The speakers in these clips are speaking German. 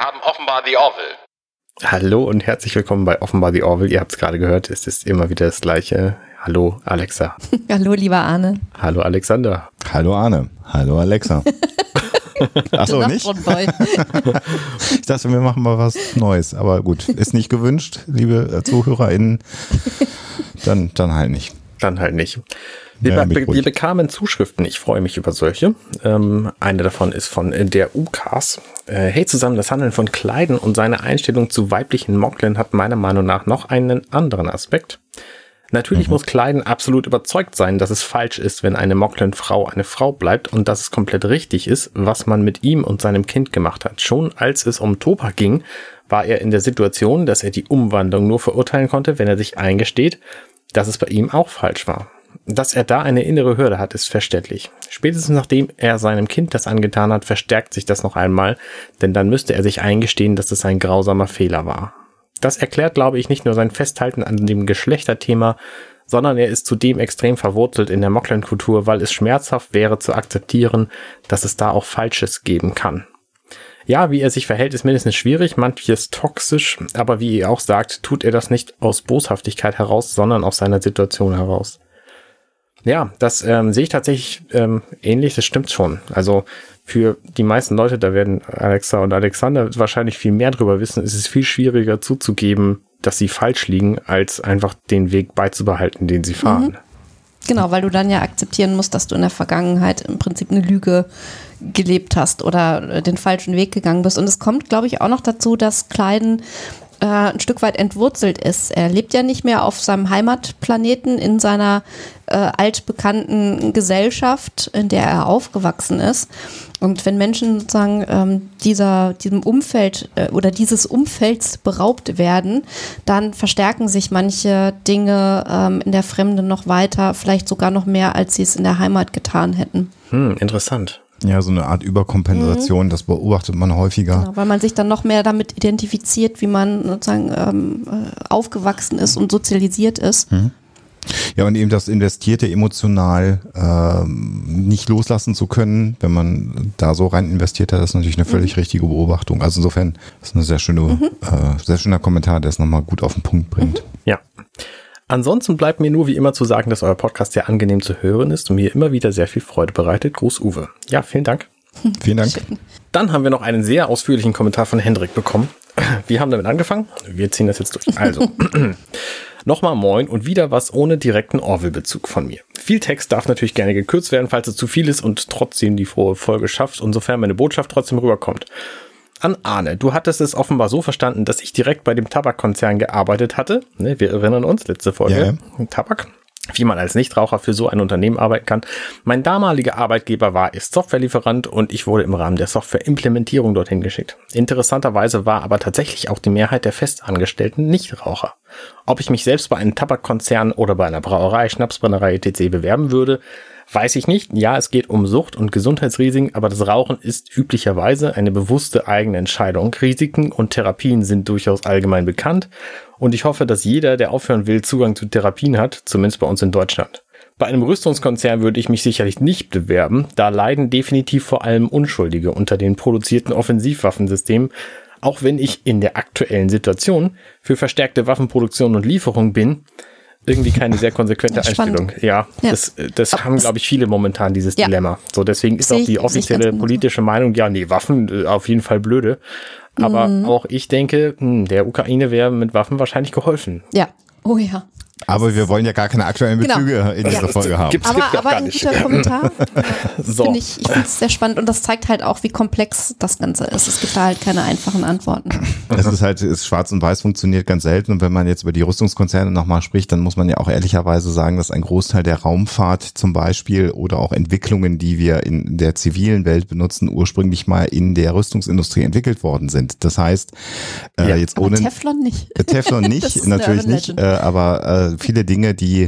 haben offenbar The Orville. Hallo und herzlich willkommen bei Offenbar The Orville. Ihr habt es gerade gehört, es ist immer wieder das Gleiche. Hallo Alexa. Hallo lieber Arne. Hallo Alexander. Hallo Arne. Hallo Alexa. Achso, nicht? Ich dachte, wir machen mal was Neues. Aber gut, ist nicht gewünscht, liebe ZuhörerInnen. Dann halt nicht. Dann halt nicht. Wir bekamen Zuschriften, ich freue mich über solche. Eine davon ist von der UCAS. Hey zusammen, das Handeln von Kleiden und seine Einstellung zu weiblichen Mocklern hat meiner Meinung nach noch einen anderen Aspekt. Natürlich muss Kleiden absolut überzeugt sein, dass es falsch ist, wenn eine Mocklen-Frau eine Frau bleibt und dass es komplett richtig ist, was man mit ihm und seinem Kind gemacht hat. Schon als es um Topa ging, war er in der Situation, dass er die Umwandlung nur verurteilen konnte, wenn er sich eingesteht, dass es bei ihm auch falsch war. Dass er da eine innere Hürde hat, ist verständlich. Spätestens nachdem er seinem Kind das angetan hat, verstärkt sich das noch einmal, denn dann müsste er sich eingestehen, dass es ein grausamer Fehler war. Das erklärt, glaube ich, nicht nur sein Festhalten an dem Geschlechterthema, sondern er ist zudem extrem verwurzelt in der Mocklen-Kultur, weil es schmerzhaft wäre zu akzeptieren, dass es da auch Falsches geben kann. Ja, wie er sich verhält, ist mindestens schwierig, manches toxisch, aber wie ihr auch sagt, tut er das nicht aus Boshaftigkeit heraus, sondern aus seiner Situation heraus. Ja, das sehe ich tatsächlich ähnlich, das stimmt schon. Also für die meisten Leute, da werden Alexa und Alexander wahrscheinlich viel mehr drüber wissen, ist es viel schwieriger zuzugeben, dass sie falsch liegen, als einfach den Weg beizubehalten, den sie fahren. Genau, weil du dann ja akzeptieren musst, dass du in der Vergangenheit im Prinzip eine Lüge gelebt hast oder den falschen Weg gegangen bist. Und es kommt, glaube ich, auch noch dazu, dass Kleiden ein Stück weit entwurzelt ist. Er lebt ja nicht mehr auf seinem Heimatplaneten in seiner altbekannten Gesellschaft, in der er aufgewachsen ist. Und wenn Menschen sozusagen diesem Umfeld oder dieses Umfelds beraubt werden, dann verstärken sich manche Dinge in der Fremde noch weiter, vielleicht sogar noch mehr, als sie es in der Heimat getan hätten. Interessant. Ja, so eine Art Überkompensation, das beobachtet man häufiger. Genau, weil man sich dann noch mehr damit identifiziert, wie man sozusagen aufgewachsen ist und sozialisiert ist. Ja, und eben das Investierte emotional nicht loslassen zu können, wenn man da so rein investiert hat, ist natürlich eine völlig richtige Beobachtung. Also insofern ist eine sehr schöner Kommentar, der es nochmal gut auf den Punkt bringt. Ja. Ansonsten bleibt mir nur wie immer zu sagen, dass euer Podcast sehr angenehm zu hören ist und mir immer wieder sehr viel Freude bereitet. Gruß Uwe. Ja, vielen Dank. Vielen Dank. Dann haben wir noch einen sehr ausführlichen Kommentar von Hendrik bekommen. Wir haben damit angefangen. Wir ziehen das jetzt durch. Also, nochmal moin und wieder was ohne direkten Orville-Bezug von mir. Viel Text darf natürlich gerne gekürzt werden, falls es zu viel ist und trotzdem die frohe Folge schafft und sofern meine Botschaft trotzdem rüberkommt. An Arne, du hattest es offenbar so verstanden, dass ich direkt bei dem Tabakkonzern gearbeitet hatte. Wir erinnern uns, letzte Folge, Tabak. Wie man als Nichtraucher für so ein Unternehmen arbeiten kann. Mein damaliger Arbeitgeber ist Softwarelieferant und ich wurde im Rahmen der Softwareimplementierung dorthin geschickt. Interessanterweise war aber tatsächlich auch die Mehrheit der Festangestellten Nichtraucher. Ob ich mich selbst bei einem Tabakkonzern oder bei einer Brauerei, Schnapsbrennerei etc. bewerben würde, weiß ich nicht. Ja, es geht um Sucht und Gesundheitsrisiken, aber das Rauchen ist üblicherweise eine bewusste eigene Entscheidung. Risiken und Therapien sind durchaus allgemein bekannt und ich hoffe, dass jeder, der aufhören will, Zugang zu Therapien hat, zumindest bei uns in Deutschland. Bei einem Rüstungskonzern würde ich mich sicherlich nicht bewerben, da leiden definitiv vor allem Unschuldige unter den produzierten Offensivwaffensystemen, auch wenn ich in der aktuellen Situation für verstärkte Waffenproduktion und Lieferung bin. Irgendwie keine sehr konsequente Einstellung. Ja, das haben, glaube ich, viele momentan, dieses Dilemma. So, deswegen ist auch die offizielle politische Meinung, Waffen auf jeden Fall blöde. Aber auch ich denke, der Ukraine wäre mit Waffen wahrscheinlich geholfen. Ja, oh ja. Aber wir wollen ja gar keine aktuellen Bezüge in dieser Folge haben. Aber ein guter Kommentar. So. Ich finde es sehr spannend und das zeigt halt auch, wie komplex das Ganze ist. Es gibt da halt keine einfachen Antworten. Ist schwarz und weiß funktioniert ganz selten und wenn man jetzt über die Rüstungskonzerne nochmal spricht, dann muss man ja auch ehrlicherweise sagen, dass ein Großteil der Raumfahrt zum Beispiel oder auch Entwicklungen, die wir in der zivilen Welt benutzen, ursprünglich mal in der Rüstungsindustrie entwickelt worden sind. Das heißt, jetzt ohne Teflon nicht. Teflon nicht, natürlich nicht, aber viele Dinge, die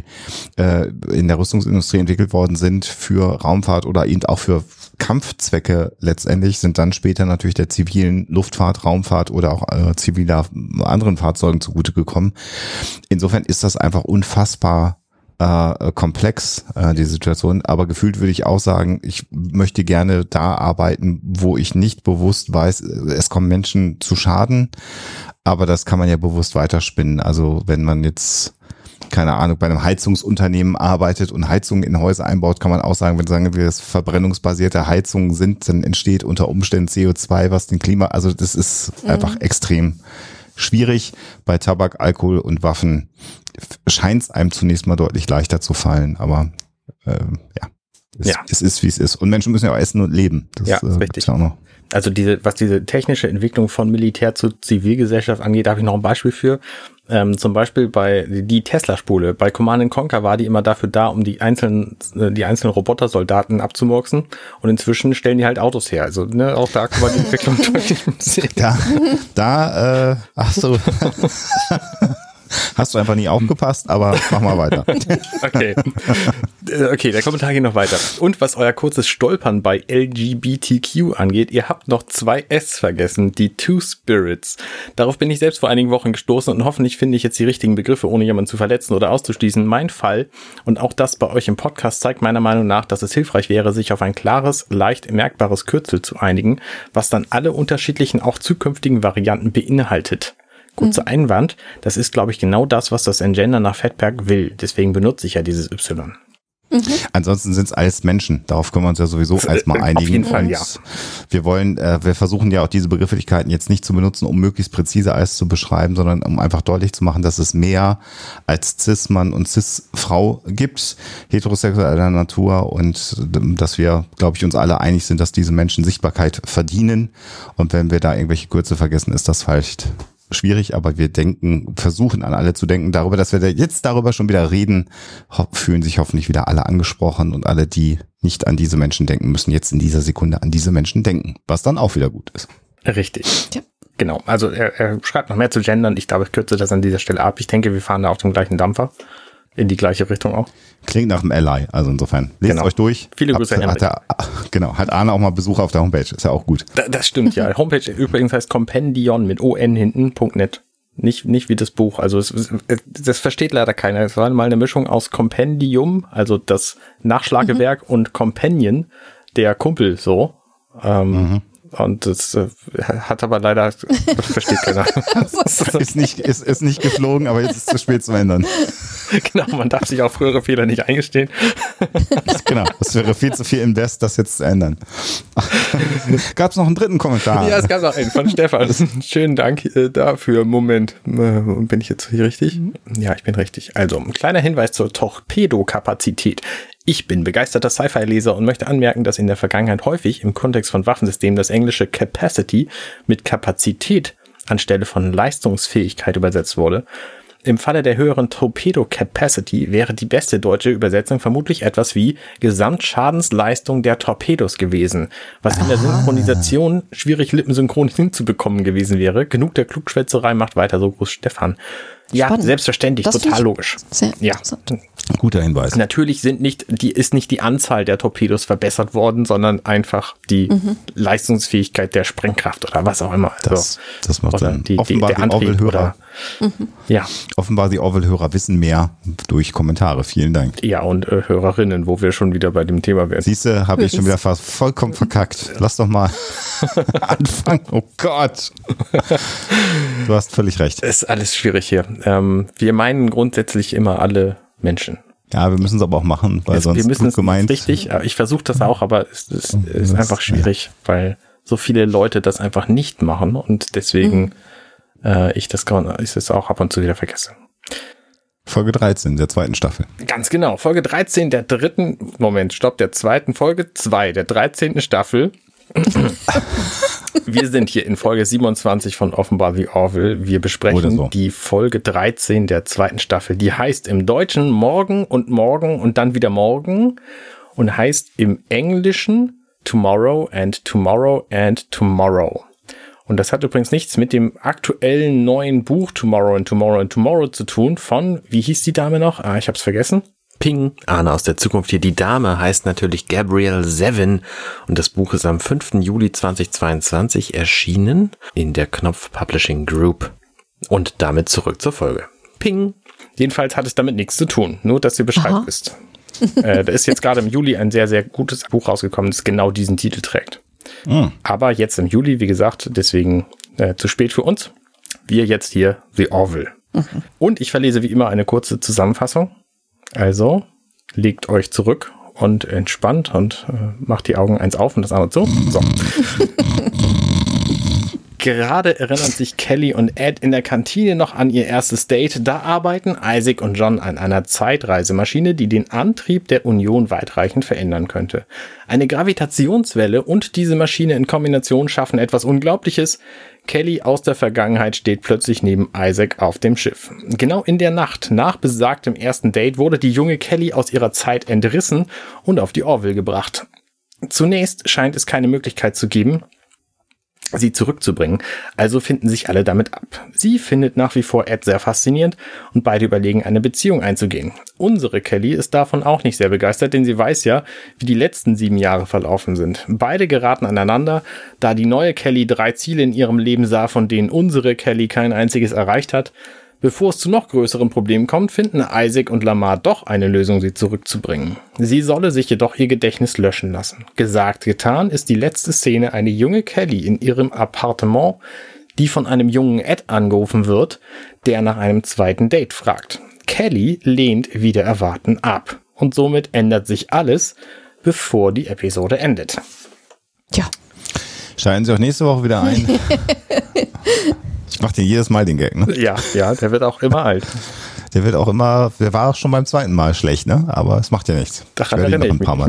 in der Rüstungsindustrie entwickelt worden sind für Raumfahrt oder eben auch für Kampfzwecke letztendlich, sind dann später natürlich der zivilen Luftfahrt, Raumfahrt oder auch ziviler anderen Fahrzeugen zugute gekommen. Insofern ist das einfach unfassbar komplex, die Situation. Aber gefühlt würde ich auch sagen, ich möchte gerne da arbeiten, wo ich nicht bewusst weiß, es kommen Menschen zu Schaden. Aber das kann man ja bewusst weiterspinnen. Also wenn man jetzt, keine Ahnung, bei einem Heizungsunternehmen arbeitet und Heizungen in Häuser einbaut, kann man auch sagen, wenn wir das verbrennungsbasierte Heizungen sind, dann entsteht unter Umständen CO2, was den Klima, also das ist einfach extrem schwierig. Bei Tabak, Alkohol und Waffen scheint es einem zunächst mal deutlich leichter zu fallen, aber es ist, wie es ist. Und Menschen müssen ja auch essen und leben. Das ist richtig. Ist ja auch noch. Also was diese technische Entwicklung von Militär zu Zivilgesellschaft angeht, da habe ich noch ein Beispiel für. Zum Beispiel bei die Tesla-Spule. Bei Command & Conquer war die immer dafür da, um die einzelnen Robotersoldaten abzumurksen. Und inzwischen stellen die halt Autos her. Also auch da kann man die Entwicklung deutlich sehen. Hast du einfach nie aufgepasst, aber mach mal weiter. Okay, der Kommentar geht noch weiter. Und was euer kurzes Stolpern bei LGBTQ angeht, ihr habt noch 2 S vergessen, die Two Spirits. Darauf bin ich selbst vor einigen Wochen gestoßen und hoffentlich finde ich jetzt die richtigen Begriffe, ohne jemanden zu verletzen oder auszuschließen. Mein Fall und auch das bei euch im Podcast zeigt meiner Meinung nach, dass es hilfreich wäre, sich auf ein klares, leicht merkbares Kürzel zu einigen, was dann alle unterschiedlichen, auch zukünftigen Varianten beinhaltet. Kurzer Einwand, das ist, glaube ich, genau das, was das Engender nach Fettberg will. Deswegen benutze ich ja dieses Y. Ansonsten sind es alles Menschen. Darauf können wir uns ja sowieso erstmal einigen. Auf jeden Fall, ja. Wir versuchen ja auch diese Begrifflichkeiten jetzt nicht zu benutzen, um möglichst präzise alles zu beschreiben, sondern um einfach deutlich zu machen, dass es mehr als Cis-Mann und Cis-Frau gibt, heterosexueller Natur, und dass wir, glaube ich, uns alle einig sind, dass diese Menschen Sichtbarkeit verdienen. Und wenn wir da irgendwelche Kürze vergessen, ist das vielleicht schwierig, aber wir versuchen an alle zu denken. Darüber, dass wir jetzt darüber schon wieder reden, fühlen sich hoffentlich wieder alle angesprochen, und alle, die nicht an diese Menschen denken, müssen jetzt in dieser Sekunde an diese Menschen denken, was dann auch wieder gut ist. Richtig. Ja. Genau, also er schreibt noch mehr zu Gendern. Ich glaube, ich kürze das an dieser Stelle ab. Ich denke, wir fahren da auf dem gleichen Dampfer. In die gleiche Richtung auch. Klingt nach einem Ally, also insofern. Lest euch durch. Viele Grüße an hat Arne auch mal Besuch auf der Homepage, ist ja auch gut. Das stimmt, ja. Homepage übrigens heißt Compendion mit ON hinten.net. Nicht wie das Buch, also das versteht leider keiner. Es war mal eine Mischung aus Compendium, also das Nachschlagewerk, und Companion, der Kumpel so. Und das hat aber leider, das versteht keiner. ist nicht geflogen, aber jetzt ist es zu spät zum Ändern. Genau, man darf sich auch frühere Fehler nicht eingestehen. Genau, das wäre viel zu viel Invest, das jetzt zu ändern. Gab es noch einen dritten Kommentar? Ja, es gab noch einen von Stefan. Schönen Dank dafür. Moment, bin ich jetzt hier richtig? Ja, ich bin richtig. Also, ein kleiner Hinweis zur Torpedokapazität. Ich bin begeisterter Sci-Fi-Leser und möchte anmerken, dass in der Vergangenheit häufig im Kontext von Waffensystemen das englische Capacity mit Kapazität anstelle von Leistungsfähigkeit übersetzt wurde. Im Falle der höheren Torpedo-Capacity wäre die beste deutsche Übersetzung vermutlich etwas wie Gesamtschadensleistung der Torpedos gewesen, was in der Synchronisation schwierig lippensynchron hinzubekommen gewesen wäre. Genug der Klugschwätzerei, macht weiter so, Gruß Stefan. Ja, spannend. Selbstverständlich, das total logisch. Sehr ja. Guter Hinweis. Natürlich ist nicht die Anzahl der Torpedos verbessert worden, sondern einfach die Leistungsfähigkeit der Sprengkraft oder was auch immer. Das macht Sinn. Offenbar der Antrieb oder ja. Offenbar die Orwell-Hörer wissen mehr durch Kommentare. Vielen Dank. Ja, und Hörerinnen, wo wir schon wieder bei dem Thema wären. Siehste, habe ich schon wieder fast vollkommen verkackt. Lass doch mal anfangen. Oh Gott. Du hast völlig recht. Ist alles schwierig hier. Wir meinen grundsätzlich immer alle Menschen. Ja, wir müssen es aber auch machen, weil sonst wir müssen es gemeint. Richtig, ich versuche das auch, aber es ist einfach schwierig, weil so viele Leute das einfach nicht machen und deswegen ich das auch ab und zu wieder vergesse. Folge 13 der zweiten Staffel. Ganz genau, Folge 13 der zweiten Folge 2 der 13. Staffel. Wir sind hier in Folge 27 von Offenbar The Orville. Wir besprechen die Folge 13 der zweiten Staffel. Die heißt im Deutschen Morgen und dann wieder Morgen und heißt im Englischen Tomorrow and Tomorrow and Tomorrow. Und das hat übrigens nichts mit dem aktuellen neuen Buch Tomorrow and Tomorrow and Tomorrow zu tun von, wie hieß die Dame noch? Ich hab's vergessen. Ping, Arne aus der Zukunft hier. Die Dame heißt natürlich Gabrielle Zevin und das Buch ist am 5. Juli 2022 erschienen in der Knopf Publishing Group. Und damit zurück zur Folge. Ping. Jedenfalls hat es damit nichts zu tun, nur dass ihr Bescheid wisst. Da ist jetzt gerade im Juli ein sehr, sehr gutes Buch rausgekommen, das genau diesen Titel trägt. Aber jetzt im Juli, wie gesagt, deswegen zu spät für uns. Wir jetzt hier The Orville. Und ich verlese wie immer eine kurze Zusammenfassung. Also legt euch zurück und entspannt und macht die Augen eins auf und das andere zu. So. Gerade erinnern sich Kelly und Ed in der Kantine noch an ihr erstes Date. Da arbeiten Isaac und John an einer Zeitreisemaschine, die den Antrieb der Union weitreichend verändern könnte. Eine Gravitationswelle und diese Maschine in Kombination schaffen etwas Unglaubliches. Kelly aus der Vergangenheit steht plötzlich neben Isaac auf dem Schiff. Genau in der Nacht nach besagtem ersten Date wurde die junge Kelly aus ihrer Zeit entrissen und auf die Orville gebracht. Zunächst scheint es keine Möglichkeit zu geben, sie zurückzubringen, also finden sich alle damit ab. Sie findet nach wie vor Ed sehr faszinierend und beide überlegen, eine Beziehung einzugehen. Unsere Kelly ist davon auch nicht sehr begeistert, denn sie weiß ja, wie die letzten 7 Jahre verlaufen sind. Beide geraten aneinander, da die neue Kelly 3 Ziele in ihrem Leben sah, von denen unsere Kelly kein einziges erreicht hat. Bevor es zu noch größeren Problemen kommt, finden Isaac und Lamar doch eine Lösung, sie zurückzubringen. Sie solle sich jedoch ihr Gedächtnis löschen lassen. Gesagt, getan ist die letzte Szene eine junge Kelly in ihrem Appartement, die von einem jungen Ed angerufen wird, der nach einem zweiten Date fragt. Kelly lehnt wider Erwarten ab. Und somit ändert sich alles, bevor die Episode endet. Tja. Schalten Sie auch nächste Woche wieder ein. Ich mache dir jedes Mal den Gag, ne? Ja, der wird auch immer alt. Der war auch schon beim zweiten Mal schlecht, ne? Aber es macht ja nichts. Ich werde ihn noch ein paar Mal.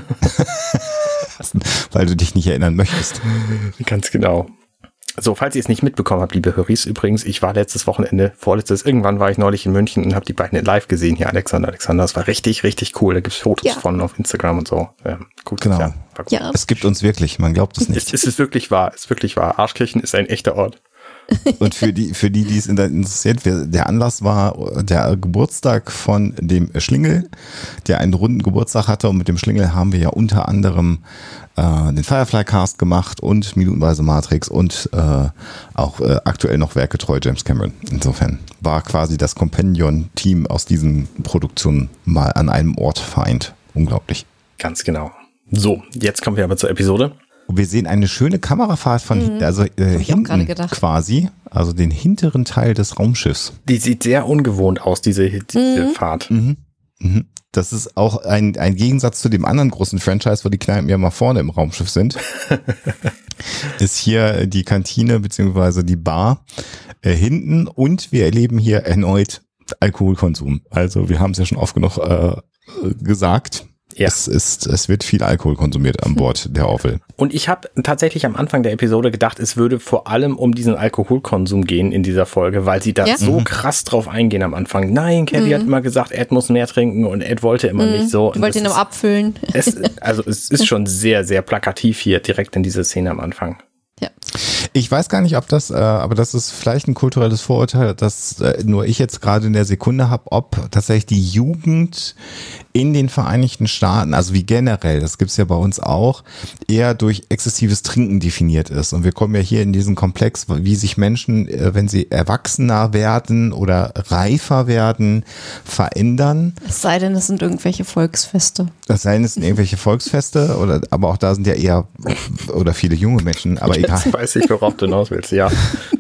Weil du dich nicht erinnern möchtest. Ganz genau. So, falls ihr es nicht mitbekommen habt, liebe Höris, übrigens, ich war irgendwann war ich neulich in München und habe die beiden live gesehen, hier Alexander. Das war richtig, richtig cool. Da gibt es Fotos von auf Instagram und so. Gut, genau. Ja. Es gibt uns wirklich, man glaubt es nicht. Es ist wirklich wahr, Arschkirchen ist ein echter Ort. Und für die es interessiert, der Anlass war der Geburtstag von dem Schlingel, der einen runden Geburtstag hatte, und mit dem Schlingel haben wir ja unter anderem den Firefly-Cast gemacht und minutenweise Matrix und auch aktuell noch werkgetreu James Cameron. Insofern war quasi das Companion-Team aus diesen Produktionen mal an einem Ort vereint. Unglaublich. Ganz genau. So, jetzt kommen wir aber zur Episode. Wir sehen eine schöne Kamerafahrt von hinten quasi, also den hinteren Teil des Raumschiffs. Die sieht sehr ungewohnt aus, diese Fahrt. Das ist auch ein Gegensatz zu dem anderen großen Franchise, wo die Kneipen ja mal vorne im Raumschiff sind. Ist hier die Kantine bzw. die Bar hinten, und wir erleben hier erneut Alkoholkonsum. Also wir haben es ja schon oft genug gesagt. Ja. Es wird viel Alkohol konsumiert an Bord der Orville. Und ich habe tatsächlich am Anfang der Episode gedacht, es würde vor allem um diesen Alkoholkonsum gehen in dieser Folge, weil sie da so krass drauf eingehen am Anfang. Nein, Kelly hat immer gesagt, Ed muss mehr trinken, und Ed wollte immer nicht so. Du wolltest ihn immer abfüllen. Es ist schon sehr, sehr plakativ hier direkt in dieser Szene am Anfang. Ja. Ich weiß gar nicht, ob das, aber das ist vielleicht ein kulturelles Vorurteil, das nur ich jetzt gerade in der Sekunde habe, ob tatsächlich die Jugend in den Vereinigten Staaten, also wie generell, das gibt's ja bei uns auch, eher durch exzessives Trinken definiert ist. Und wir kommen ja hier in diesen Komplex, wie sich Menschen, wenn sie erwachsener werden oder reifer werden, verändern. Es sei denn, es sind irgendwelche Volksfeste. Aber auch da sind ja eher oder viele junge Menschen, aber egal. Jetzt weiß ich, worauf du hinaus willst, ja.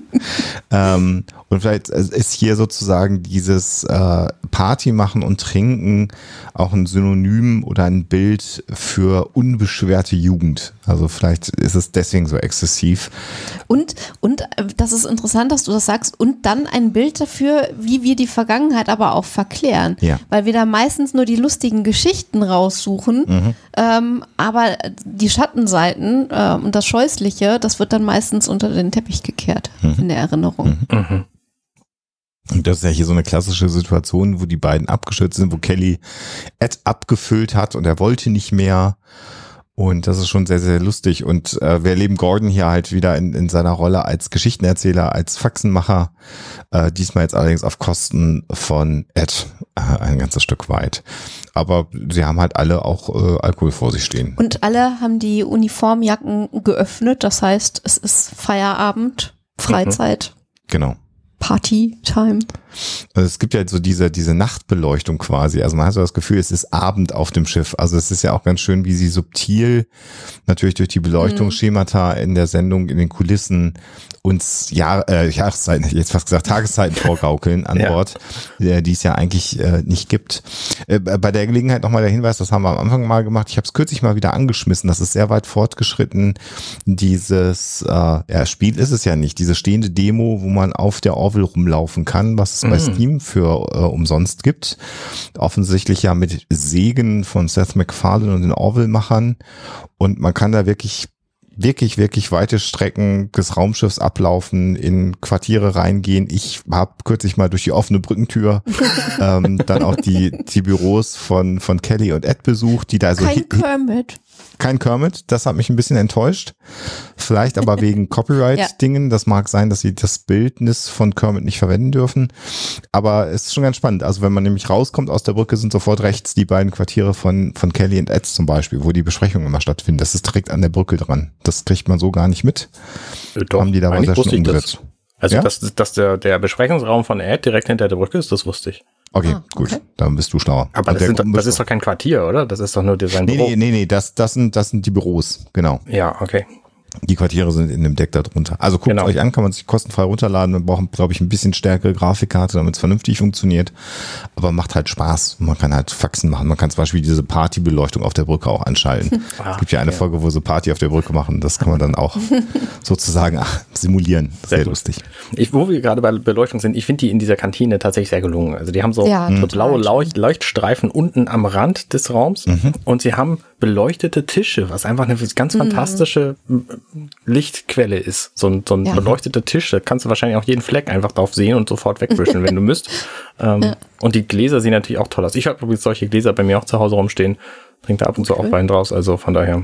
Und vielleicht ist hier sozusagen dieses Party machen und trinken auch ein Synonym oder ein Bild für unbeschwerte Jugend. Also vielleicht ist es deswegen so exzessiv. Und das ist interessant, dass du das sagst, und dann ein Bild dafür, wie wir die Vergangenheit aber auch verklären. Ja. Weil wir da meistens nur die lustigen Geschichten raussuchen, aber die Schattenseiten und das Scheußliche, das wird dann meistens unter den Teppich gekehrt in der Erinnerung. Und das ist ja hier so eine klassische Situation, wo die beiden abgeschützt sind, wo Kelly Ed abgefüllt hat und er wollte nicht mehr. Und das ist schon sehr, sehr lustig. Und wir erleben Gordon hier halt wieder in seiner Rolle als Geschichtenerzähler, als Faxenmacher. Diesmal jetzt allerdings auf Kosten von Ed ein ganzes Stück weit. Aber sie haben halt alle auch Alkohol vor sich stehen. Und alle haben die Uniformjacken geöffnet. Das heißt, es ist Feierabend, Freizeit. Genau. Party-Time. Also es gibt ja so diese Nachtbeleuchtung quasi. Also man hat so das Gefühl, es ist Abend auf dem Schiff. Also es ist ja auch ganz schön, wie sie subtil natürlich durch die Beleuchtungsschemata in der Sendung, in den Kulissen uns Jahreszeiten, jetzt fast gesagt Tageszeiten vorgaukeln an Bord, die es ja eigentlich nicht gibt. Bei der Gelegenheit nochmal der Hinweis, das haben wir am Anfang mal gemacht. Ich habe es kürzlich mal wieder angeschmissen. Das ist sehr weit fortgeschritten. Dieses Spiel ist es ja nicht. Diese stehende Demo, wo man auf der Orville rumlaufen kann, was es bei Steam für umsonst gibt. Offensichtlich ja mit Segen von Seth MacFarlane und den Orville-Machern. Und man kann da wirklich weite Strecken des Raumschiffs ablaufen, in Quartiere reingehen. Ich habe kürzlich mal durch die offene Brückentür dann auch die Büros von Kelly und Ed besucht, die da so Kein Kermit, das hat mich ein bisschen enttäuscht. Vielleicht aber wegen Copyright-Dingen. Das mag sein, dass sie das Bildnis von Kermit nicht verwenden dürfen. Aber es ist schon ganz spannend. Also wenn man nämlich rauskommt aus der Brücke, sind sofort rechts die beiden Quartiere von Kelly und Ed zum Beispiel, wo die Besprechungen immer stattfinden. Das ist direkt an der Brücke dran. Das kriegt man so gar nicht mit. Doch, haben die da sehr schön umgesetzt. Also, ja? dass der Besprechungsraum von Ed direkt hinter der Brücke ist, das wusste ich. Okay, gut, dann bist du schlauer. Aber das ist doch kein Quartier, oder? Das ist doch nur sein Büro. Nee, das sind die Büros, genau. Ja, okay. Die Quartiere sind in dem Deck da drunter. Also guckt euch an, kann man sich kostenfrei runterladen. Wir brauchen, glaube ich, ein bisschen stärkere Grafikkarte, damit es vernünftig funktioniert. Aber macht halt Spaß. Man kann halt Faxen machen. Man kann zum Beispiel diese Partybeleuchtung auf der Brücke auch anschalten. Es gibt ja eine Folge, wo sie Party auf der Brücke machen. Das kann man dann auch sozusagen simulieren. Sehr lustig. Wo wir gerade bei Beleuchtung sind, ich finde die in dieser Kantine tatsächlich sehr gelungen. Also die haben so blaue Leuchtstreifen unten am Rand des Raums und sie haben beleuchtete Tische, was einfach eine ganz fantastische Lichtquelle ist. So ein beleuchteter Tisch, da kannst du wahrscheinlich auch jeden Fleck einfach drauf sehen und sofort wegwischen, wenn du müsst. Und die Gläser sehen natürlich auch toll aus. Ich habe übrigens solche Gläser bei mir auch zu Hause rumstehen. Trinkt da ab und zu auch Wein draus, also von daher.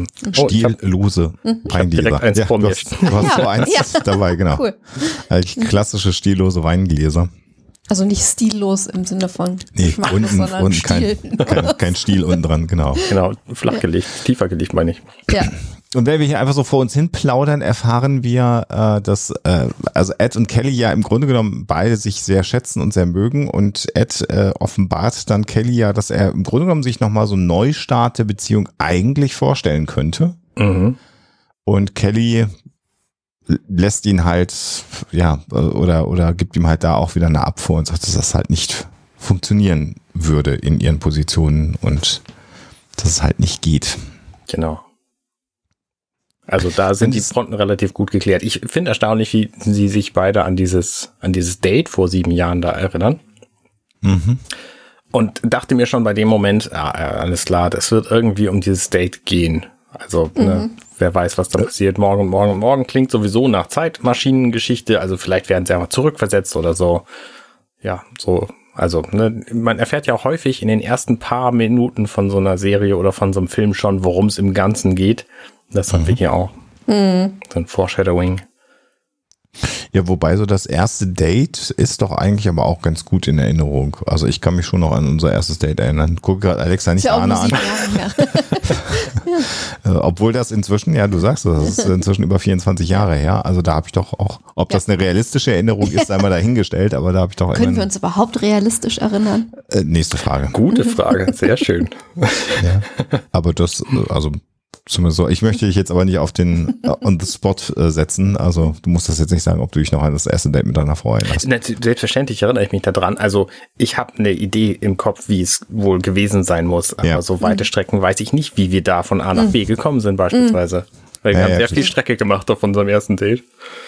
Stillose Weingläser. Direkt eins vor mir. Du hast so eins dabei, genau. Cool. Klassische stillose Weingläser. Also nicht stillos im Sinne von unten kein Stiel unten dran, genau. Genau, flach gelegt, tiefer gelegt meine ich. Ja. Und wenn wir hier einfach so vor uns hin plaudern, erfahren wir, dass also Ed und Kelly ja im Grunde genommen beide sich sehr schätzen und sehr mögen. Und Ed offenbart dann Kelly ja, dass er im Grunde genommen sich nochmal so einen Neustart der Beziehung eigentlich vorstellen könnte. Und Kelly lässt ihn halt, oder gibt ihm halt da auch wieder eine Abfuhr und sagt, dass das halt nicht funktionieren würde in ihren Positionen und dass es halt nicht geht. Genau. Also da sind die Fronten relativ gut geklärt. Ich finde erstaunlich, wie sie sich beide an dieses Date vor 7 Jahren da erinnern. Und dachte mir schon bei dem Moment, alles klar, das wird irgendwie um dieses Date gehen. Also, wer weiß, was da passiert. Morgen klingt sowieso nach Zeitmaschinengeschichte. Also vielleicht werden sie einfach zurückversetzt oder so. Ja, so. Also, man erfährt ja auch häufig in den ersten paar Minuten von so einer Serie oder von so einem Film schon, worum es im Ganzen geht. Das haben wir hier auch. So ein Foreshadowing. Ja, wobei so das erste Date ist doch eigentlich aber auch ganz gut in Erinnerung. Also ich kann mich schon noch an unser erstes Date erinnern. Guck gerade Alexa nicht Arne an. Obwohl das inzwischen, ja, du sagst das ist inzwischen über 24 Jahre her. Also da habe ich doch auch, ob das eine realistische Erinnerung ist, einmal dahingestellt, aber da habe ich doch Können wir uns überhaupt realistisch erinnern? Nächste Frage. Gute Frage, sehr schön. Ja, aber das, also zumindest so. Ich möchte dich jetzt aber nicht auf den on the spot setzen. Also du musst das jetzt nicht sagen, ob du dich noch an das erste Date mit deiner Frau erinnerst. Selbstverständlich erinnere ich mich daran. Also ich habe eine Idee im Kopf, wie es wohl gewesen sein muss. Aber so weite Strecken weiß ich nicht, wie wir da von A nach B gekommen sind beispielsweise. Weil wir haben sehr viel Strecke gemacht auf unserem ersten Date.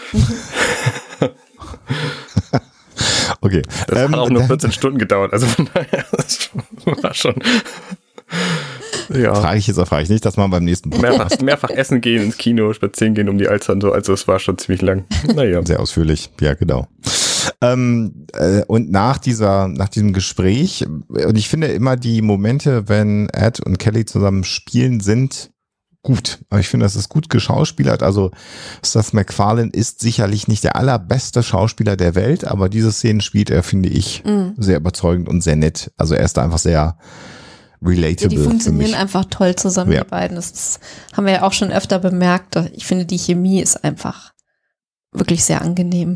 Okay. Das hat auch nur 14 Stunden gedauert. Also von daher, das war schon... Ja. Frage ich nicht, dass man beim nächsten mehrfach essen gehen, ins Kino, spazieren gehen um die Alster und so. Also es war schon ziemlich lang. Naja. Sehr ausführlich, ja genau. Und nach diesem Gespräch, und ich finde immer die Momente, wenn Ed und Kelly zusammen spielen, sind gut. Aber ich finde, das ist gut geschauspielert. Also Seth MacFarlane ist sicherlich nicht der allerbeste Schauspieler der Welt, aber diese Szenen spielt er, finde ich, sehr überzeugend und sehr nett. Also er ist da einfach sehr relatable. Ja, die funktionieren einfach toll zusammen, die beiden. Haben wir ja auch schon öfter bemerkt. Ich finde, die Chemie ist einfach wirklich sehr angenehm.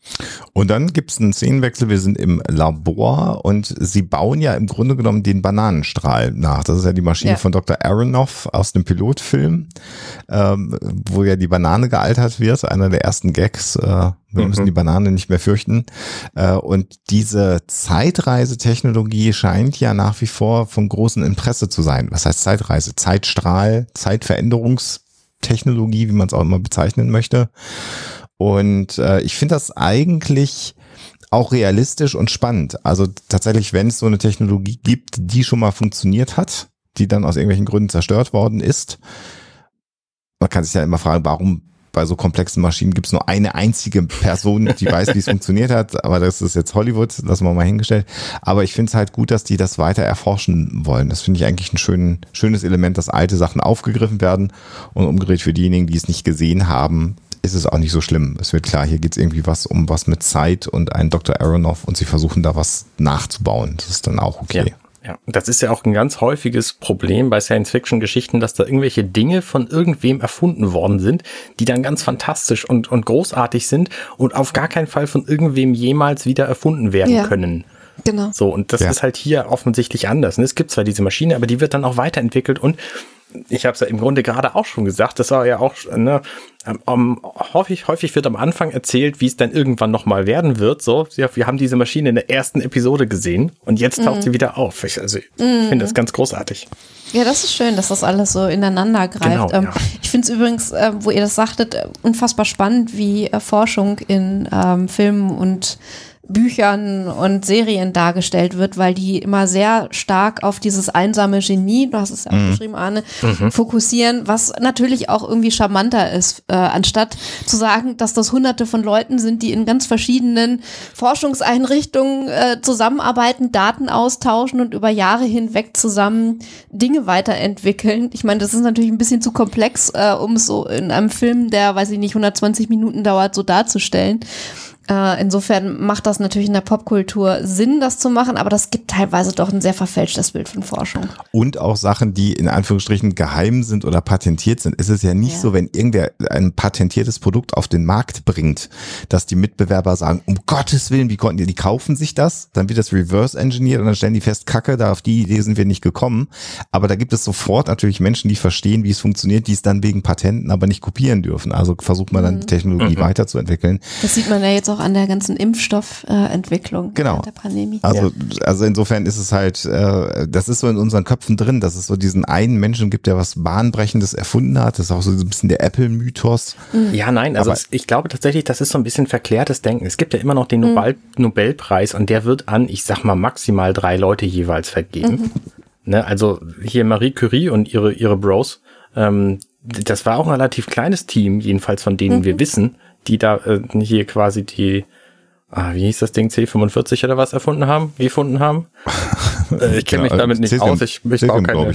Und dann gibt es einen Szenenwechsel, wir sind im Labor und sie bauen ja im Grunde genommen den Bananenstrahl nach. Das ist ja die Maschine von Dr. Aronoff aus dem Pilotfilm, wo ja die Banane gealtert wird, einer der ersten Gags. Wir müssen die Banane nicht mehr fürchten. Und diese Zeitreisetechnologie scheint ja nach wie vor von großem Interesse zu sein. Was heißt Zeitreise? Zeitstrahl, Zeitveränderungstechnologie, wie man es auch immer bezeichnen möchte. Und ich finde das eigentlich auch realistisch und spannend. Also tatsächlich, wenn es so eine Technologie gibt, die schon mal funktioniert hat, die dann aus irgendwelchen Gründen zerstört worden ist. Man kann sich ja immer fragen, warum bei so komplexen Maschinen gibt es nur eine einzige Person, die weiß, wie es funktioniert hat. Aber das ist jetzt Hollywood, lassen wir mal hingestellt. Aber ich finde es halt gut, dass die das weiter erforschen wollen. Das finde ich eigentlich ein schönes Element, dass alte Sachen aufgegriffen werden und umgedreht für diejenigen, die es nicht gesehen haben, ist es auch nicht so schlimm. Es wird klar, hier geht es irgendwie um was mit Zeit und einen Dr. Aronoff und sie versuchen da was nachzubauen. Das ist dann auch okay. Ja, das ist ja auch ein ganz häufiges Problem bei Science-Fiction-Geschichten, dass da irgendwelche Dinge von irgendwem erfunden worden sind, die dann ganz fantastisch und großartig sind und auf gar keinen Fall von irgendwem jemals wieder erfunden werden können. Genau. So, und das ist halt hier offensichtlich anders. Es gibt zwar diese Maschine, aber die wird dann auch weiterentwickelt und ich habe es ja im Grunde gerade auch schon gesagt, das war ja auch, häufig wird am Anfang erzählt, wie es dann irgendwann nochmal werden wird. So, wir haben diese Maschine in der ersten Episode gesehen und jetzt taucht sie wieder auf. Ich finde das ganz großartig. Ja, das ist schön, dass das alles so ineinander greift. Genau, ich finde es übrigens, wo ihr das sagtet, unfassbar spannend, wie Forschung in Filmen und Büchern und Serien dargestellt wird, weil die immer sehr stark auf dieses einsame Genie, du hast es ja auch beschrieben, Arne, fokussieren, was natürlich auch irgendwie charmanter ist, anstatt zu sagen, dass das Hunderte von Leuten sind, die in ganz verschiedenen Forschungseinrichtungen zusammenarbeiten, Daten austauschen und über Jahre hinweg zusammen Dinge weiterentwickeln. Ich meine, das ist natürlich ein bisschen zu komplex, um es so in einem Film, der, weiß ich nicht, 120 Minuten dauert, so darzustellen. Insofern macht das natürlich in der Popkultur Sinn, das zu machen, aber das gibt teilweise doch ein sehr verfälschtes Bild von Forschung. Und auch Sachen, die in Anführungsstrichen geheim sind oder patentiert sind. Es ist ja nicht so, wenn irgendwer ein patentiertes Produkt auf den Markt bringt, dass die Mitbewerber sagen, um Gottes Willen, wie konnten die kaufen sich das? Dann wird das reverse engineert und dann stellen die fest, Kacke, da auf die Idee sind wir nicht gekommen. Aber da gibt es sofort natürlich Menschen, die verstehen, wie es funktioniert, die es dann wegen Patenten aber nicht kopieren dürfen. Also versucht man dann die Technologie weiterzuentwickeln. Das sieht man ja jetzt auch an der ganzen Impfstoffentwicklung der Pandemie. Also insofern ist es halt, das ist so in unseren Köpfen drin, dass es so diesen einen Menschen gibt, der was Bahnbrechendes erfunden hat. Das ist auch so ein bisschen der Apple-Mythos. Ja, nein, also ich glaube tatsächlich, das ist so ein bisschen verklärtes Denken. Es gibt ja immer noch den Nobelpreis und der wird an, ich sag mal, maximal 3 Leute jeweils vergeben. Ne, also hier Marie Curie und ihre Bros, das war auch ein relativ kleines Team, jedenfalls von denen wir wissen, die da hier quasi die, wie hieß das Ding, C45 oder was gefunden haben? Ich kenne mich damit nicht aus. Ich baue keine.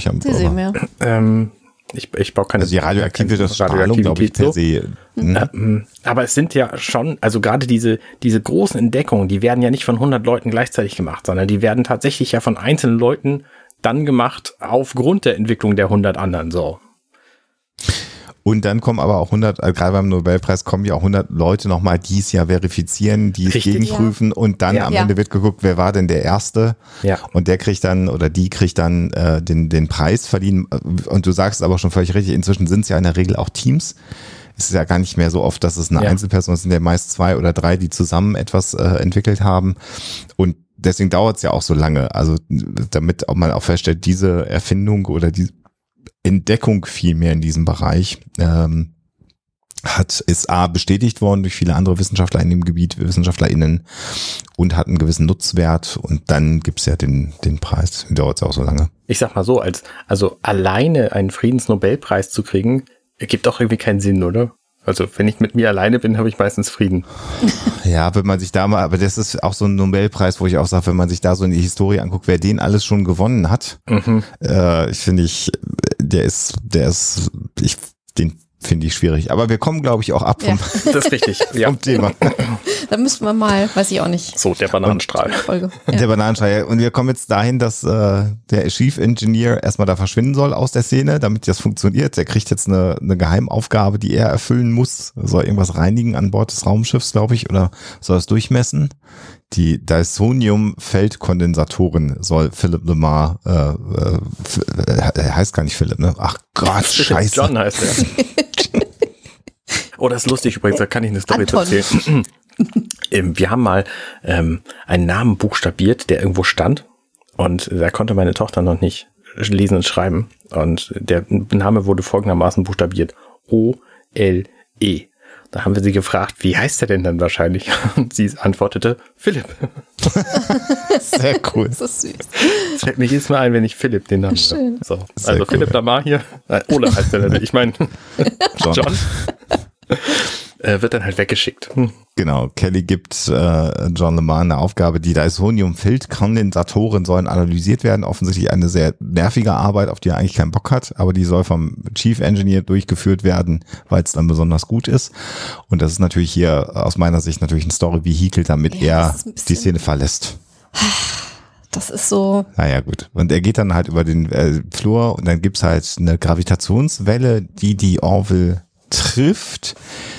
Ich baue keine. Also die radioaktive Strahlung, glaube ich, per se. Aber es sind ja schon, also gerade diese großen Entdeckungen, die werden ja nicht von 100 Leuten gleichzeitig gemacht, sondern die werden tatsächlich ja von einzelnen Leuten dann gemacht aufgrund der Entwicklung der 100 anderen, so. Und dann kommen aber auch 100, gerade beim Nobelpreis kommen ja auch 100 Leute nochmal, die es ja verifizieren, die es gegenprüfen und dann am Ende wird geguckt, wer war denn der Erste? Ja. Und der kriegt dann oder die kriegt dann den Preis verliehen. Und du sagst aber schon völlig richtig, inzwischen sind es ja in der Regel auch Teams. Es ist ja gar nicht mehr so oft, dass es eine Einzelperson ist, es sind ja meist 2 oder 3, die zusammen etwas entwickelt haben. Und deswegen dauert es ja auch so lange. Also damit auch man auch feststellt, diese Erfindung oder die Entdeckung vielmehr in diesem Bereich ist A bestätigt worden durch viele andere Wissenschaftler in dem Gebiet, WissenschaftlerInnen und hat einen gewissen Nutzwert und dann gibt's ja den Preis. Dauert es auch so lange. Ich sag mal so, also alleine einen Friedensnobelpreis zu kriegen, ergibt auch irgendwie keinen Sinn, oder? Also wenn ich mit mir alleine bin, habe ich meistens Frieden. Ja, wenn man sich da mal, aber das ist auch so ein Nobelpreis, wo ich auch sage, wenn man sich da so in die Historie anguckt, wer den alles schon gewonnen hat, den finde finde ich schwierig. Aber wir kommen, glaube ich, auch ab vom, Das ist richtig. Ja. vom Thema. Da müssten wir mal, weiß ich auch nicht. So, der Bananenstrahl. Folge. Der Bananenstrahl. Und wir kommen jetzt dahin, dass der Chief Engineer erstmal da verschwinden soll aus der Szene, damit das funktioniert. Der kriegt jetzt eine Geheimaufgabe, die er erfüllen muss. Soll irgendwas reinigen an Bord des Raumschiffs, glaube ich, oder soll es durchmessen. Die Dysonium-Feldkondensatoren soll Philip Lamar, er heißt gar nicht Philipp, ne? Ach Gott, scheiße. John heißt er. Oh, das ist lustig übrigens, da kann ich eine Story zu erzählen. Wir haben mal einen Namen buchstabiert, der irgendwo stand, und da konnte meine Tochter noch nicht lesen und schreiben, und der Name wurde folgendermaßen buchstabiert: O-L-E. Da haben wir sie gefragt, wie heißt der denn dann wahrscheinlich? Und sie antwortete, Philipp. Sehr cool. Das ist süß. Das fällt mir jedes Mal ein, wenn ich Philipp den Namen Schön. So, Sehr also cool. Philipp Lamar hier, Ole heißt der, ich meine John, wird dann halt weggeschickt. Genau, Kelly gibt John Lamar eine Aufgabe, die Dysonium-Feldkondensatoren sollen analysiert werden. Offensichtlich eine sehr nervige Arbeit, auf die er eigentlich keinen Bock hat, aber die soll vom Chief Engineer durchgeführt werden, weil es dann besonders gut ist. Und das ist natürlich hier aus meiner Sicht natürlich ein Story-Vehikel, damit Ja, er das ist ein bisschen- die Szene verlässt. Das ist so. Naja, gut. Und er geht dann halt über den Flur und dann gibt's halt eine Gravitationswelle, die Orville trifft.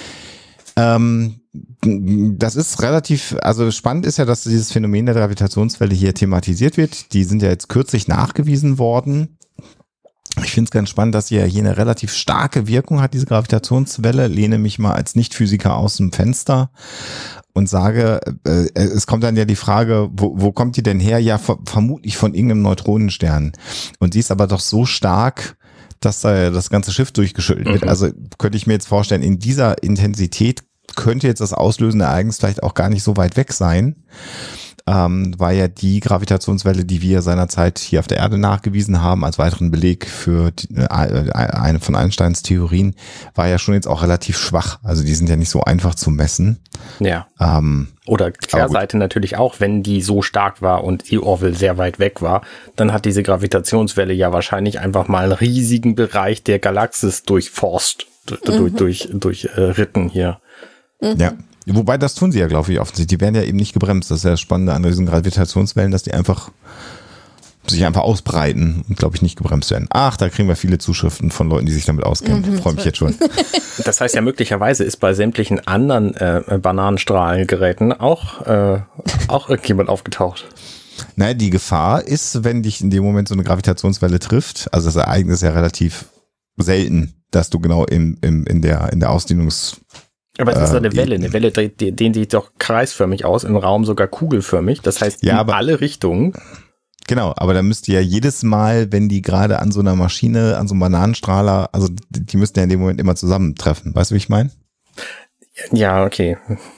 Das ist relativ, also spannend ist ja, dass dieses Phänomen der Gravitationswelle hier thematisiert wird. Die sind ja jetzt kürzlich nachgewiesen worden. Ich finde es ganz spannend, dass sie ja hier eine relativ starke Wirkung hat, diese Gravitationswelle. Lehne mich mal als Nicht-Physiker aus dem Fenster und sage, es kommt dann ja die Frage, wo kommt die denn her? Ja, vermutlich von irgendeinem Neutronenstern. Und die ist aber doch so stark, dass da das ganze Schiff durchgeschüttelt wird. Also könnte ich mir jetzt vorstellen, in dieser Intensität könnte jetzt das auslösende Ereignis vielleicht auch gar nicht so weit weg sein, weil ja die Gravitationswelle, die wir seinerzeit hier auf der Erde nachgewiesen haben, als weiteren Beleg für eine von Einsteins Theorien, war ja schon jetzt auch relativ schwach. Also die sind ja nicht so einfach zu messen. Ja. Oder Kehrseite natürlich auch, wenn die so stark war und die Orville sehr weit weg war, dann hat diese Gravitationswelle ja wahrscheinlich einfach mal einen riesigen Bereich der Galaxis durchforst, durchritten hier. Ja. Wobei, das tun sie ja, glaube ich, offensichtlich. Die werden ja eben nicht gebremst. Das ist ja das Spannende an diesen Gravitationswellen, dass die sich einfach ausbreiten und, glaube ich, nicht gebremst werden. Ach, da kriegen wir viele Zuschriften von Leuten, die sich damit auskennen. Freue mich jetzt schon. Das heißt ja, möglicherweise ist bei sämtlichen anderen Bananenstrahlengeräten auch irgendjemand aufgetaucht. Naja, die Gefahr ist, wenn dich in dem Moment so eine Gravitationswelle trifft, also das Ereignis ist ja relativ selten, dass du genau in der Ausdehnungs... Aber es ist eine Welle. Eine Welle dehnt sich doch kreisförmig aus, im Raum sogar kugelförmig. Das heißt, Ja, in aber- alle Richtungen. Genau, aber da müsste ja jedes Mal, wenn die gerade an so einer Maschine, an so einem Bananenstrahler, also die müssten ja in dem Moment immer zusammentreffen. Weißt du, wie ich meine? Ja, okay.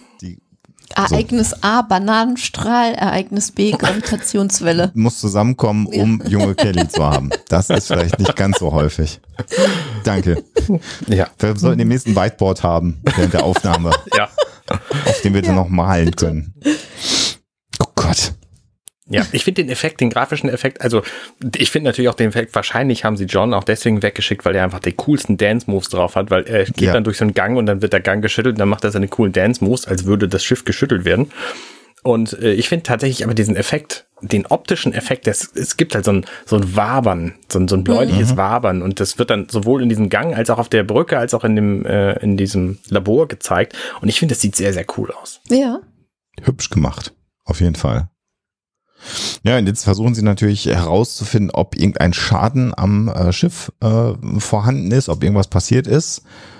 Ereignis A, Bananenstrahl, Ereignis B, Gravitationswelle. Muss zusammenkommen, um junge Kelly zu haben. Das ist vielleicht nicht ganz so häufig. Danke. Ja. Wir sollten den nächsten Whiteboard haben während der Aufnahme, Ja. auf dem wir dann noch malen können. Oh Gott. Ja, ich finde den grafischen Effekt, also ich finde natürlich auch den Effekt, wahrscheinlich haben sie John auch deswegen weggeschickt, weil er einfach die coolsten Dance-Moves drauf hat, weil er geht dann durch so einen Gang und dann wird der Gang geschüttelt und dann macht er seine coolen Dance-Moves, als würde das Schiff geschüttelt werden. Und ich finde tatsächlich aber diesen Effekt, den optischen Effekt, es gibt halt so ein Wabern, so ein bläuliches Wabern, und das wird dann sowohl in diesem Gang als auch auf der Brücke als auch in diesem Labor gezeigt, und ich finde, das sieht sehr, sehr cool aus. Ja. Hübsch gemacht. Auf jeden Fall. Ja, und jetzt versuchen sie natürlich herauszufinden, ob irgendein Schaden am Schiff vorhanden ist, ob irgendwas passiert ist.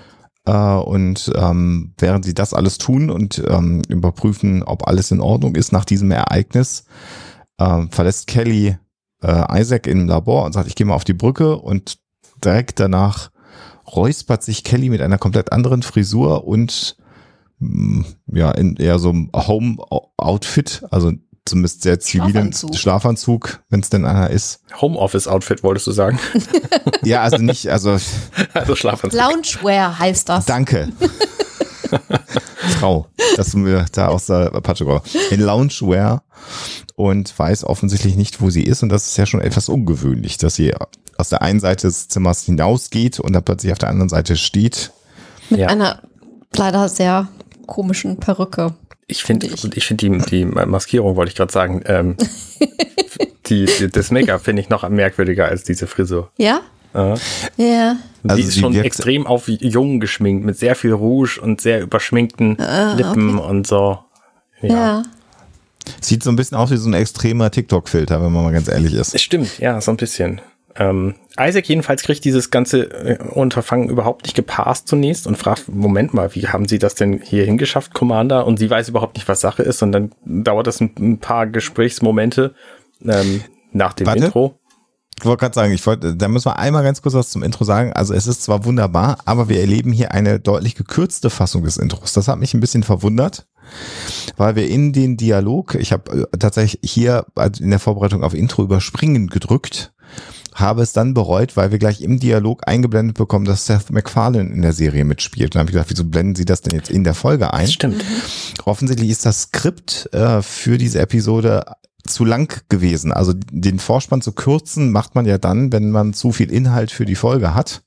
Und während sie das alles tun und überprüfen, ob alles in Ordnung ist nach diesem Ereignis, verlässt Kelly Isaac im Labor und sagt, ich gehe mal auf die Brücke, und direkt danach räuspert sich Kelly mit einer komplett anderen Frisur und ja, in eher so einem Home-Outfit, also zumindest sehr zivilen Schlafanzug, wenn es denn einer ist. Homeoffice-Outfit, wolltest du sagen? Ja, also nicht, also Schlafanzug. Loungewear heißt das. Danke. Frau, dass du mir da aus der Patsche kommst. In Loungewear, und weiß offensichtlich nicht, wo sie ist, und das ist ja schon etwas ungewöhnlich, dass sie aus der einen Seite des Zimmers hinausgeht und dann plötzlich auf der anderen Seite steht. Mit einer leider sehr komischen Perücke. Ich finde die Maskierung, wollte ich gerade sagen, das Make-up finde ich noch merkwürdiger als diese Frisur. Ja? Ja. Also die ist schon extrem auf jung geschminkt, mit sehr viel Rouge und sehr überschminkten Lippen und so. Ja. Sieht so ein bisschen aus wie so ein extremer TikTok-Filter, wenn man mal ganz ehrlich ist. Stimmt, ja, so ein bisschen. Isaac jedenfalls kriegt dieses ganze Unterfangen überhaupt nicht gepasst zunächst und fragt, Moment mal, wie haben Sie das denn hier hingeschafft, Commander? Und sie weiß überhaupt nicht, was Sache ist. Und dann dauert das ein paar Gesprächsmomente nach dem Intro. Ich wollte gerade sagen, da müssen wir einmal ganz kurz was zum Intro sagen. Also es ist zwar wunderbar, aber wir erleben hier eine deutlich gekürzte Fassung des Intros. Das hat mich ein bisschen verwundert, weil wir in den Dialog, ich habe tatsächlich hier in der Vorbereitung auf Intro überspringen gedrückt, habe es dann bereut, weil wir gleich im Dialog eingeblendet bekommen, dass Seth MacFarlane in der Serie mitspielt. Und dann habe ich gedacht, wieso blenden Sie das denn jetzt in der Folge ein? Das stimmt. Offensichtlich ist das Skript für diese Episode zu lang gewesen. Also den Vorspann zu kürzen macht man ja dann, wenn man zu viel Inhalt für die Folge hat.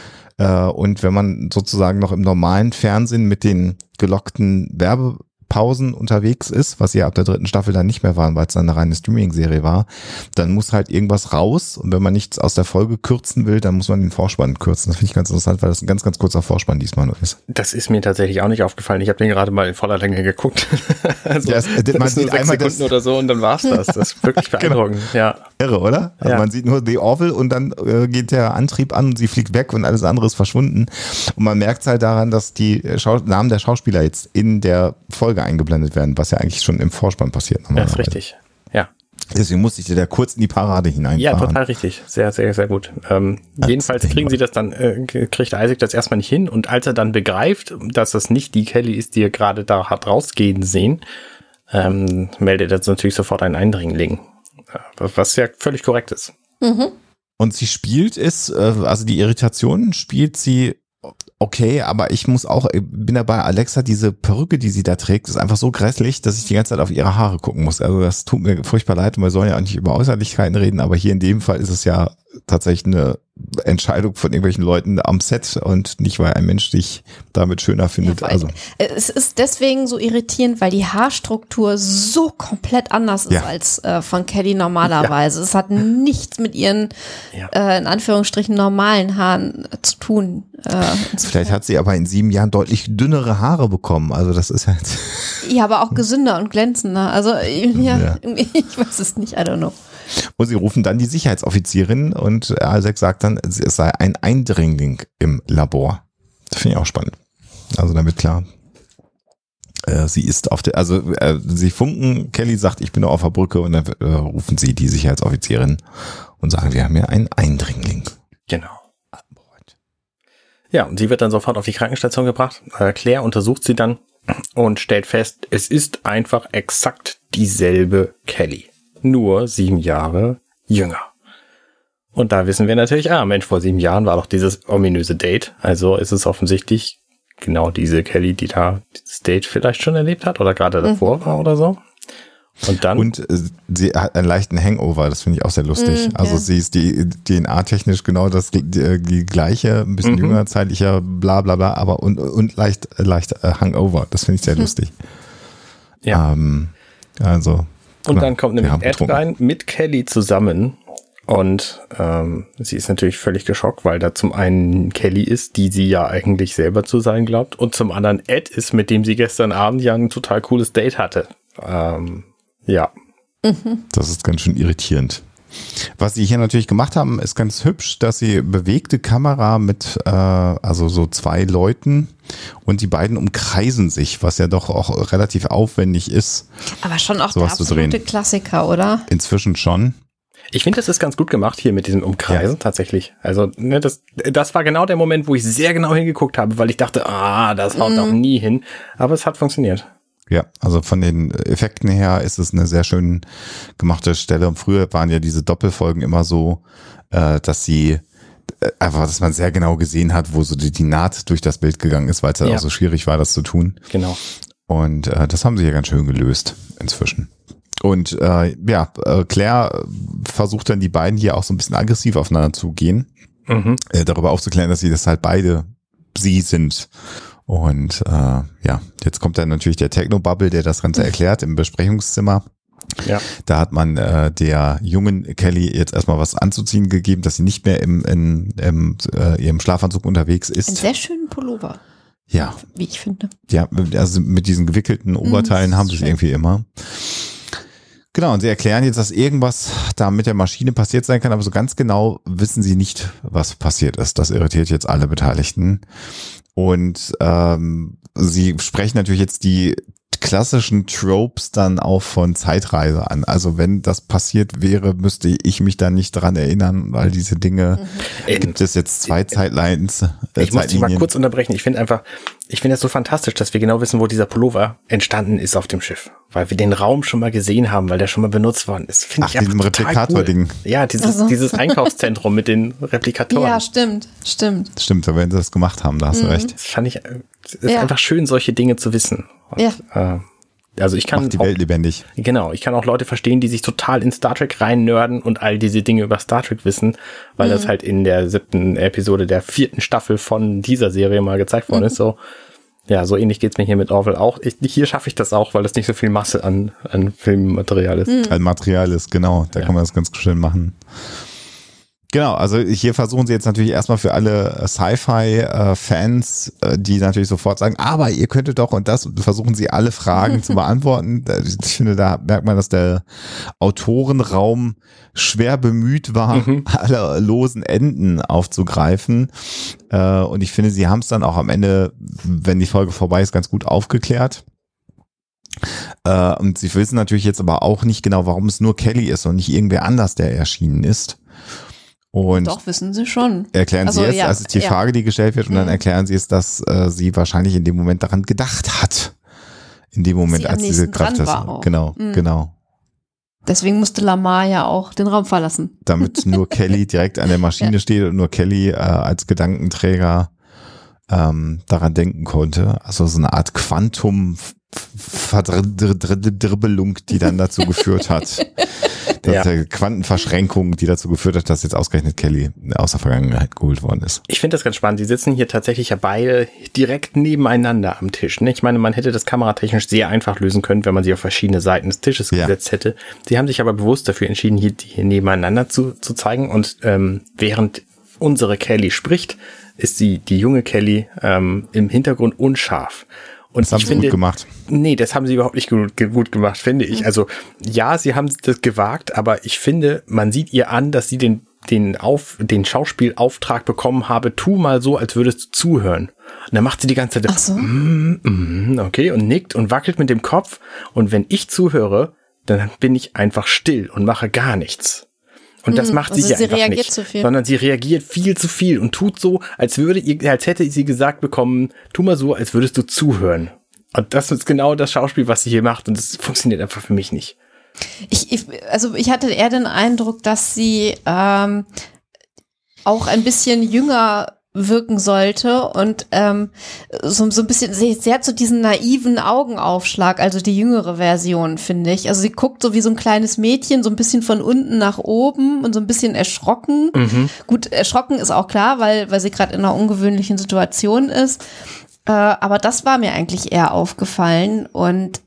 Und wenn man sozusagen noch im normalen Fernsehen mit den gelockten Werbepausen unterwegs ist, was ja ab der 3. Staffel dann nicht mehr waren, weil es dann eine reine Streaming-Serie war, dann muss halt irgendwas raus. Und wenn man nichts aus der Folge kürzen will, dann muss man den Vorspann kürzen. Das finde ich ganz interessant, weil das ein ganz, ganz kurzer Vorspann diesmal nur ist. Das ist mir tatsächlich auch nicht aufgefallen. Ich habe den gerade mal in voller Länge geguckt. Also, ja, man sieht nur 6 einmal Sekunden oder so und dann war's das. Das ist wirklich beeindruckend. Genau. Ja. Irre, oder? Also man sieht nur The Orville und dann geht der Antrieb an und sie fliegt weg und alles andere ist verschwunden. Und man merkt halt daran, dass die Namen der Schauspieler jetzt in der Folge eingeblendet werden, was ja eigentlich schon im Vorspann passiert. Ja, ist richtig. Ja. Deswegen musste ich dir da kurz in die Parade hineinfahren. Ja, total richtig. Sehr, sehr, sehr gut. Jedenfalls kriegen sie das dann, kriegt Isaac das erstmal nicht hin und als er dann begreift, dass das nicht die Kelly ist, die er gerade da hat rausgehen sehen, meldet er natürlich sofort einen Eindringling. Was ja völlig korrekt ist. Mhm. Und sie spielt es, also die Irritation spielt sie okay, aber ich bin dabei, Alexa, diese Perücke, die sie da trägt, ist einfach so grässlich, dass ich die ganze Zeit auf ihre Haare gucken muss. Also das tut mir furchtbar leid und wir sollen ja auch nicht über Äußerlichkeiten reden, aber hier in dem Fall ist es ja tatsächlich eine Entscheidung von irgendwelchen Leuten am Set und nicht, weil ein Mensch dich damit schöner findet. Ja, es ist deswegen so irritierend, weil die Haarstruktur so komplett anders ist als von Kelly normalerweise. Ja. Es hat nichts mit ihren, in Anführungsstrichen, normalen Haaren zu tun. Vielleicht hat sie aber in 7 Jahren deutlich dünnere Haare bekommen. Also das ist halt... Ja, aber auch gesünder und glänzender. Also ich weiß es nicht, I don't know. Und sie rufen dann die Sicherheitsoffizierin und Isaac sagt dann, es sei ein Eindringling im Labor. Das finde ich auch spannend. Also damit klar, sie ist sie funken, Kelly sagt, ich bin auf der Brücke und dann rufen sie die Sicherheitsoffizierin und sagen, wir haben hier einen Eindringling. Genau. Ja, und sie wird dann sofort auf die Krankenstation gebracht. Claire untersucht sie dann und stellt fest, es ist einfach exakt dieselbe Kelly. Nur 7 Jahre jünger. Und da wissen wir natürlich, Mensch, vor 7 Jahren war doch dieses ominöse Date. Also ist es offensichtlich genau diese Kelly, die da dieses Date vielleicht schon erlebt hat oder gerade davor war oder so. Und sie hat einen leichten Hangover, das finde ich auch sehr lustig. Also sie ist die DNA-technisch genau die gleiche, ein bisschen jünger, zeitlicher, bla bla bla, aber und leicht Hangover, das finde ich sehr lustig. Ja. Und dann kommt nämlich Ed rein mit Kelly zusammen und sie ist natürlich völlig geschockt, weil da zum einen Kelly ist, die sie ja eigentlich selber zu sein glaubt und zum anderen Ed ist, mit dem sie gestern Abend ja ein total cooles Date hatte. Das ist ganz schön irritierend. Was sie hier natürlich gemacht haben, ist ganz hübsch, dass sie bewegte Kamera mit so 2 Leuten und die beiden umkreisen sich, was ja doch auch relativ aufwendig ist. Aber schon auch der absolute Klassiker, oder? Inzwischen schon. Ich finde, das ist ganz gut gemacht hier mit diesem Umkreisen tatsächlich. Also das war genau der Moment, wo ich sehr genau hingeguckt habe, weil ich dachte, das haut doch nie hin. Aber es hat funktioniert. Ja, also von den Effekten her ist es eine sehr schön gemachte Stelle. Und früher waren ja diese Doppelfolgen immer so, dass man sehr genau gesehen hat, wo so die Naht durch das Bild gegangen ist, weil es auch so schwierig war, das zu tun. Genau. Und das haben sie ja ganz schön gelöst inzwischen. Und Claire versucht dann die beiden hier auch so ein bisschen aggressiv aufeinander zu gehen, darüber aufzuklären, dass sie das halt beide sie sind. Und jetzt kommt dann natürlich der Techno-Bubble, der das Ganze erklärt im Besprechungszimmer. Ja. Da hat man der jungen Kelly jetzt erstmal was anzuziehen gegeben, dass sie nicht mehr in ihrem Schlafanzug unterwegs ist. Einen sehr schönen Pullover. Ja. Wie ich finde. Ja, also mit diesen gewickelten Oberteilen haben sie es irgendwie immer. Genau, und sie erklären jetzt, dass irgendwas da mit der Maschine passiert sein kann, aber so ganz genau wissen sie nicht, was passiert ist. Das irritiert jetzt alle Beteiligten. Und sie sprechen natürlich jetzt die klassischen Tropes dann auch von Zeitreise an. Also wenn das passiert wäre, müsste ich mich da nicht dran erinnern, weil diese Dinge, gibt es jetzt zwei Zeitlines. Ich muss dich mal kurz unterbrechen. Ich finde das so fantastisch, dass wir genau wissen, wo dieser Pullover entstanden ist auf dem Schiff. Weil wir den Raum schon mal gesehen haben, weil der schon mal benutzt worden ist. Finde ich einfach total Replikator-Ding. Cool. Ja, dieses Einkaufszentrum mit den Replikatoren. Ja, stimmt. Stimmt, wenn sie das gemacht haben, da hast du recht. Das fand ich, es ist einfach schön, solche Dinge zu wissen. Und, also ich kann macht die Welt lebendig. Genau, ich kann auch Leute verstehen, die sich total in Star Trek rein nerden und all diese Dinge über Star Trek wissen, weil das halt in der 7. Episode der 4. Staffel von dieser Serie mal gezeigt worden ist. So, ja, so ähnlich geht's mir hier mit Orville auch. Hier schaffe ich das auch, weil das nicht so viel Masse an Filmmaterial ist. An Material ist, genau. Da kann man das ganz schön machen. Genau, also hier versuchen sie jetzt natürlich erstmal für alle Sci-Fi-Fans, die natürlich sofort sagen, aber ihr könntet doch, und das versuchen sie alle Fragen zu beantworten. Ich finde, da merkt man, dass der Autorenraum schwer bemüht war, alle losen Enden aufzugreifen. Und ich finde, sie haben es dann auch am Ende, wenn die Folge vorbei ist, ganz gut aufgeklärt. Und sie wissen natürlich jetzt aber auch nicht genau, warum es nur Kelly ist und nicht irgendwer anders, der erschienen ist. Und doch, wissen sie schon. Erklären sie es, also ist die Frage, die gestellt wird, und dann erklären sie es, dass sie wahrscheinlich in dem Moment daran gedacht hat. In dem Moment, als diese Kraft ist. Genau. Deswegen musste Lamar ja auch den Raum verlassen. Damit nur Kelly direkt an der Maschine steht und nur Kelly als Gedankenträger daran denken konnte. Also so eine Art Quantum-Verdribbelung, die dann dazu geführt hat. Quantenverschränkung, die dazu geführt hat, dass jetzt ausgerechnet Kelly aus der Vergangenheit geholt worden ist. Ich finde das ganz spannend. Die sitzen hier tatsächlich ja beide direkt nebeneinander am Tisch. Ne? Ich meine, man hätte das kameratechnisch sehr einfach lösen können, wenn man sie auf verschiedene Seiten des Tisches gesetzt hätte. Sie haben sich aber bewusst dafür entschieden, hier nebeneinander zu zeigen. Und während unsere Kelly spricht, ist die junge Kelly im Hintergrund unscharf. Und das haben sie gut gemacht. Nee, das haben sie überhaupt nicht gut gemacht, finde ich. Also ja, sie haben das gewagt, aber ich finde, man sieht ihr an, dass sie den Schauspielauftrag bekommen habe, tu mal so, als würdest du zuhören. Und dann macht sie die ganze Zeit okay, und nickt und wackelt mit dem Kopf. Und wenn ich zuhöre, dann bin ich einfach still und mache gar nichts. Und das macht sie hier einfach nicht, sondern sie reagiert viel zu viel und tut so, als hätte sie gesagt bekommen, tu mal so, als würdest du zuhören. Und das ist genau das Schauspiel, was sie hier macht, und das funktioniert einfach für mich nicht. Ich hatte eher den Eindruck, dass sie auch ein bisschen jünger wirken sollte und so ein bisschen, sie hat so diesen naiven Augenaufschlag, also die jüngere Version, finde ich. Also sie guckt so wie so ein kleines Mädchen, so ein bisschen von unten nach oben und so ein bisschen erschrocken. Gut, erschrocken ist auch klar, weil sie gerade in einer ungewöhnlichen Situation ist. Aber das war mir eigentlich eher aufgefallen, und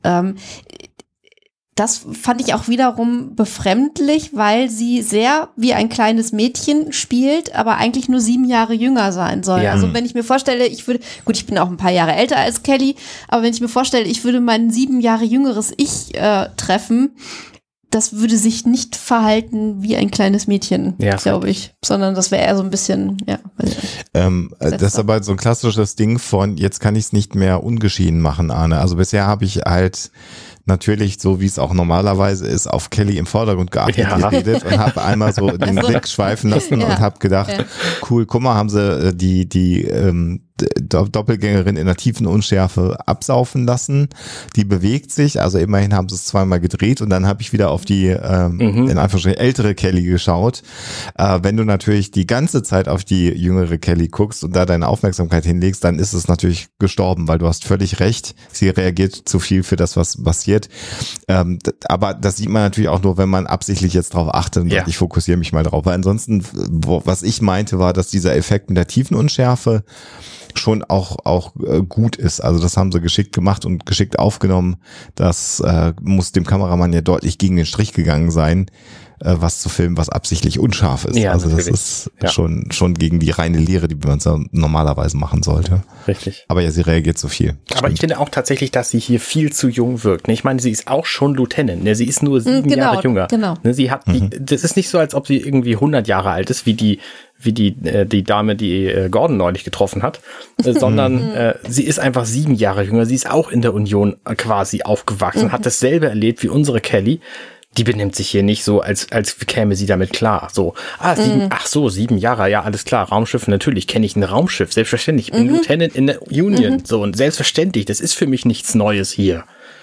das fand ich auch wiederum befremdlich, weil sie sehr wie ein kleines Mädchen spielt, aber eigentlich nur 7 Jahre jünger sein soll. Ja. Also wenn ich mir vorstelle, ich bin auch ein paar Jahre älter als Kelly, aber wenn ich mir vorstelle, ich würde mein 7 Jahre jüngeres Ich treffen, das würde sich nicht verhalten wie ein kleines Mädchen, glaube ich, sondern das wäre eher so ein bisschen, das ist aber so ein klassisches Ding von, jetzt kann ich es nicht mehr ungeschieden machen, Arne. Also bisher habe ich halt natürlich, so wie es auch normalerweise ist, auf Kelly im Vordergrund geredet und habe einmal so den Blick schweifen lassen und habe gedacht, cool, guck mal, haben sie die Doppelgängerin in der tiefen Unschärfe absaufen lassen. Die bewegt sich, also immerhin haben sie es zweimal gedreht, und dann habe ich wieder auf die in Anführungsstrichen ältere Kelly geschaut. Wenn du natürlich die ganze Zeit auf die jüngere Kelly Kelly guckst und da deine Aufmerksamkeit hinlegst, dann ist es natürlich gestorben, weil du hast völlig recht. Sie reagiert zu viel für das, was passiert. Aber das sieht man natürlich auch nur, wenn man absichtlich jetzt drauf achtet und sagt, ich fokussiere mich mal drauf. Weil ansonsten, was ich meinte, war, dass dieser Effekt mit der Tiefenunschärfe schon auch gut ist. Also das haben sie geschickt gemacht und geschickt aufgenommen. Das muss dem Kameramann ja deutlich gegen den Strich gegangen sein, was zu filmen, was absichtlich unscharf ist. Ja, also natürlich. Das ist schon gegen die reine Lehre, die man normalerweise machen sollte. Richtig. Aber ja, sie reagiert so viel. Aber ich finde auch tatsächlich, dass sie hier viel zu jung wirkt. Ich meine, sie ist auch schon Lieutenant. Sie ist nur 7 Jahre jünger. Genau. Sie hat, das ist nicht so, als ob sie irgendwie 100 Jahre alt ist, wie die Dame, die Gordon neulich getroffen hat, sondern sie ist einfach 7 Jahre jünger. Sie ist auch in der Union quasi aufgewachsen, hat dasselbe erlebt wie unsere Kelly. Die benimmt sich hier nicht so, als käme sie damit klar. So, 7 Jahre, ja, alles klar, Raumschiffe, natürlich kenne ich ein Raumschiff, selbstverständlich, ich bin Lieutenant in der Union, so, und selbstverständlich, das ist für mich nichts Neues hier.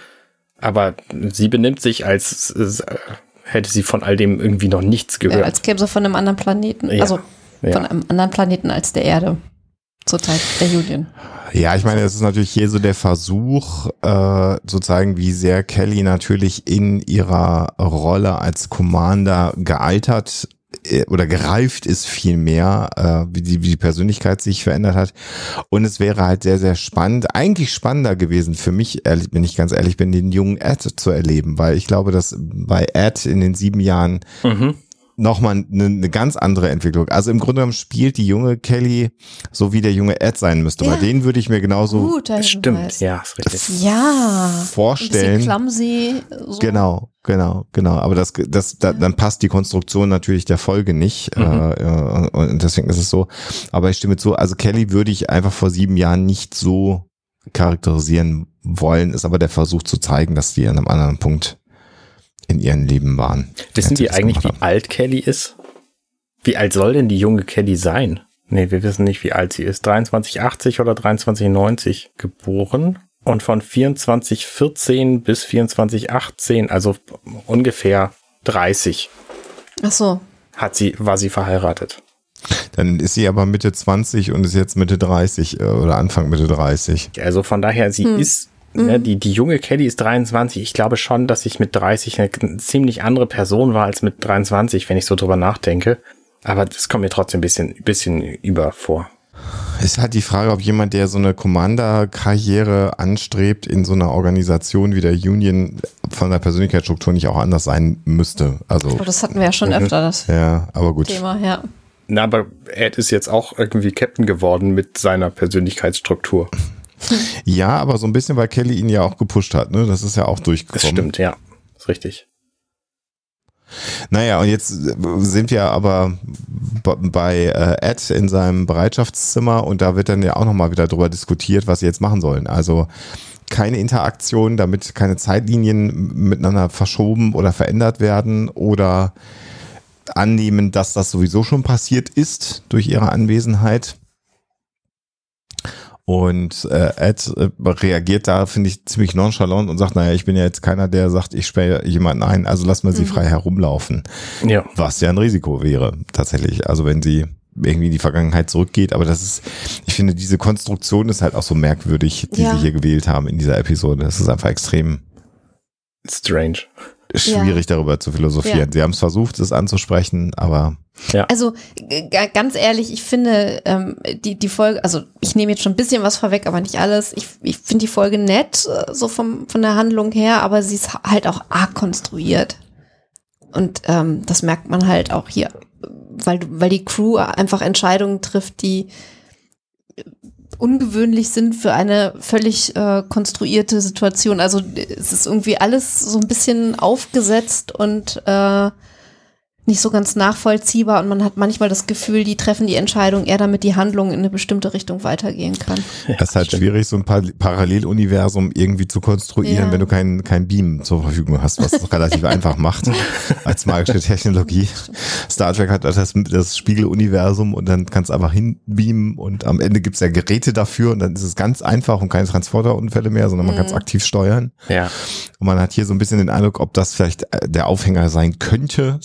Aber sie benimmt sich, als hätte sie von all dem irgendwie noch nichts gehört. Als käme sie von einem anderen Planeten, von einem anderen Planeten als der Erde, zur Zeit der Union. Ja, ich meine, es ist natürlich hier so der Versuch, sozusagen, wie sehr Kelly natürlich in ihrer Rolle als Commander gealtert oder gereift ist vielmehr, wie die Persönlichkeit sich verändert hat. Und es wäre halt sehr, sehr spannend, eigentlich spannender gewesen für mich, wenn ich ganz ehrlich bin, den jungen Ed zu erleben, weil ich glaube, dass bei Ed in den 7 Jahren nochmal eine ganz andere Entwicklung. Also im Grunde genommen spielt die junge Kelly so, wie der junge Ed sein müsste. Bei denen würde ich mir genauso stimmt, ja, ist richtig. Vorstellen. Ein bisschen clumsy. So. Genau. Aber dann passt die Konstruktion natürlich der Folge nicht. Und deswegen ist es so. Aber ich stimme zu. Also Kelly würde ich einfach vor 7 Jahren nicht so charakterisieren wollen. Ist aber der Versuch zu zeigen, dass die an einem anderen Punkt in ihrem Leben waren. Wissen die eigentlich, wie alt Kelly ist? Wie alt soll denn die junge Kelly sein? Nee, wir wissen nicht, wie alt sie ist. 2380 oder 2390 geboren und von 2414 bis 2418, also ungefähr 30. Ach so. War sie verheiratet. Dann ist sie aber Mitte 20 und ist jetzt Mitte 30 oder Anfang Mitte 30. Also von daher, sie ist die junge Kelly ist 23. Ich glaube schon, dass ich mit 30 eine ziemlich andere Person war als mit 23, wenn ich so drüber nachdenke. Aber das kommt mir trotzdem ein bisschen über vor. Ist halt die Frage, ob jemand, der so eine Commander-Karriere anstrebt in so einer Organisation wie der Union, von der Persönlichkeitsstruktur nicht auch anders sein müsste. Also, das hatten wir ja schon öfter, das aber gut. Thema, ja. Na, aber Ed ist jetzt auch irgendwie Captain geworden mit seiner Persönlichkeitsstruktur. Ja, aber so ein bisschen, weil Kelly ihn ja auch gepusht hat, ne? Das ist ja auch durchgekommen. Das stimmt, ja. Ist richtig. Naja, und jetzt sind wir aber bei Ed in seinem Bereitschaftszimmer und da wird dann ja auch nochmal wieder drüber diskutiert, was sie jetzt machen sollen. Also keine Interaktion, damit keine Zeitlinien miteinander verschoben oder verändert werden oder annehmen, dass das sowieso schon passiert ist durch ihre Anwesenheit. Und Ed reagiert da, finde ich, ziemlich nonchalant und sagt, naja, ich bin ja jetzt keiner, der sagt, ich sperre jemanden ein, also lass mal sie frei herumlaufen. Ja. Was ja ein Risiko wäre, tatsächlich. Also wenn sie irgendwie in die Vergangenheit zurückgeht, aber das ist, ich finde, diese Konstruktion ist halt auch so merkwürdig, die sie hier gewählt haben in dieser Episode. Das ist einfach extrem strange. Schwierig darüber zu philosophieren. Ja. Sie haben es versucht, es anzusprechen, aber Also ganz ehrlich, ich finde die Folge, also ich nehme jetzt schon ein bisschen was vorweg, aber nicht alles. Ich finde die Folge nett, so von der Handlung her, aber sie ist halt auch arg konstruiert. Und das merkt man halt auch hier, weil die Crew einfach Entscheidungen trifft, die ungewöhnlich sind für eine völlig konstruierte Situation. Also es ist irgendwie alles so ein bisschen aufgesetzt und nicht so ganz nachvollziehbar und man hat manchmal das Gefühl, die treffen die Entscheidung eher, damit die Handlung in eine bestimmte Richtung weitergehen kann. Das ist halt schwierig, so ein Paralleluniversum irgendwie zu konstruieren, wenn du kein Beam zur Verfügung hast, was es relativ einfach macht als magische Technologie. Star Trek hat das Spiegeluniversum und dann kannst du einfach hinbeamen und am Ende gibt's ja Geräte dafür und dann ist es ganz einfach und keine Transporterunfälle mehr, sondern man kann es aktiv steuern. Ja. Und man hat hier so ein bisschen den Eindruck, ob das vielleicht der Aufhänger sein könnte, sowas auch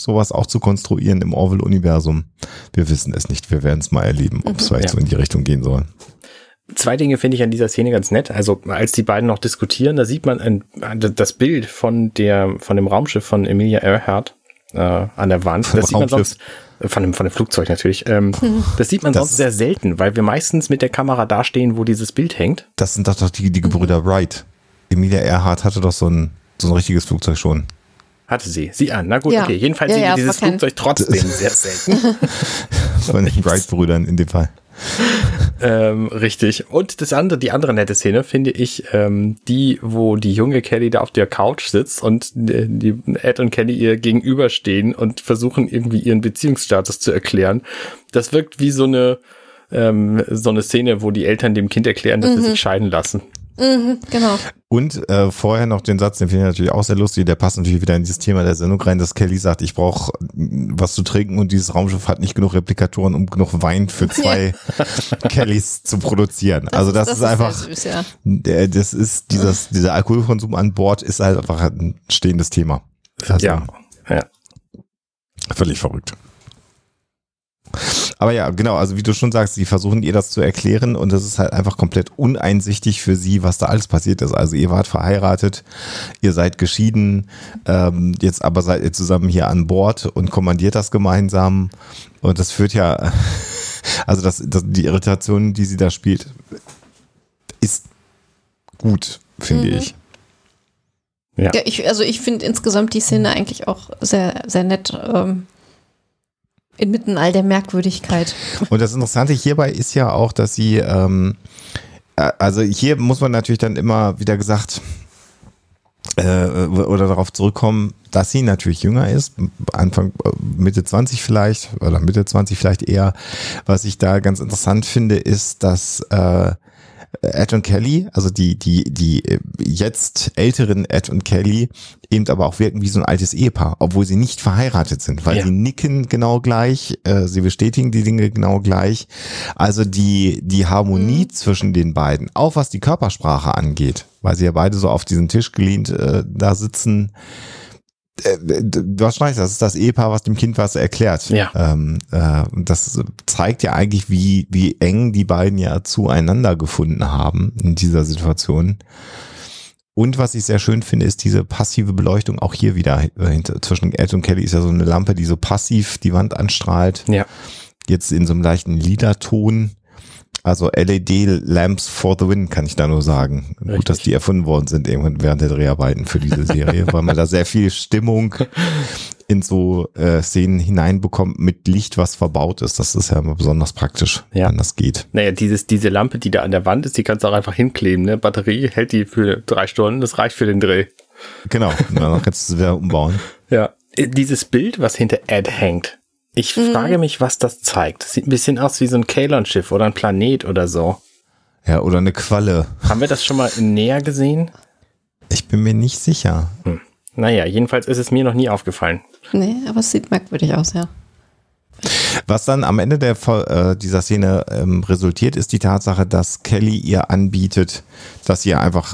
auch zu konstruieren im Orville-Universum. Wir wissen es nicht. Wir werden es mal erleben, ob es vielleicht so in die Richtung gehen soll. 2 Dinge finde ich an dieser Szene ganz nett. Also als die beiden noch diskutieren, da sieht man das Bild von dem Raumschiff von Emilia Earhart an der Wand. Das sieht man sonst von dem Flugzeug natürlich. Das sieht man sonst sehr selten, weil wir meistens mit der Kamera dastehen, wo dieses Bild hängt. Das sind doch die Gebrüder Wright. Emilia Earhart hatte doch so ein richtiges Flugzeug schon. Hatte sie. Sieh an. Na gut, okay. Jedenfalls sehen wir dieses Flugzeug trotzdem sehr selten. Von den Wright-Brüdern in dem Fall. Richtig. Und die andere nette Szene finde ich, wo die junge Kelly da auf der Couch sitzt und die Ed und Kelly ihr gegenüberstehen und versuchen irgendwie ihren Beziehungsstatus zu erklären. Das wirkt wie so eine Szene, wo die Eltern dem Kind erklären, dass sie sich scheiden lassen. Genau. Und vorher noch den Satz, den finde ich natürlich auch sehr lustig, der passt natürlich wieder in dieses Thema der Sendung rein, dass Kelly sagt, ich brauche was zu trinken und dieses Raumschiff hat nicht genug Replikatoren, um genug Wein für 2 Kellys zu produzieren. Das ist einfach, süß, ja. Das ist dieser Alkoholkonsum an Bord ist halt einfach ein stehendes Thema. Also, ja. Völlig verrückt. Aber ja, genau, also wie du schon sagst, sie versuchen ihr das zu erklären und es ist halt einfach komplett uneinsichtig für sie, was da alles passiert ist. Also ihr wart verheiratet, ihr seid geschieden, jetzt aber seid ihr zusammen hier an Bord und kommandiert das gemeinsam und das führt ja, also die Irritation, die sie da spielt, ist gut, finde ich. Ja, ich finde insgesamt die Szene eigentlich auch sehr, sehr nett, inmitten all der Merkwürdigkeit. Und das Interessante hierbei ist ja auch, dass sie, also hier muss man natürlich dann immer wieder gesagt, oder darauf zurückkommen, dass sie natürlich jünger ist, Mitte 20 vielleicht, oder Mitte 20 vielleicht eher. Was ich da ganz interessant finde, ist, dass Ed und Kelly, also die jetzt älteren Ed und Kelly, eben aber auch wirken wie so ein altes Ehepaar, obwohl sie nicht verheiratet sind, weil sie nicken genau gleich, sie bestätigen die Dinge genau gleich. Also die Harmonie zwischen den beiden, auch was die Körpersprache angeht, weil sie ja beide so auf diesen Tisch gelehnt da sitzen. Du hast recht, das ist das Ehepaar, was dem Kind was erklärt. Ja. Das zeigt ja eigentlich, wie eng die beiden ja zueinander gefunden haben in dieser Situation. Und was ich sehr schön finde, ist diese passive Beleuchtung auch hier wieder. Zwischen Ed und Kelly ist ja so eine Lampe, die so passiv die Wand anstrahlt. Ja. Jetzt in so einem leichten Lila-Ton. Also LED-Lamps for the win, kann ich da nur sagen. Richtig. Gut, dass die erfunden worden sind irgendwann während der Dreharbeiten für diese Serie, weil man da sehr viel Stimmung in so Szenen hineinbekommt mit Licht, was verbaut ist. Das ist ja immer besonders praktisch, wenn das geht. Naja, diese Lampe, die da an der Wand ist, die kannst du auch einfach hinkleben. Ne? Batterie hält die für 3 Stunden, das reicht für den Dreh. Genau, dann kannst du es wieder umbauen. Ja, dieses Bild, was hinter Ed hängt, ich frage mich, was das zeigt. Das sieht ein bisschen aus wie so ein Kalon-Schiff oder ein Planet oder so. Ja, oder eine Qualle. Haben wir das schon mal näher gesehen? Ich bin mir nicht sicher. Naja, jedenfalls ist es mir noch nie aufgefallen. Nee, aber es sieht merkwürdig aus, ja. Was dann am Ende dieser Szene resultiert, ist die Tatsache, dass Kelly ihr anbietet, dass sie einfach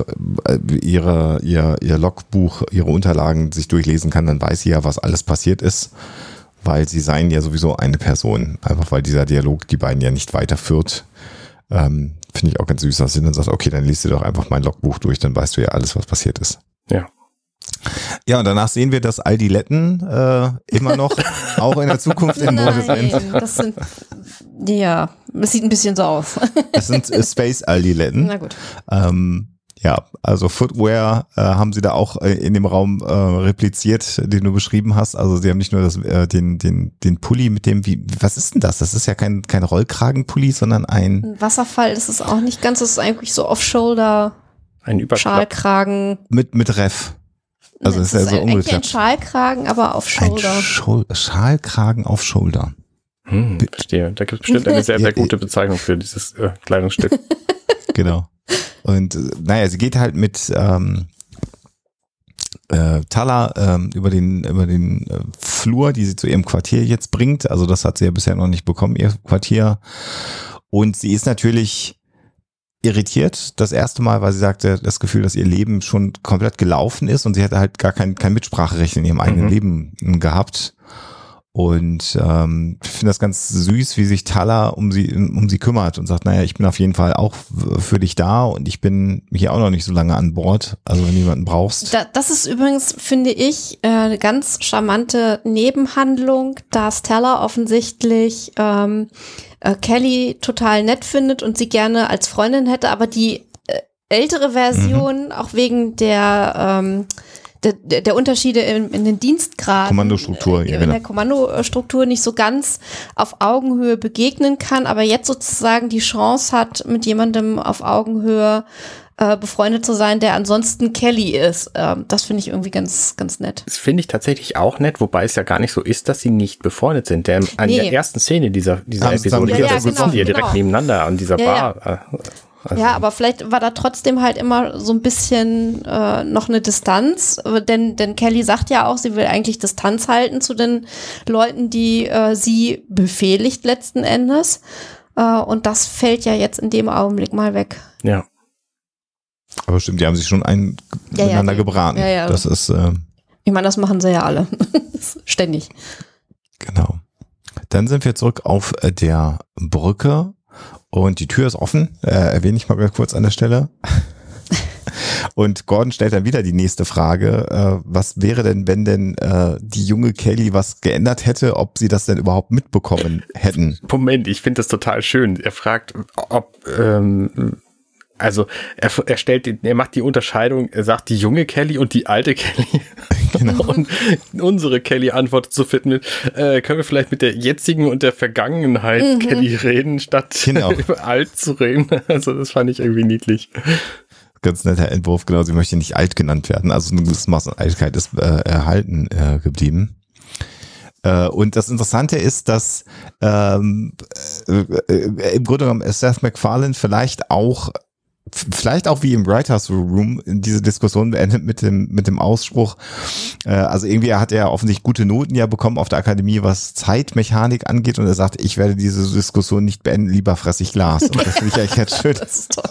ihr Logbuch, ihre Unterlagen sich durchlesen kann. Dann weiß sie ja, was alles passiert ist. Weil sie seien ja sowieso eine Person. Einfach weil dieser Dialog die beiden ja nicht weiterführt. Finde ich auch ganz süß, dass sie dann sagt, okay, dann liest du doch einfach mein Logbuch durch, dann weißt du ja alles, was passiert ist. Ja. Ja, und danach sehen wir, dass all die Letten immer noch auch in der Zukunft im Mode sind. Das sind, ja, es sieht ein bisschen so aus. Das sind Space Aldi-Letten. Na gut. Ja, also Footwear haben sie da auch in dem Raum repliziert, den du beschrieben hast. Also sie haben nicht nur den Pulli mit dem, was ist denn das? Das ist ja kein Rollkragenpulli, sondern ein Wasserfall ist es auch nicht ganz, es ist eigentlich so Off-Shoulder. Ein Überklapp. Schalkragen. Mit Ref. Also es ist ja so umgeklappt. Ein Schalkragen, aber auf Shoulder. Ein Schalkragen auf Shoulder. Verstehe. Da gibt es bestimmt eine sehr, sehr gute Bezeichnung für dieses Kleidungsstück. Genau. Und naja, sie geht halt mit Tala über den Flur, die sie zu ihrem Quartier jetzt bringt. Also das hat sie ja bisher noch nicht bekommen, ihr Quartier. Und sie ist natürlich irritiert, das erste Mal, weil sie sagte, das Gefühl, dass ihr Leben schon komplett gelaufen ist und sie hätte halt gar kein Mitspracherecht in ihrem eigenen Leben gehabt. Und ich finde das ganz süß, wie sich Tala um sie kümmert und sagt, naja, ich bin auf jeden Fall auch für dich da und ich bin hier auch noch nicht so lange an Bord, also wenn du jemanden brauchst. Das ist übrigens, finde ich, eine ganz charmante Nebenhandlung, dass Tala offensichtlich Kelly total nett findet und sie gerne als Freundin hätte, aber die ältere Version, auch wegen der Unterschiede in den Dienstgraden, Kommandostruktur, in der Kommandostruktur nicht so ganz auf Augenhöhe begegnen kann, aber jetzt sozusagen die Chance hat, mit jemandem auf Augenhöhe befreundet zu sein, der ansonsten Kelly ist. Das finde ich irgendwie ganz, ganz nett. Das finde ich tatsächlich auch nett, wobei es ja gar nicht so ist, dass sie nicht befreundet sind. Denn an der ersten Szene dieser Episode sitzen die ja direkt nebeneinander an dieser Bar. Ja. Also. Ja, aber vielleicht war da trotzdem halt immer so ein bisschen noch eine Distanz, denn Kelly sagt ja auch, sie will eigentlich Distanz halten zu den Leuten, die sie befehligt letzten Endes. Und das fällt ja jetzt in dem Augenblick mal weg. Ja. Aber stimmt, die haben sich schon miteinander gebraten. Ja. Das ist. Ich meine, das machen sie ja alle. Ständig. Genau. Dann sind wir zurück auf der Brücke. Und die Tür ist offen, erwähne ich mal kurz an der Stelle. Und Gordon stellt dann wieder die nächste Frage, was wäre denn, wenn denn die junge Kelly was geändert hätte, ob sie das denn überhaupt mitbekommen hätten? Moment, ich finde das total schön. Er fragt, ob, also er macht die Unterscheidung, er sagt die junge Kelly und die alte Kelly. Genau. Und unsere Kelly antwortet so fit mit, können wir vielleicht mit der jetzigen und der Vergangenheit Kelly reden, statt über alt zu reden. Also das fand ich irgendwie niedlich. Ganz netter Entwurf, genau, sie möchte nicht alt genannt werden, also ein gewisses Maß an Altkeit ist erhalten geblieben. Und das Interessante ist, dass im Grunde genommen Seth MacFarlane vielleicht auch wie im Writers Room diese Diskussion beendet mit dem Ausspruch, also irgendwie hat er offensichtlich gute Noten ja bekommen auf der Akademie, was Zeitmechanik angeht, und er sagt, ich werde diese Diskussion nicht beenden, lieber fress ich Glas. Und das finde ich eigentlich ganz schön. Das ist toll.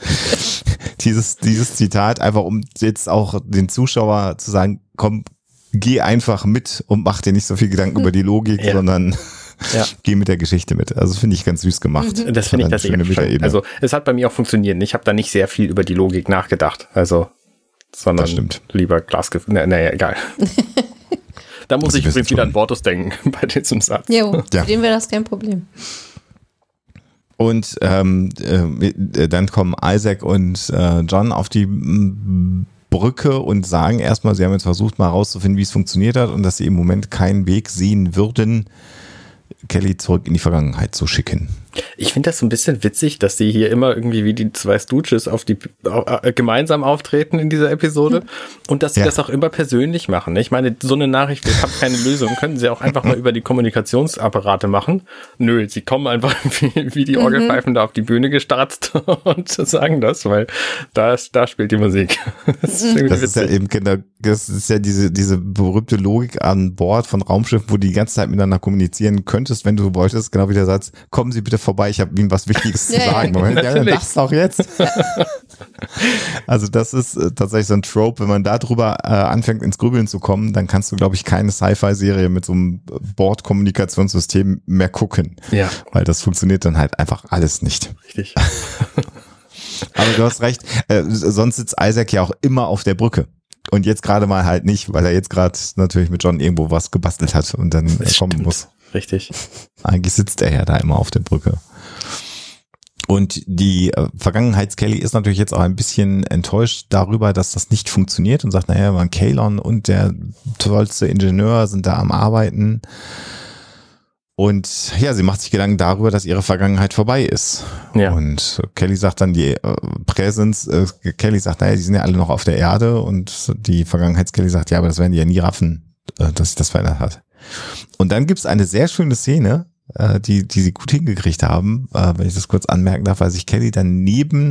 Dieses Zitat, einfach um jetzt auch den Zuschauer zu sagen, komm, geh einfach mit und mach dir nicht so viel Gedanken über die Logik, sondern geh mit der Geschichte mit. Also finde ich ganz süß gemacht. Das finde ich tatsächlich. Also es hat bei mir auch funktioniert. Ich habe da nicht sehr viel über die Logik nachgedacht. Also, sondern lieber naja, egal. Da muss ich übrigens wieder an Bortus denken bei diesem Satz. Jo, für den wäre das kein Problem. Und dann kommen Isaac und John auf die Brücke und sagen erstmal, sie haben jetzt versucht mal rauszufinden, wie es funktioniert hat und dass sie im Moment keinen Weg sehen würden, Kelly zurück in die Vergangenheit zu schicken. Ich finde das so ein bisschen witzig, dass die hier immer irgendwie wie die zwei Stooges gemeinsam auftreten in dieser Episode und dass sie das auch immer persönlich machen. Ich meine, so eine Nachricht, ich habe keine Lösung, könnten sie auch einfach mal über die Kommunikationsapparate machen. Nö, sie kommen einfach wie die Orgelpfeifen da auf die Bühne gestarzt und sagen das, weil da spielt die Musik. Das ist ja diese berühmte Logik an Bord von Raumschiffen, wo die ganze Zeit miteinander kommunizieren könntest, wenn du wolltest, genau wie der Satz, kommen Sie bitte vorbei, ich habe ihm was Wichtiges zu sagen. Moment, das auch jetzt. Also das ist tatsächlich so ein Trope, wenn man darüber anfängt ins Grübeln zu kommen, dann kannst du, glaube ich, keine Sci-Fi-Serie mit so einem Bordkommunikationssystem mehr gucken. Ja. Weil das funktioniert dann halt einfach alles nicht. Richtig. Aber du hast recht, sonst sitzt Isaac ja auch immer auf der Brücke. Und jetzt gerade mal halt nicht, weil er jetzt gerade natürlich mit John irgendwo was gebastelt hat und dann kommen muss. Richtig. Eigentlich sitzt er ja da immer auf der Brücke. Und die Vergangenheits-Kelly ist natürlich jetzt auch ein bisschen enttäuscht darüber, dass das nicht funktioniert und sagt, naja, man Kaylon und der tollste Ingenieur sind da am Arbeiten. Und ja, sie macht sich Gedanken darüber, dass ihre Vergangenheit vorbei ist. Ja. Und Kelly sagt dann, Kelly sagt, naja, die sind ja alle noch auf der Erde, und die Vergangenheits-Kelly sagt, ja, aber das werden die ja nie raffen, dass sich das verändert hat. Und dann gibt's eine sehr schöne Szene, die sie gut hingekriegt haben, wenn ich das kurz anmerken darf, weil sich Kelly dann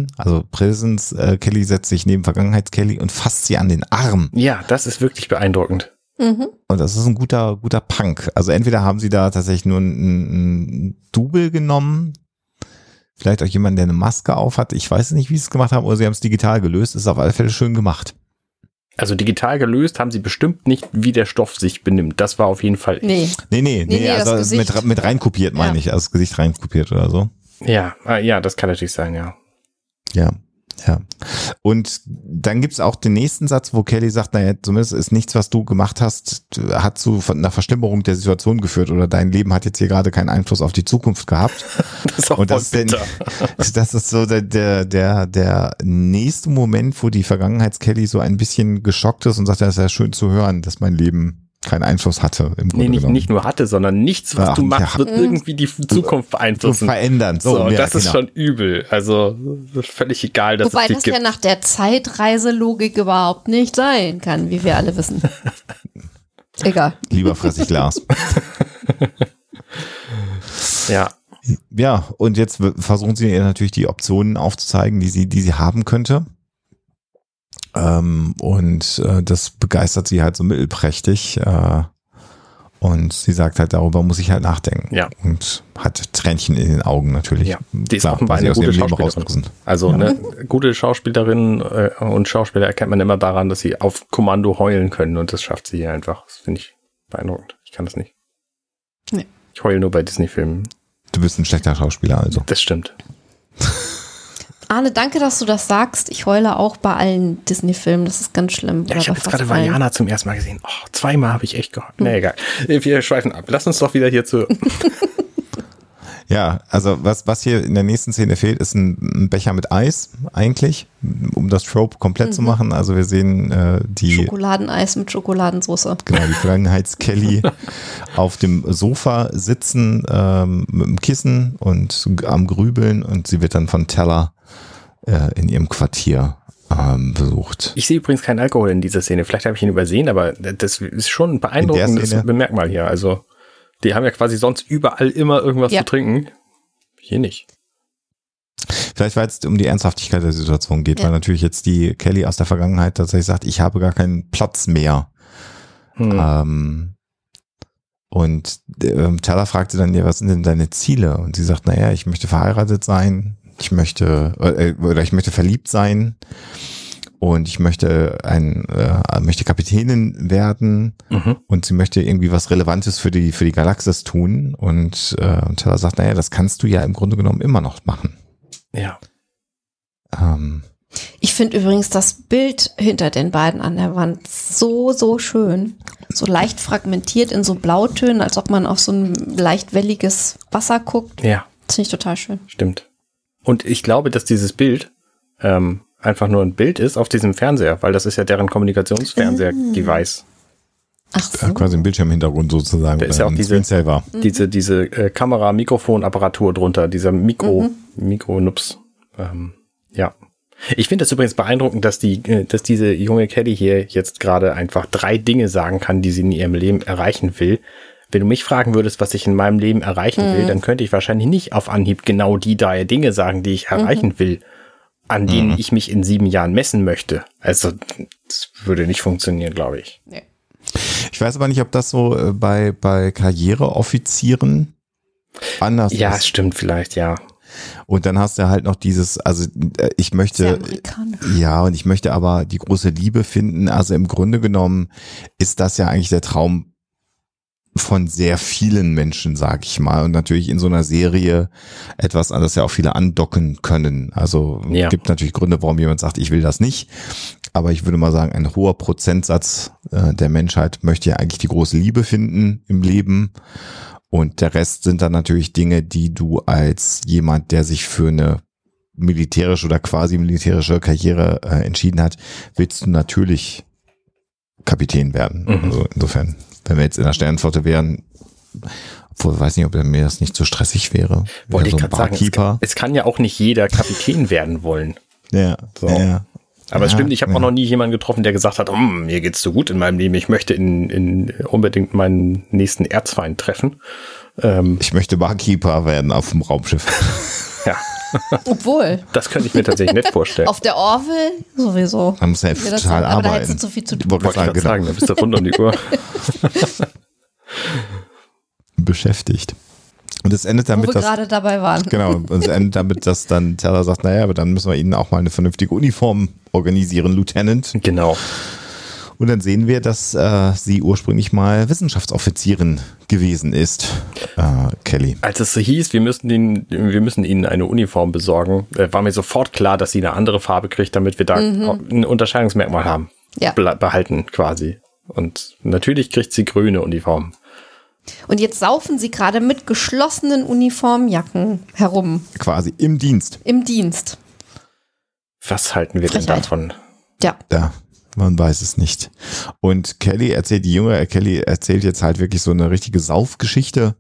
Kelly setzt sich neben Vergangenheits-Kelly und fasst sie an den Arm. Ja, das ist wirklich beeindruckend. Mhm. Und das ist ein guter Punk. Also entweder haben sie da tatsächlich nur ein Double genommen, vielleicht auch jemand, der eine Maske auf hat. Ich weiß nicht, wie sie es gemacht haben, oder sie haben es digital gelöst. Ist auf alle Fälle schön gemacht. Also digital gelöst haben sie bestimmt nicht, wie der Stoff sich benimmt. Das war auf jeden Fall. Nee, also mit reinkopiert meine ich, also das Gesicht reinkopiert oder so. Ja, das kann natürlich sein, ja. Ja. Und dann gibt's auch den nächsten Satz, wo Kelly sagt, naja, zumindest ist nichts, was du gemacht hast, hat zu einer Verschlimmerung der Situation geführt oder dein Leben hat jetzt hier gerade keinen Einfluss auf die Zukunft gehabt. Das ist auch und das ist so der nächste Moment, wo die Vergangenheits-Kelly so ein bisschen geschockt ist und sagt, das ist ja schön zu hören, dass mein Leben keinen Einfluss hatte. Im Grunde nicht nur hatte, sondern nichts, was du machst, wird irgendwie die Zukunft beeinflussen. Verändern. So, das ist schon übel. Also völlig egal, dass Wobei es das ja nach der Zeitreiselogik überhaupt nicht sein kann, wie wir alle wissen. Egal. Lieber fress ich Glas. Ja. Ja, und jetzt versuchen sie ihr natürlich die Optionen aufzuzeigen, die sie haben könnte. Und das begeistert sie halt so mittelprächtig. Und sie sagt halt, darüber muss ich halt nachdenken. Ja. Und hat Tränchen in den Augen natürlich. Ja, die ist offenbar eine gute Schauspielerin. Also eine gute Schauspielerin und Schauspieler erkennt man immer daran, dass sie auf Kommando heulen können. Und das schafft sie hier einfach. Das finde ich beeindruckend. Ich kann das nicht. Nee. Ich heule nur bei Disney-Filmen. Du bist ein schlechter Schauspieler also. Das stimmt. Arne, danke, dass du das sagst. Ich heule auch bei allen Disney-Filmen. Das ist ganz schlimm. Ja, ich habe jetzt gerade Vaiana zum ersten Mal gesehen. Oh, 2-mal habe ich echt geheult. Nee, egal. Wir schweifen ab. Lass uns doch wieder hier zu... Ja, also was hier in der nächsten Szene fehlt, ist ein Becher mit Eis eigentlich, um das Trope komplett zu machen. Also wir sehen die... Schokoladeneis mit Schokoladensauce. Genau, die Vergangenheits-Kelly auf dem Sofa sitzen mit dem Kissen und am Grübeln und sie wird dann von Teller in ihrem Quartier besucht. Ich sehe übrigens keinen Alkohol in dieser Szene. Vielleicht habe ich ihn übersehen, aber das ist schon ein beeindruckendes Bemerkmal hier. Also die haben ja quasi sonst überall immer irgendwas zu trinken. Hier nicht. Vielleicht, weil es um die Ernsthaftigkeit der Situation geht, weil natürlich jetzt die Kelly aus der Vergangenheit tatsächlich sagt, ich habe gar keinen Platz mehr. Und Teller fragte dann, ja, was sind denn deine Ziele? Und sie sagt, naja, ich möchte verheiratet sein, ich möchte verliebt sein und ich möchte Kapitänin werden und sie möchte irgendwie was Relevantes für die Galaxis tun und Teller sagt, naja, das kannst du ja im Grunde genommen immer noch machen. Ja. Ich finde übrigens das Bild hinter den beiden an der Wand so schön. So leicht fragmentiert in so Blautönen, als ob man auf so ein leicht welliges Wasser guckt. Ja. Das finde ich total schön. Stimmt. Und ich glaube, dass dieses Bild einfach nur ein Bild ist auf diesem Fernseher, weil das ist ja deren Kommunikationsfernseher-Device. Ach so. Quasi ein Bildschirmhintergrund sozusagen. Da ist ja auch diese Kamera-Mikrofon-Apparatur drunter, dieser Mikro-Nups. Ja. Ich finde es übrigens beeindruckend, dass diese junge Kelly hier jetzt gerade einfach 3 Dinge sagen kann, die sie in ihrem Leben erreichen will. Wenn du mich fragen würdest, was ich in meinem Leben erreichen will, dann könnte ich wahrscheinlich nicht auf Anhieb genau die 3 Dinge sagen, die ich erreichen will, an denen ich mich in 7 Jahren messen möchte. Also das würde nicht funktionieren, glaube ich. Nee. Ich weiß aber nicht, ob das so bei Karriereoffizieren anders ist. Ja, stimmt vielleicht, ja. Und dann hast du halt noch dieses, also ich möchte, ja, und ich möchte aber die große Liebe finden. Also im Grunde genommen ist das ja eigentlich der Traum von sehr vielen Menschen, sag ich mal. Und natürlich in so einer Serie etwas, an das ja auch viele andocken können. Also gibt natürlich Gründe, warum jemand sagt, ich will das nicht. Aber ich würde mal sagen, ein hoher Prozentsatz der Menschheit möchte ja eigentlich die große Liebe finden im Leben. Und der Rest sind dann natürlich Dinge, die du als jemand, der sich für eine militärische oder quasi militärische Karriere entschieden hat, willst du natürlich Kapitän werden. Also insofern, wenn wir jetzt in der Sternenflotte wären, obwohl ich weiß nicht, ob mir das nicht so stressig wäre. Wollte ich gerade sagen, es kann ja auch nicht jeder Kapitän werden wollen. Ja, so. Ja. Aber es stimmt, ich habe auch noch nie jemanden getroffen, der gesagt hat, mir geht's so gut in meinem Leben, ich möchte unbedingt meinen nächsten Erzfeind treffen. Ich möchte Barkeeper werden auf dem Raumschiff. Ja. Obwohl. Das könnte ich mir tatsächlich nicht vorstellen. Auf der Orville sowieso. Da muss er total arbeiten. Aber da hättest du zu viel zu tun. Wollte ich gerade sagen, da bist du rund um die Uhr. Beschäftigt. Und es endet damit, dass wir gerade dabei waren. Genau, und es endet damit, dass dann Teller sagt, naja, aber dann müssen wir Ihnen auch mal eine vernünftige Uniform organisieren, Lieutenant. Genau. Und dann sehen wir, dass sie ursprünglich mal Wissenschaftsoffizierin gewesen ist, Kelly. Als es so hieß, wir müssen ihnen eine Uniform besorgen, war mir sofort klar, dass sie eine andere Farbe kriegt, damit wir da ein Unterscheidungsmerkmal haben. Ja. Behalten quasi. Und natürlich kriegt sie grüne Uniform. Und jetzt saufen sie gerade mit geschlossenen Uniformjacken herum. Quasi im Dienst. Im Dienst. Was halten wir denn Frechheit. davon? Ja. Ja, man weiß es nicht. Und Kelly erzählt jetzt halt wirklich so eine richtige Saufgeschichte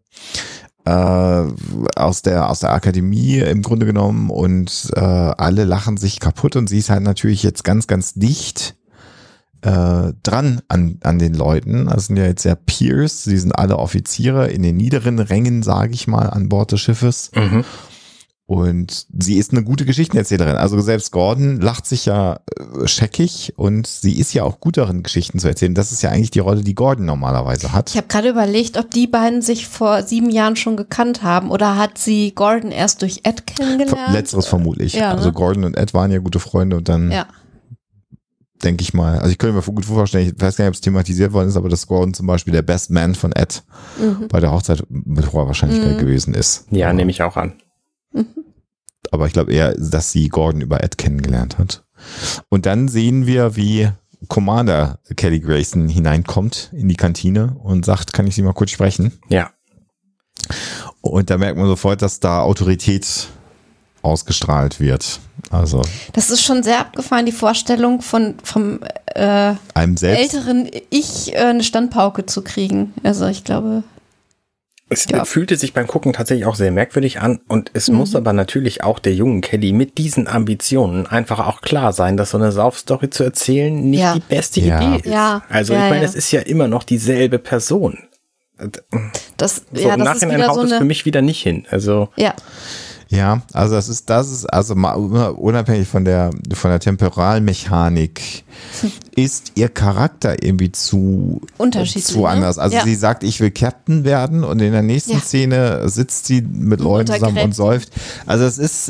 aus der Akademie im Grunde genommen und alle lachen sich kaputt und sie ist halt natürlich jetzt ganz, ganz dicht dran an den Leuten. Das sind ja jetzt ja Peers, sie sind alle Offiziere in den niederen Rängen, sage ich mal, an Bord des Schiffes. Mhm. Und sie ist eine gute Geschichtenerzählerin. Also selbst Gordon lacht sich ja scheckig und sie ist ja auch gut darin, Geschichten zu erzählen. Das ist ja eigentlich die Rolle, die Gordon normalerweise hat. Ich habe gerade überlegt, ob die beiden sich vor 7 Jahren schon gekannt haben oder hat sie Gordon erst durch Ed kennengelernt? Letzteres vermutlich. Ja, ne? Also Gordon und Ed waren ja gute Freunde und dann denke ich mal, also ich könnte mir gut vorstellen, ich weiß gar nicht, ob es thematisiert worden ist, aber dass Gordon zum Beispiel der Best Man von Ed bei der Hochzeit mit hoher Wahrscheinlichkeit gewesen ist. Ja, nehme ich auch an. Aber ich glaube eher, dass sie Gordon über Ed kennengelernt hat. Und dann sehen wir, wie Commander Kelly Grayson hineinkommt in die Kantine und sagt, kann ich Sie mal kurz sprechen? Ja. Und da merkt man sofort, dass da Autorität ausgestrahlt wird. Also das ist schon sehr abgefahren, die Vorstellung vom einem selbst. älteren Ich eine Standpauke zu kriegen. Also ich glaube... Es fühlte sich beim Gucken tatsächlich auch sehr merkwürdig an und es muss aber natürlich auch der jungen Kelly mit diesen Ambitionen einfach auch klar sein, dass so eine Saufstory zu erzählen nicht die beste Idee ist. Ja. Also ich meine, es ist ja immer noch dieselbe Person. Im Nachhinein haut es für mich wieder nicht hin. Also Ja, also das ist also mal unabhängig von der Temporalmechanik ist ihr Charakter irgendwie zu anders. Also sie sagt, ich will Captain werden und in der nächsten Szene sitzt sie mit Leuten zusammen und säuft. Also es ist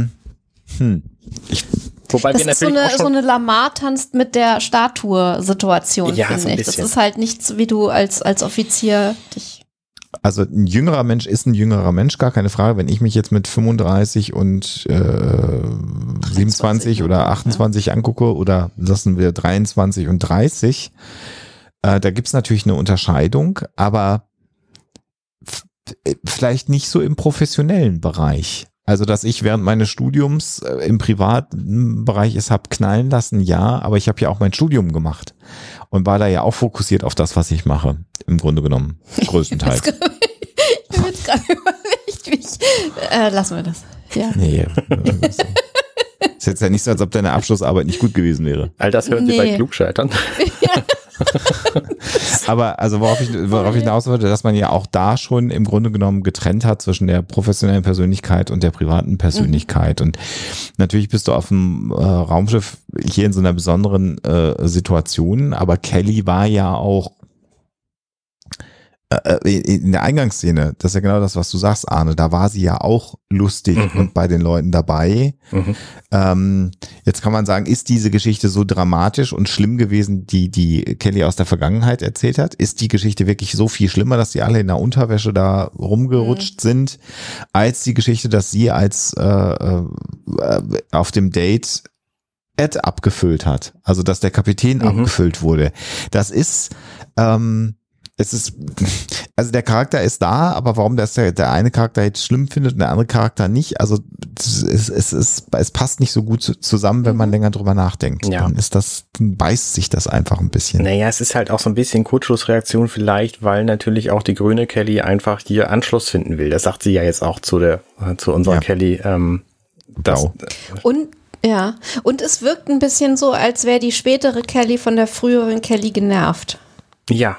wobei das wir ist natürlich so eine Lamar tanzt mit der Statue-Situation, Ja, finde so ein ich. Das bisschen. ist halt nichts, wie du als Offizier dich... Also ein jüngerer Mensch ist ein jüngerer Mensch, gar keine Frage. Wenn ich mich jetzt mit 35 und 27 oder 28 angucke oder lassen wir 23 und 30, da gibt's natürlich eine Unterscheidung, aber vielleicht nicht so im professionellen Bereich. Also, dass ich während meines Studiums im privaten Bereich es habe knallen lassen, ja, aber ich habe ja auch mein Studium gemacht und war da ja auch fokussiert auf das, was ich mache, im Grunde genommen, größtenteils. Ich habe jetzt gerade überlegt, lassen wir das. Ja. Nee. Ist jetzt ja nicht so, als ob deine Abschlussarbeit nicht gut gewesen wäre. all das hören Sie bei Klugscheitern. Aber also worauf ich hinaus wollte, dass man ja auch da schon im Grunde genommen getrennt hat zwischen der professionellen Persönlichkeit und der privaten Persönlichkeit. Und natürlich bist du auf dem Raumschiff hier in so einer besonderen Situation, aber Kelly war ja auch in der Eingangsszene, das ist ja genau das, was du sagst, Arne, da war sie ja auch lustig und bei den Leuten dabei. Jetzt kann man sagen, ist diese Geschichte so dramatisch und schlimm gewesen, die Kelly aus der Vergangenheit erzählt hat? Ist die Geschichte wirklich so viel schlimmer, dass die alle in der Unterwäsche da rumgerutscht sind, als die Geschichte, dass sie als auf dem Date Ed abgefüllt hat? Also, dass der Kapitän abgefüllt wurde. Das ist also der Charakter ist da, aber warum der eine Charakter jetzt schlimm findet und der andere Charakter nicht, also es passt nicht so gut zusammen, wenn man länger drüber nachdenkt. Ja. Dann beißt sich das einfach ein bisschen. Naja, es ist halt auch so ein bisschen Kurzschlussreaktion vielleicht, weil natürlich auch die grüne Kelly einfach hier Anschluss finden will. Das sagt sie ja jetzt auch zu unserer Kelly. Und es wirkt ein bisschen so, als wäre die spätere Kelly von der früheren Kelly genervt. Ja.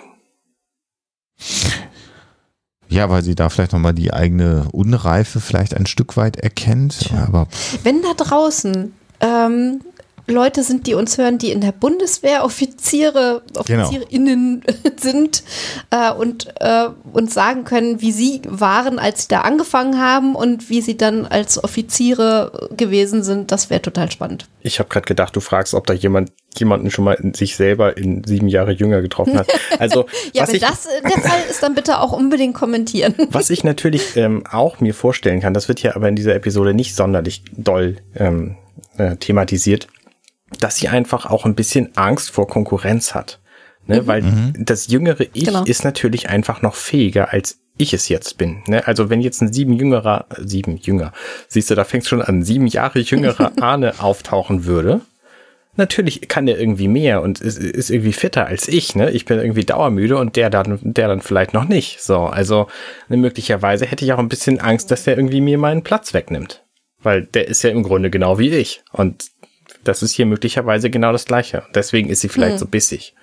Ja, weil sie da vielleicht nochmal die eigene Unreife vielleicht ein Stück weit erkennt. Aber Wenn da draußen Leute sind, die uns hören, die in der Bundeswehr OffizierInnen sind und uns sagen können, wie sie waren, als sie da angefangen haben und wie sie dann als Offiziere gewesen sind. Das wäre total spannend. Ich habe gerade gedacht, du fragst, ob da jemanden schon mal sich selber in 7 Jahre jünger getroffen hat. Also, ja, wenn das der Fall ist, dann bitte auch unbedingt kommentieren. Was ich natürlich auch mir vorstellen kann, das wird ja aber in dieser Episode nicht sonderlich doll thematisiert, dass sie einfach auch ein bisschen Angst vor Konkurrenz hat. Ne? Weil das jüngere Ich ist natürlich einfach noch fähiger, als ich es jetzt bin. Ne? Also wenn jetzt ein 7 Jünger, siehst du, da fängst schon an, 7 Jahre jüngerer Ahne auftauchen würde, natürlich kann der irgendwie mehr und ist irgendwie fitter als ich. Ne? Ich bin irgendwie dauermüde und der dann vielleicht noch nicht. So, also möglicherweise hätte ich auch ein bisschen Angst, dass der irgendwie mir meinen Platz wegnimmt. Weil der ist ja im Grunde genau wie ich. Und das ist hier möglicherweise genau das Gleiche. Deswegen ist sie vielleicht so bissig.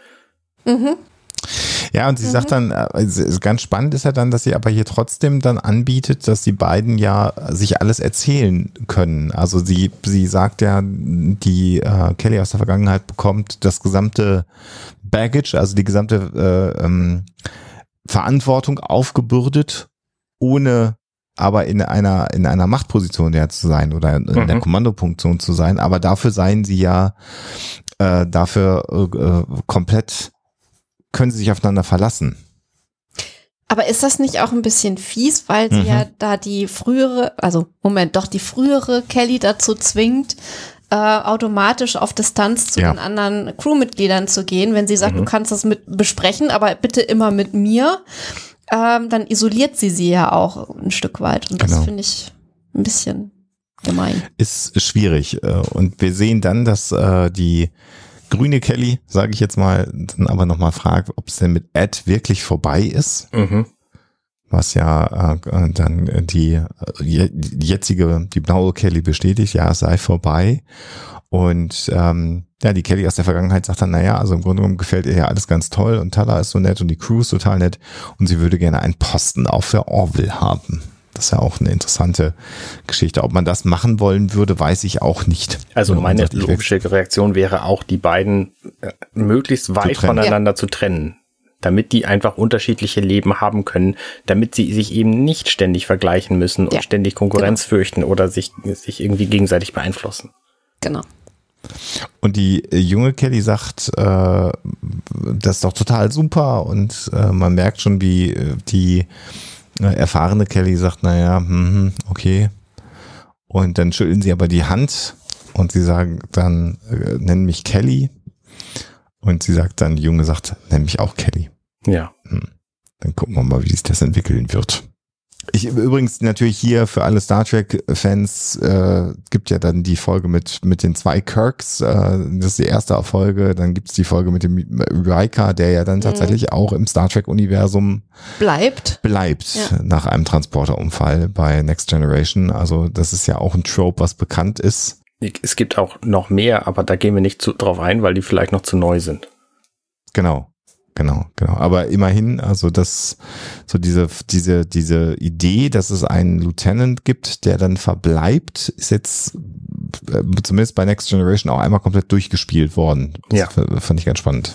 Ja, und sie sagt dann, ganz spannend ist ja dann, dass sie aber hier trotzdem dann anbietet, dass die beiden ja sich alles erzählen können. Also sie sagt ja, die Kelly aus der Vergangenheit bekommt das gesamte Baggage, also die gesamte Verantwortung aufgebürdet, ohne aber in einer Machtposition ja zu sein oder in der Kommandofunktion zu sein. Aber dafür seien sie ja komplett, können sie sich aufeinander verlassen. Aber ist das nicht auch ein bisschen fies, weil sie ja da die frühere Kelly dazu zwingt, automatisch auf Distanz zu den anderen Crewmitgliedern zu gehen, wenn sie sagt, du kannst das mit besprechen, aber bitte immer mit mir. Dann isoliert sie ja auch ein Stück weit. Und das finde ich ein bisschen gemein. Ist schwierig. Und wir sehen dann, dass die grüne Kelly, sage ich jetzt mal, dann aber nochmal fragt, ob es denn mit Ed wirklich vorbei ist. Was ja dann die blaue Kelly bestätigt, ja, es sei vorbei. Und die Kelly aus der Vergangenheit sagt dann, also im Grunde genommen gefällt ihr ja alles ganz toll und Tala ist so nett und die Crew ist total nett und sie würde gerne einen Posten auf der Orville haben. Das ist ja auch eine interessante Geschichte. Ob man das machen wollen würde, weiß ich auch nicht. Also meine logische Reaktion wäre auch, die beiden möglichst weit voneinander zu trennen, damit die einfach unterschiedliche Leben haben können, damit sie sich eben nicht ständig vergleichen müssen und ständig Konkurrenz fürchten oder sich irgendwie gegenseitig beeinflussen. Genau. Und die junge Kelly sagt, das ist doch total super und man merkt schon, wie die erfahrene Kelly sagt, okay. Und dann schütteln sie aber die Hand und sie sagen dann, nenn mich Kelly. Und sie sagt dann, die Junge sagt, nenn mich auch Kelly. Ja. Dann gucken wir mal, wie sich das entwickeln wird. Ich übrigens natürlich hier für alle Star Trek-Fans gibt ja dann die Folge mit den 2 Kirks, das ist die erste Folge, dann gibt's die Folge mit dem Riker, der ja dann tatsächlich auch im Star Trek-Universum bleibt nach einem Transporterunfall bei Next Generation, also das ist ja auch ein Trope, was bekannt ist. Es gibt auch noch mehr, aber da gehen wir nicht drauf ein, weil die vielleicht noch zu neu sind. Genau. Aber immerhin, also das, so diese Idee, dass es einen Lieutenant gibt, der dann verbleibt, ist jetzt zumindest bei Next Generation auch einmal komplett durchgespielt worden. Das fand ich ganz spannend.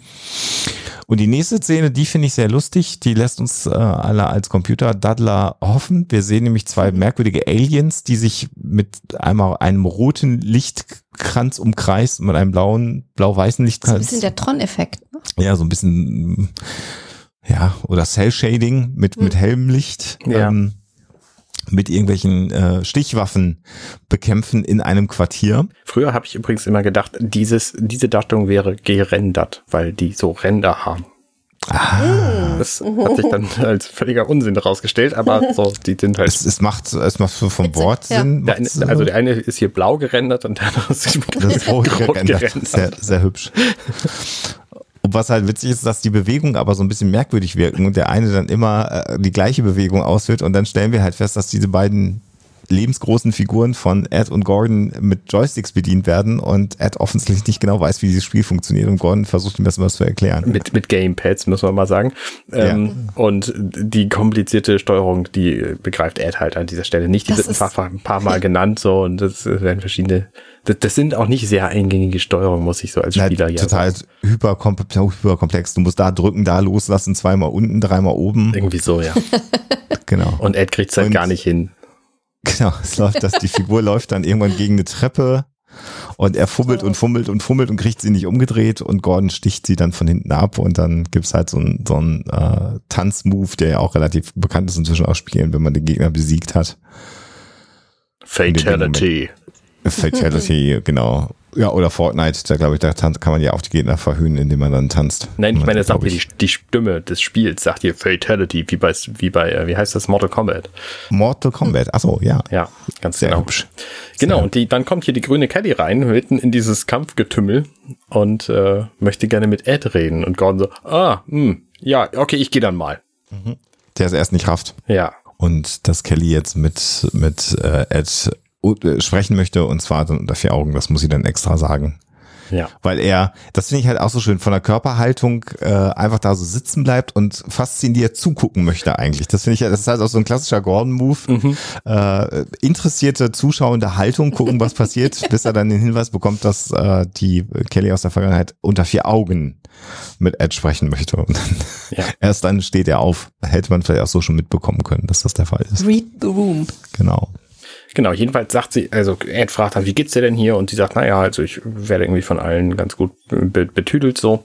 Und die nächste Szene, die finde ich sehr lustig, die lässt uns alle als Computer-Daddler hoffen. Wir sehen nämlich 2 merkwürdige Aliens, die sich mit einem roten Lichtkranz umkreist, mit einem blau-weißen Lichtkranz. Das ist ein bisschen der Tron-Effekt. Ne? Ja, so ein bisschen, oder Cell-Shading mit hellem Licht. Ja. Mit irgendwelchen Stichwaffen bekämpfen in einem Quartier. Früher habe ich übrigens immer gedacht, diese Darstellung wäre gerendert, weil die so Ränder haben. Das hat sich dann als völliger Unsinn herausgestellt, aber so, die sind halt. Es macht so vom Wort Sinn. Der eine ist hier blau gerendert und der andere ist rot gerendert. Sehr, sehr hübsch. Und was halt witzig ist, dass die Bewegungen aber so ein bisschen merkwürdig wirken und der eine dann immer die gleiche Bewegung ausführt und dann stellen wir halt fest, dass diese beiden lebensgroßen Figuren von Ed und Gordon mit Joysticks bedient werden und Ed offensichtlich nicht genau weiß, wie dieses Spiel funktioniert und Gordon versucht ihm das immer zu erklären. Mit Gamepads, muss man mal sagen. Und die komplizierte Steuerung, die begreift Ed halt an dieser Stelle nicht. Die wird ein paar Mal genannt so und das werden verschiedene. Das sind auch nicht sehr eingängige Steuerungen, muss ich so als Spieler ja total hyperkomplex. Du musst da drücken, da loslassen, zweimal unten, dreimal oben. Irgendwie so, ja. Genau. Und Ed kriegt es halt gar nicht hin. Genau, die Figur läuft dann irgendwann gegen eine Treppe und er fummelt und fummelt und fummelt und kriegt sie nicht umgedreht und Gordon sticht sie dann von hinten ab und dann gibt's halt so einen Tanzmove, der ja auch relativ bekannt ist inzwischen aus Spielen, wenn man den Gegner besiegt hat. Fatality, genau. Ja, oder Fortnite, da glaube ich, da kann man ja auch die Gegner verhöhnen, indem man dann tanzt. Nein, ich meine, das sagt hier die Stimme des Spiels, sagt hier Fatality, wie bei, wie heißt das, Mortal Kombat. Mortal Kombat, achso, ja. Ja, ganz sehr genau. Hübsch. Genau, und dann kommt hier die grüne Kelly rein, mitten in dieses Kampfgetümmel und möchte gerne mit Ed reden. Und Gordon so, ja, okay, ich gehe dann mal. Der es erst nicht rafft. Ja. Und dass Kelly jetzt mit Ed sprechen möchte und zwar dann unter 4 Augen, das muss sie dann extra sagen. Ja. Weil das finde ich halt auch so schön, von der Körperhaltung einfach da so sitzen bleibt und fasziniert zugucken möchte eigentlich. Das finde ich, das ist halt auch so ein klassischer Gordon-Move. Interessierte, zuschauende Haltung, gucken, was passiert, bis er dann den Hinweis bekommt, dass die Kelly aus der Vergangenheit unter 4 Augen mit Ed sprechen möchte. Und dann, erst dann steht er auf. Hätte man vielleicht auch so schon mitbekommen können, dass das der Fall ist. Read the room. Genau, jedenfalls sagt sie, also Ed fragt dann, wie geht's dir denn hier? Und sie sagt, naja, also ich werde irgendwie von allen ganz gut betüdelt so.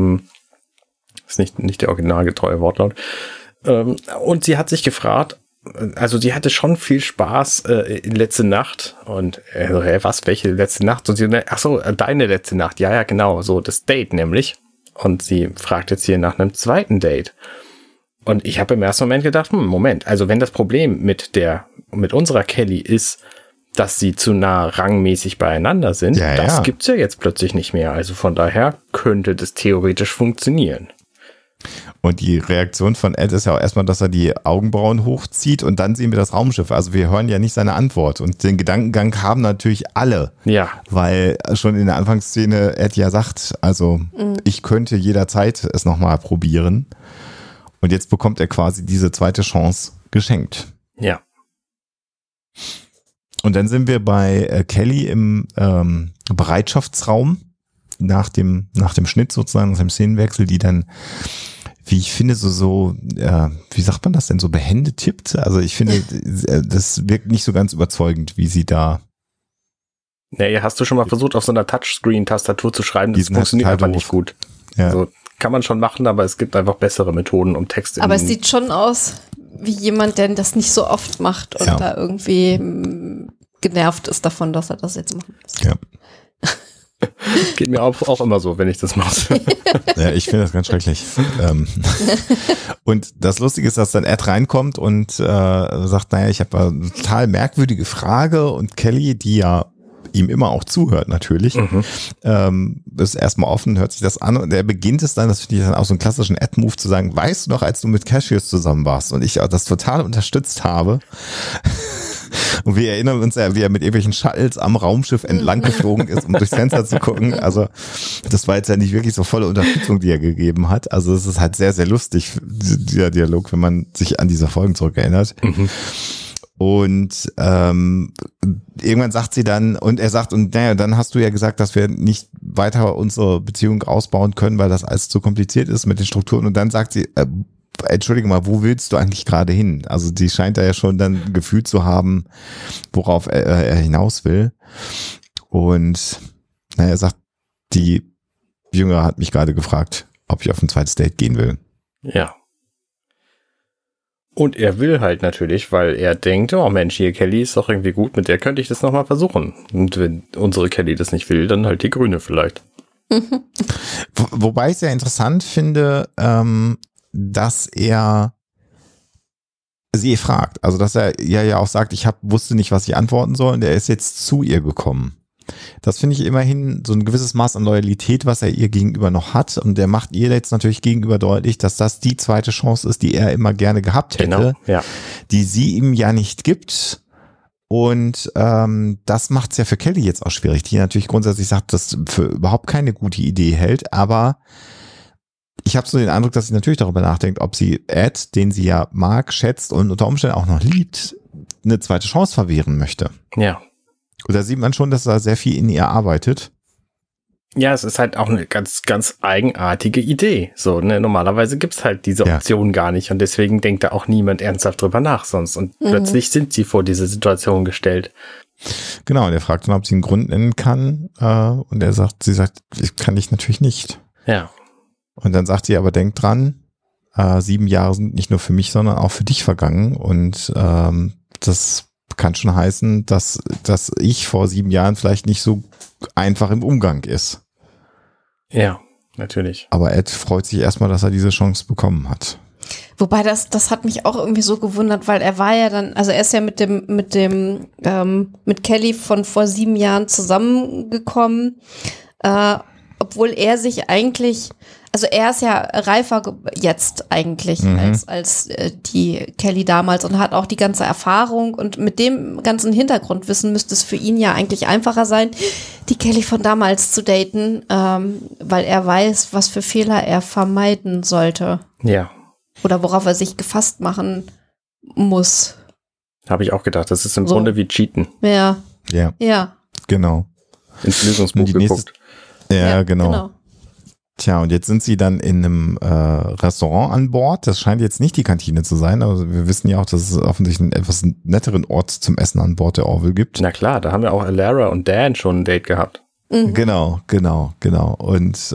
Ist nicht der originalgetreue Wortlaut. Und sie hat sich gefragt, also sie hatte schon viel Spaß letzte Nacht. Und welche letzte Nacht? Und sie, ach so, deine letzte Nacht. Ja, genau, so das Date nämlich. Und sie fragt jetzt hier nach einem zweiten Date. Und ich habe im ersten Moment gedacht, Moment, also wenn das Problem mit unserer Kelly ist, dass sie zu nah rangmäßig beieinander sind, das gibt's ja jetzt plötzlich nicht mehr. Also von daher könnte das theoretisch funktionieren. Und die Reaktion von Ed ist ja auch erstmal, dass er die Augenbrauen hochzieht und dann sehen wir das Raumschiff. Also wir hören ja nicht seine Antwort. Und den Gedankengang haben natürlich alle. Ja. Weil schon in der Anfangsszene Ed ja sagt, also ich könnte jederzeit es nochmal probieren. Und jetzt bekommt er quasi diese zweite Chance geschenkt. Ja. Und dann sind wir bei Kelly im Bereitschaftsraum nach dem Schnitt sozusagen, nach dem Szenenwechsel, die dann, wie ich finde, wie sagt man das denn, so behende tippt. Also ich finde, das wirkt nicht so ganz überzeugend, wie sie da. Naja, hast du schon mal versucht, auf so einer Touchscreen-Tastatur zu schreiben? Das funktioniert einfach nicht gut. Ja. Also kann man schon machen, aber es gibt einfach bessere Methoden, um Text Aber es sieht schon aus wie jemand, der das nicht so oft macht und da irgendwie genervt ist davon, dass er das jetzt machen muss. Ja. Geht mir auch immer so, wenn ich das mache. Ja, ich finde das ganz schrecklich. Und das Lustige ist, dass dann Ed reinkommt und sagt, naja, ich habe eine total merkwürdige Frage und Kelly, die ja ihm immer auch zuhört natürlich, ist erstmal offen, hört sich das an und er beginnt es dann, das finde ich dann auch so einen klassischen Ad-Move zu sagen, weißt du noch, als du mit Cassius zusammen warst und ich das total unterstützt habe und wir erinnern uns ja, wie er mit irgendwelchen Shuttles am Raumschiff entlang geflogen ist, um durchs Fenster zu gucken, also das war jetzt ja nicht wirklich so volle Unterstützung, die er gegeben hat, also es ist halt sehr, sehr lustig, dieser Dialog, wenn man sich an diese Folgen zurückerinnert. Und irgendwann sagt sie dann, und er sagt, und naja, dann hast du ja gesagt, dass wir nicht weiter unsere Beziehung ausbauen können, weil das alles zu kompliziert ist mit den Strukturen. Und dann sagt sie, entschuldige mal, wo willst du eigentlich gerade hin? Also die scheint da ja schon dann ein Gefühl zu haben, worauf er hinaus will. Und naja, er sagt, die Jüngere hat mich gerade gefragt, ob ich auf ein zweites Date gehen will. Ja. Und er will halt natürlich, weil er denkt, oh Mensch, hier Kelly ist doch irgendwie gut, mit der könnte ich das nochmal versuchen. Und wenn unsere Kelly das nicht will, dann halt die Grüne vielleicht. Wobei ich es ja interessant finde, dass er sie fragt. Also dass er ja auch sagt, ich wusste nicht, was ich antworten soll und er ist jetzt zu ihr gekommen. Das finde ich immerhin so ein gewisses Maß an Loyalität, was er ihr gegenüber noch hat. Und der macht ihr jetzt natürlich gegenüber deutlich, dass das die zweite Chance ist, die er immer gerne gehabt hätte, genau, ja. die sie ihm ja nicht gibt. Und das macht es ja für Kelly jetzt auch schwierig, die natürlich grundsätzlich sagt, dass für überhaupt keine gute Idee hält, aber ich habe so den Eindruck, dass sie natürlich darüber nachdenkt, ob sie Ed, den sie ja mag, schätzt und unter Umständen auch noch liebt, eine zweite Chance verwehren möchte. Ja. Und da sieht man schon, dass da sehr viel in ihr arbeitet. Ja, es ist halt auch eine ganz, ganz eigenartige Idee. So, ne, normalerweise gibt's halt diese Option gar nicht und deswegen denkt da auch niemand ernsthaft drüber nach sonst. Und plötzlich sind sie vor diese Situation gestellt. Genau, und er fragt dann, ob sie einen Grund nennen kann. Und sie sagt, ich kann ich natürlich nicht. Ja. Und dann sagt sie, aber denk dran, 7 Jahre sind nicht nur für mich, sondern auch für dich vergangen. Und das kann schon heißen, dass ich vor 7 Jahren vielleicht nicht so einfach im Umgang ist. Ja, natürlich. Aber Ed freut sich erstmal, dass er diese Chance bekommen hat. Wobei das hat mich auch irgendwie so gewundert, weil er war ja dann, also er ist ja mit Kelly von vor 7 Jahren zusammengekommen, obwohl er sich eigentlich, also er ist ja reifer jetzt eigentlich als die Kelly damals und hat auch die ganze Erfahrung und mit dem ganzen Hintergrundwissen müsste es für ihn ja eigentlich einfacher sein, die Kelly von damals zu daten, weil er weiß, was für Fehler er vermeiden sollte. Ja. Oder worauf er sich gefasst machen muss. Habe ich auch gedacht, das ist im Grunde wie Cheaten. Ja. Ja. Genau. Ins Lösungsbuch geguckt. Ja, genau. Tja, und jetzt sind sie dann in einem Restaurant an Bord. Das scheint jetzt nicht die Kantine zu sein, aber wir wissen ja auch, dass es offensichtlich einen etwas netteren Ort zum Essen an Bord der Orville gibt. Na klar, da haben ja auch Alara und Dan schon ein Date gehabt. Genau. Und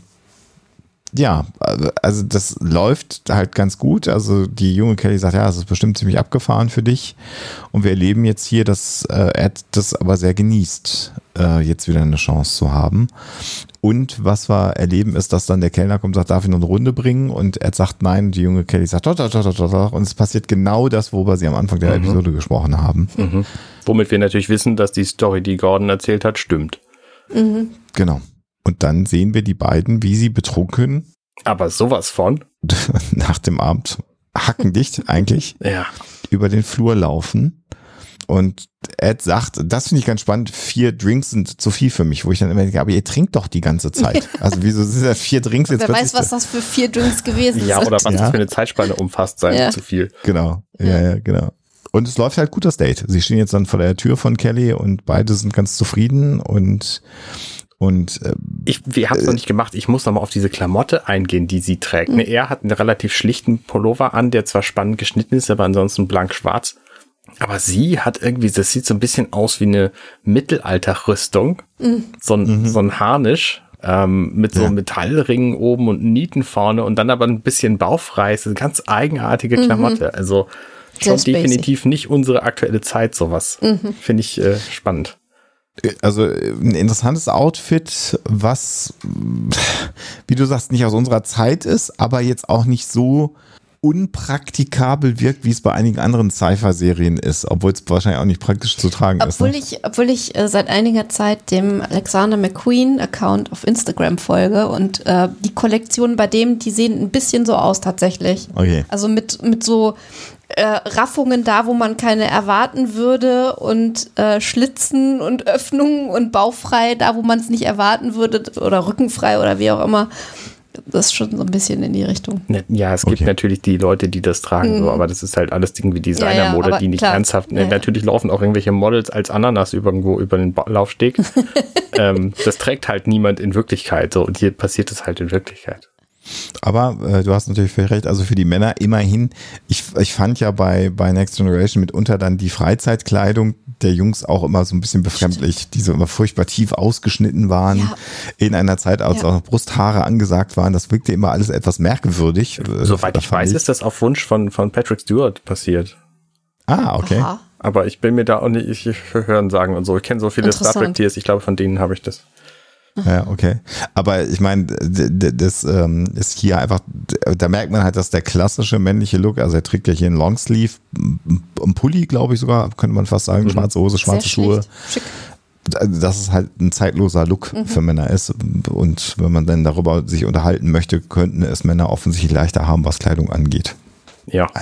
ja, also das läuft halt ganz gut. Also die junge Kelly sagt, ja, es ist bestimmt ziemlich abgefahren für dich. Und wir erleben jetzt hier, dass Ed das aber sehr genießt, jetzt wieder eine Chance zu haben. Und was wir erleben, ist, dass dann der Kellner kommt und sagt, darf ich noch eine Runde bringen? Und Ed sagt nein. Die junge Kelly sagt, doch. Und es passiert genau das, worüber sie am Anfang der Episode gesprochen haben. Womit wir natürlich wissen, dass die Story, die Gordon erzählt hat, stimmt. Genau. Und dann sehen wir die beiden, wie sie betrunken. Aber sowas von. Nach dem Abend, hackendicht eigentlich, über den Flur laufen. Und Ed sagt, das finde ich ganz spannend, 4 Drinks sind zu viel für mich, wo ich dann immer denke, aber ihr trinkt doch die ganze Zeit. Also wieso sind das 4 Drinks jetzt? Wer weiß, was das für 4 Drinks gewesen sind. Ja, oder was das für eine Zeitspanne umfasst, sein zu viel. Genau, ja, genau. Und es läuft halt gut, das Date. Sie stehen jetzt dann vor der Tür von Kelly und beide sind ganz zufrieden und wir haben es noch nicht gemacht. Ich muss noch mal auf diese Klamotte eingehen, die sie trägt. Er hat einen relativ schlichten Pullover an, der zwar spannend geschnitten ist, aber ansonsten blank-schwarz. Aber sie hat irgendwie, das sieht so ein bisschen aus wie eine Mittelalterrüstung. So ein Harnisch mit so Metallringen oben und Nieten vorne und dann aber ein bisschen bauchfrei. Das ist eine ganz eigenartige Klamotte. Also schon definitiv nicht unsere aktuelle Zeit sowas. Finde ich spannend. Also ein interessantes Outfit, was, wie du sagst, nicht aus unserer Zeit ist, aber jetzt auch nicht so unpraktikabel wirkt, wie es bei einigen anderen Sci-Fi-Serien ist, obwohl es wahrscheinlich auch nicht praktisch zu tragen ist. Obwohl ich seit einiger Zeit dem Alexander McQueen-Account auf Instagram folge und die Kollektionen bei dem, die sehen ein bisschen so aus tatsächlich. Okay. Also mit so Raffungen da, wo man keine erwarten würde und Schlitzen und Öffnungen und bauchfrei da, wo man es nicht erwarten würde oder rückenfrei oder wie auch immer. Das ist schon so ein bisschen in die Richtung. Ja, es gibt natürlich die Leute, die das tragen, so, aber das ist halt alles irgendwie Designermode, die nicht klar, ernsthaft. Natürlich laufen auch irgendwelche Models als Ananas irgendwo über den Laufsteg. Das trägt halt niemand in Wirklichkeit, so, und hier passiert es halt in Wirklichkeit. Aber du hast natürlich völlig recht, also für die Männer immerhin, ich fand ja bei Next Generation mitunter dann die Freizeitkleidung der Jungs auch immer so ein bisschen befremdlich, die so immer furchtbar tief ausgeschnitten waren, in einer Zeit, als auch noch Brusthaare angesagt waren, das wirkte immer alles etwas merkwürdig. Soweit ich weiß, ist das auf Wunsch von Patrick Stewart passiert. Ah, okay. Aha. Aber ich bin mir da auch nicht, ich hören sagen und so, ich kenne so viele Star Trek Tiers, ich glaube, von denen habe ich das. Ja, okay. Aber ich meine, das ist hier einfach, da merkt man halt, dass der klassische männliche Look, also er trägt ja hier einen Longsleeve, einen Pulli, glaube ich sogar, könnte man fast sagen, schwarze Hose, schwarze Schuhe. Schick. Dass es halt ein zeitloser Look für Männer ist. Und wenn man dann darüber sich unterhalten möchte, könnten es Männer offensichtlich leichter haben, was Kleidung angeht. Ja. Als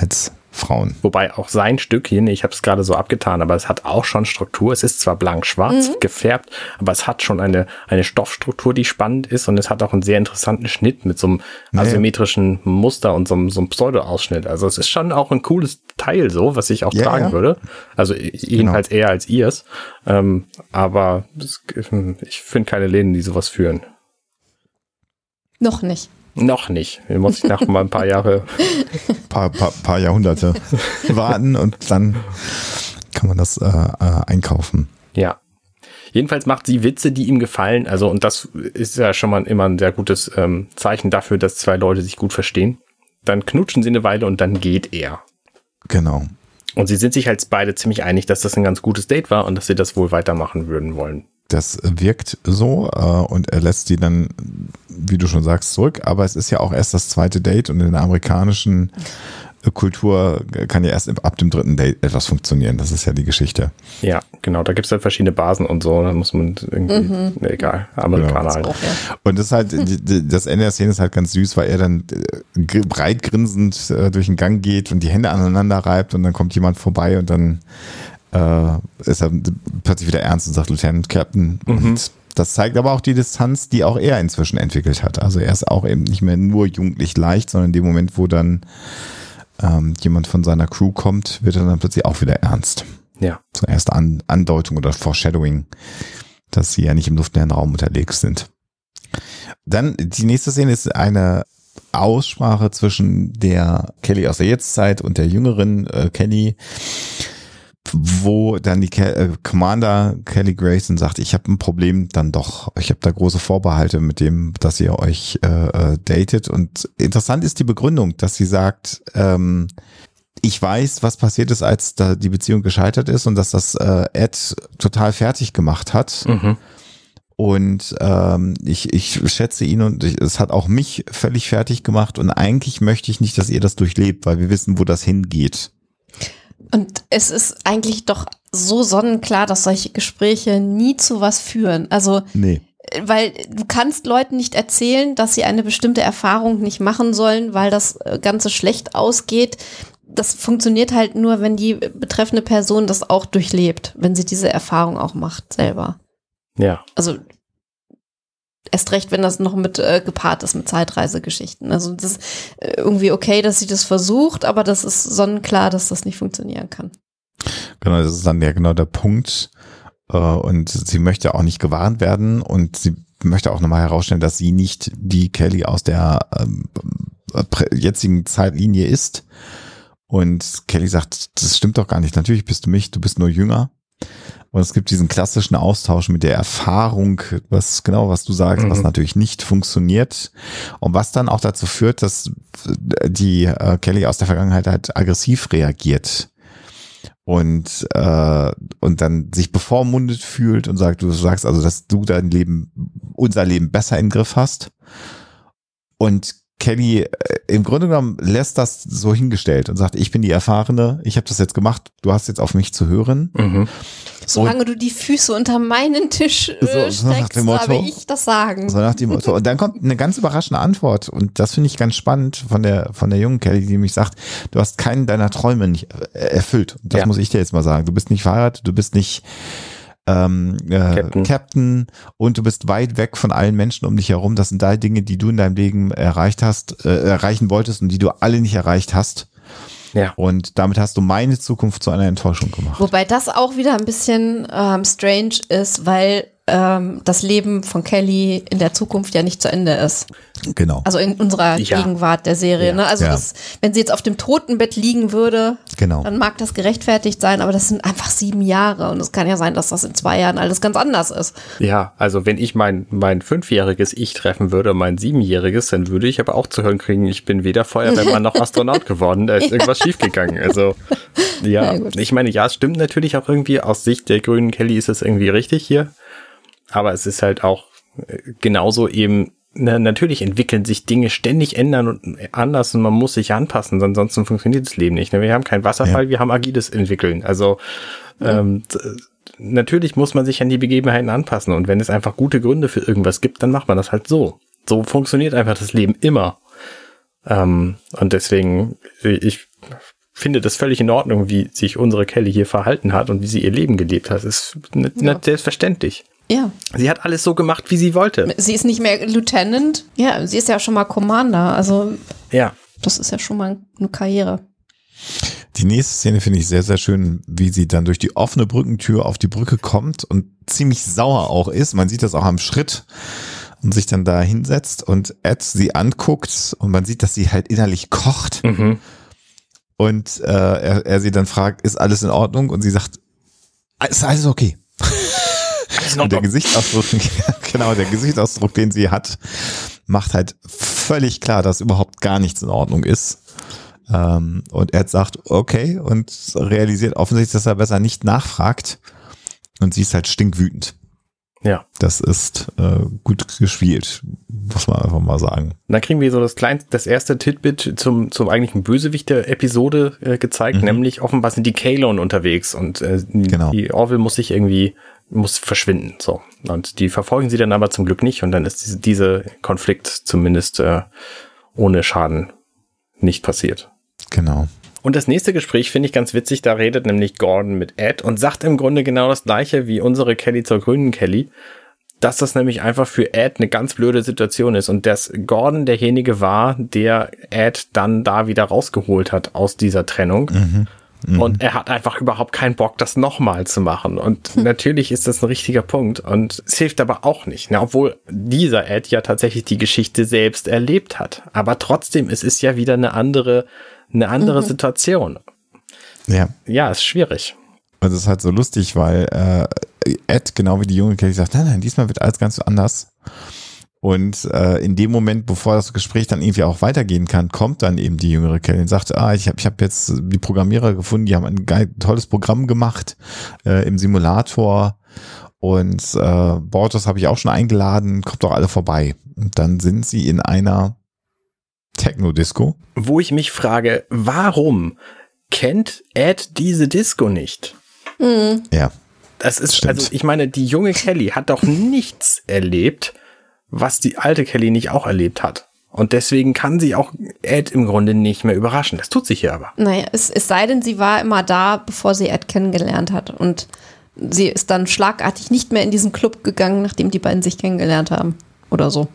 Frauen. Wobei auch sein Stück hier, ich habe es gerade so abgetan, aber es hat auch schon Struktur. Es ist zwar blank-schwarz gefärbt, aber es hat schon eine Stoffstruktur, die spannend ist, und es hat auch einen sehr interessanten Schnitt mit so einem asymmetrischen Muster und so einem Pseudo-Ausschnitt. Also es ist schon auch ein cooles Teil so, was ich auch tragen würde. Also jedenfalls eher als ihr's. Aber ich finde keine Läden, die sowas führen. Noch nicht. Noch nicht. Hier muss ich nach mal ein paar Jahre. Paar Jahrhunderte warten und dann kann man das einkaufen. Ja. Jedenfalls macht sie Witze, die ihm gefallen. Also, und das ist ja schon mal immer ein sehr gutes Zeichen dafür, dass zwei Leute sich gut verstehen. Dann knutschen sie eine Weile und dann geht er. Genau. Und sie sind sich halt beide ziemlich einig, dass das ein ganz gutes Date war und dass sie das wohl weitermachen würden wollen. Das wirkt so und er lässt sie dann, wie du schon sagst, zurück. Aber es ist ja auch erst das zweite Date und in der amerikanischen Kultur kann ja erst ab dem dritten Date etwas funktionieren. Das ist ja die Geschichte. Ja, genau. Da gibt es halt verschiedene Basen und so. Da muss man irgendwie, egal, Amerikaner halt. Und das ist halt, das Ende der Szene ist halt ganz süß, weil er dann breit grinsend durch den Gang geht und die Hände aneinander reibt und dann kommt jemand vorbei und dann ist er plötzlich wieder ernst und sagt Lieutenant Captain. Und das zeigt aber auch die Distanz, die auch er inzwischen entwickelt hat. Also er ist auch eben nicht mehr nur jugendlich leicht, sondern in dem Moment, wo dann jemand von seiner Crew kommt, wird er dann plötzlich auch wieder ernst. Ja. So erste Andeutung oder Foreshadowing, dass sie ja nicht im luftleeren Raum unterwegs sind. Dann die nächste Szene ist eine Aussprache zwischen der Kelly aus der Jetztzeit und der jüngeren Kelly, wo dann die Commander Kelly Grayson sagt, ich habe ein Problem dann doch. Ich habe da große Vorbehalte mit dem, dass ihr euch datet. Und interessant ist die Begründung, dass sie sagt, ich weiß, was passiert ist, als da die Beziehung gescheitert ist und dass das Ed total fertig gemacht hat. Und ich schätze ihn und es hat auch mich völlig fertig gemacht und eigentlich möchte ich nicht, dass ihr das durchlebt, weil wir wissen, wo das hingeht. Und es ist eigentlich doch so sonnenklar, dass solche Gespräche nie zu was führen. Also, weil du kannst Leuten nicht erzählen, dass sie eine bestimmte Erfahrung nicht machen sollen, weil das Ganze schlecht ausgeht. Das funktioniert halt nur, wenn die betreffende Person das auch durchlebt, wenn sie diese Erfahrung auch macht selber. Ja. Also erst recht, wenn das noch mit gepaart ist mit Zeitreisegeschichten. Also das ist irgendwie okay, dass sie das versucht, aber das ist sonnenklar, dass das nicht funktionieren kann. Genau, das ist dann ja genau der Punkt. Und sie möchte auch nicht gewarnt werden und sie möchte auch nochmal herausstellen, dass sie nicht die Kelly aus der jetzigen Zeitlinie ist. Und Kelly sagt, das stimmt doch gar nicht. Natürlich bist du bist nur jünger. Und es gibt diesen klassischen Austausch mit der Erfahrung, was du sagst, was natürlich nicht funktioniert und was dann auch dazu führt, dass die Kelly aus der Vergangenheit halt aggressiv reagiert und dann sich bevormundet fühlt und du sagst also, dass du unser Leben besser in den Griff hast. Und Kelly im Grunde genommen lässt das so hingestellt und sagt, ich bin die Erfahrene, ich habe das jetzt gemacht, du hast jetzt auf mich zu hören. Solange du die Füße unter meinen Tisch steckst, habe ich das Sagen. So nach dem Motto. Und dann kommt eine ganz überraschende Antwort und das finde ich ganz spannend von der jungen Kelly, die mich sagt, du hast keinen deiner Träume nicht erfüllt. Und das muss ich dir jetzt mal sagen. Du bist nicht verheiratet, du bist nicht Captain und du bist weit weg von allen Menschen um dich herum. Das sind 3 Dinge, die du in deinem Leben erreichen wolltest und die du alle nicht erreicht hast. Ja. Und damit hast du meine Zukunft zu einer Enttäuschung gemacht. Wobei das auch wieder ein bisschen strange ist, weil das Leben von Kelly in der Zukunft ja nicht zu Ende ist. Genau. Also in unserer Gegenwart der Serie. Ja. Ne? Also wenn sie jetzt auf dem Totenbett liegen würde, dann mag das gerechtfertigt sein, aber das sind einfach 7 Jahre und es kann ja sein, dass das in 2 Jahren alles ganz anders ist. Ja, also wenn ich mein 5-jähriges Ich treffen würde, mein 7-jähriges, dann würde ich aber auch zu hören kriegen, ich bin weder Feuerwehrmann noch Astronaut geworden, da ist irgendwas schiefgegangen. Also ich meine, es stimmt natürlich auch irgendwie, aus Sicht der grünen Kelly ist es irgendwie richtig hier. Aber es ist halt auch genauso eben, natürlich entwickeln sich Dinge ständig ändern und anders und man muss sich anpassen, ansonsten funktioniert das Leben nicht. Wir haben keinen Wasserfall, wir haben agiles Entwickeln. Also natürlich muss man sich an die Begebenheiten anpassen und wenn es einfach gute Gründe für irgendwas gibt, dann macht man das halt so. So funktioniert einfach das Leben immer. Und deswegen, ich finde das völlig in Ordnung, wie sich unsere Kelly hier verhalten hat und wie sie ihr Leben gelebt hat. Das ist nicht selbstverständlich. Ja. Sie hat alles so gemacht, wie sie wollte. Sie ist nicht mehr Lieutenant. Ja, sie ist ja schon mal Commander. Also, ja. Das ist ja schon mal eine Karriere. Die nächste Szene finde ich sehr, sehr schön, wie sie dann durch die offene Brückentür auf die Brücke kommt und ziemlich sauer auch ist. Man sieht das auch am Schritt und sich dann da hinsetzt und Ed sie anguckt und man sieht, dass sie halt innerlich kocht. Mhm. Und er sie dann fragt, ist alles in Ordnung? Und sie sagt, ist alles okay. Und der Gesichtsausdruck, genau, der Gesichtsausdruck, den sie hat, macht halt völlig klar, dass überhaupt gar nichts in Ordnung ist. Und Ed sagt, okay, und realisiert offensichtlich, dass er besser nicht nachfragt. Und sie ist halt stinkwütend. Ja. Das ist gut gespielt, muss man einfach mal sagen. Und dann kriegen wir so das erste Titbit zum eigentlichen Bösewicht der Episode gezeigt, nämlich offenbar sind die Kaylon unterwegs und die Orville muss verschwinden. So. Und die verfolgen sie dann aber zum Glück nicht und dann ist dieser Konflikt zumindest ohne Schaden nicht passiert. Genau. Und das nächste Gespräch finde ich ganz witzig, da redet nämlich Gordon mit Ed und sagt im Grunde genau das Gleiche wie unsere Kelly zur grünen Kelly, dass das nämlich einfach für Ed eine ganz blöde Situation ist und dass Gordon derjenige war, der Ed dann da wieder rausgeholt hat aus dieser Trennung. Und er hat einfach überhaupt keinen Bock, das nochmal zu machen. Und natürlich ist das ein richtiger Punkt. Und es hilft aber auch nicht, ne? Obwohl dieser Ed ja tatsächlich die Geschichte selbst erlebt hat. Aber trotzdem, es ist ja wieder eine andere Situation. Ja, ist schwierig. Und es ist halt so lustig, weil Ed, genau wie die junge Kelly, sagt, nein, diesmal wird alles ganz so anders. Und in dem Moment, bevor das Gespräch dann irgendwie auch weitergehen kann, kommt dann eben die jüngere Kelly und sagt, ich hab jetzt die Programmierer gefunden, die haben ein tolles Programm gemacht im Simulator und Bortos habe ich auch schon eingeladen, kommt doch alle vorbei. Und dann sind sie in einer Techno-Disco. Wo ich mich frage, warum kennt Ed diese Disco nicht? Ja. Das ist, stimmt. also ich meine, die junge Kelly hat doch nichts erlebt, was die alte Kelly nicht auch erlebt hat. Und deswegen kann sie auch Ed im Grunde nicht mehr überraschen. Das tut sie hier aber. Naja, es sei denn, sie war immer da, bevor sie Ed kennengelernt hat. Und sie ist dann schlagartig nicht mehr in diesen Club gegangen, nachdem die beiden sich kennengelernt haben. Oder so.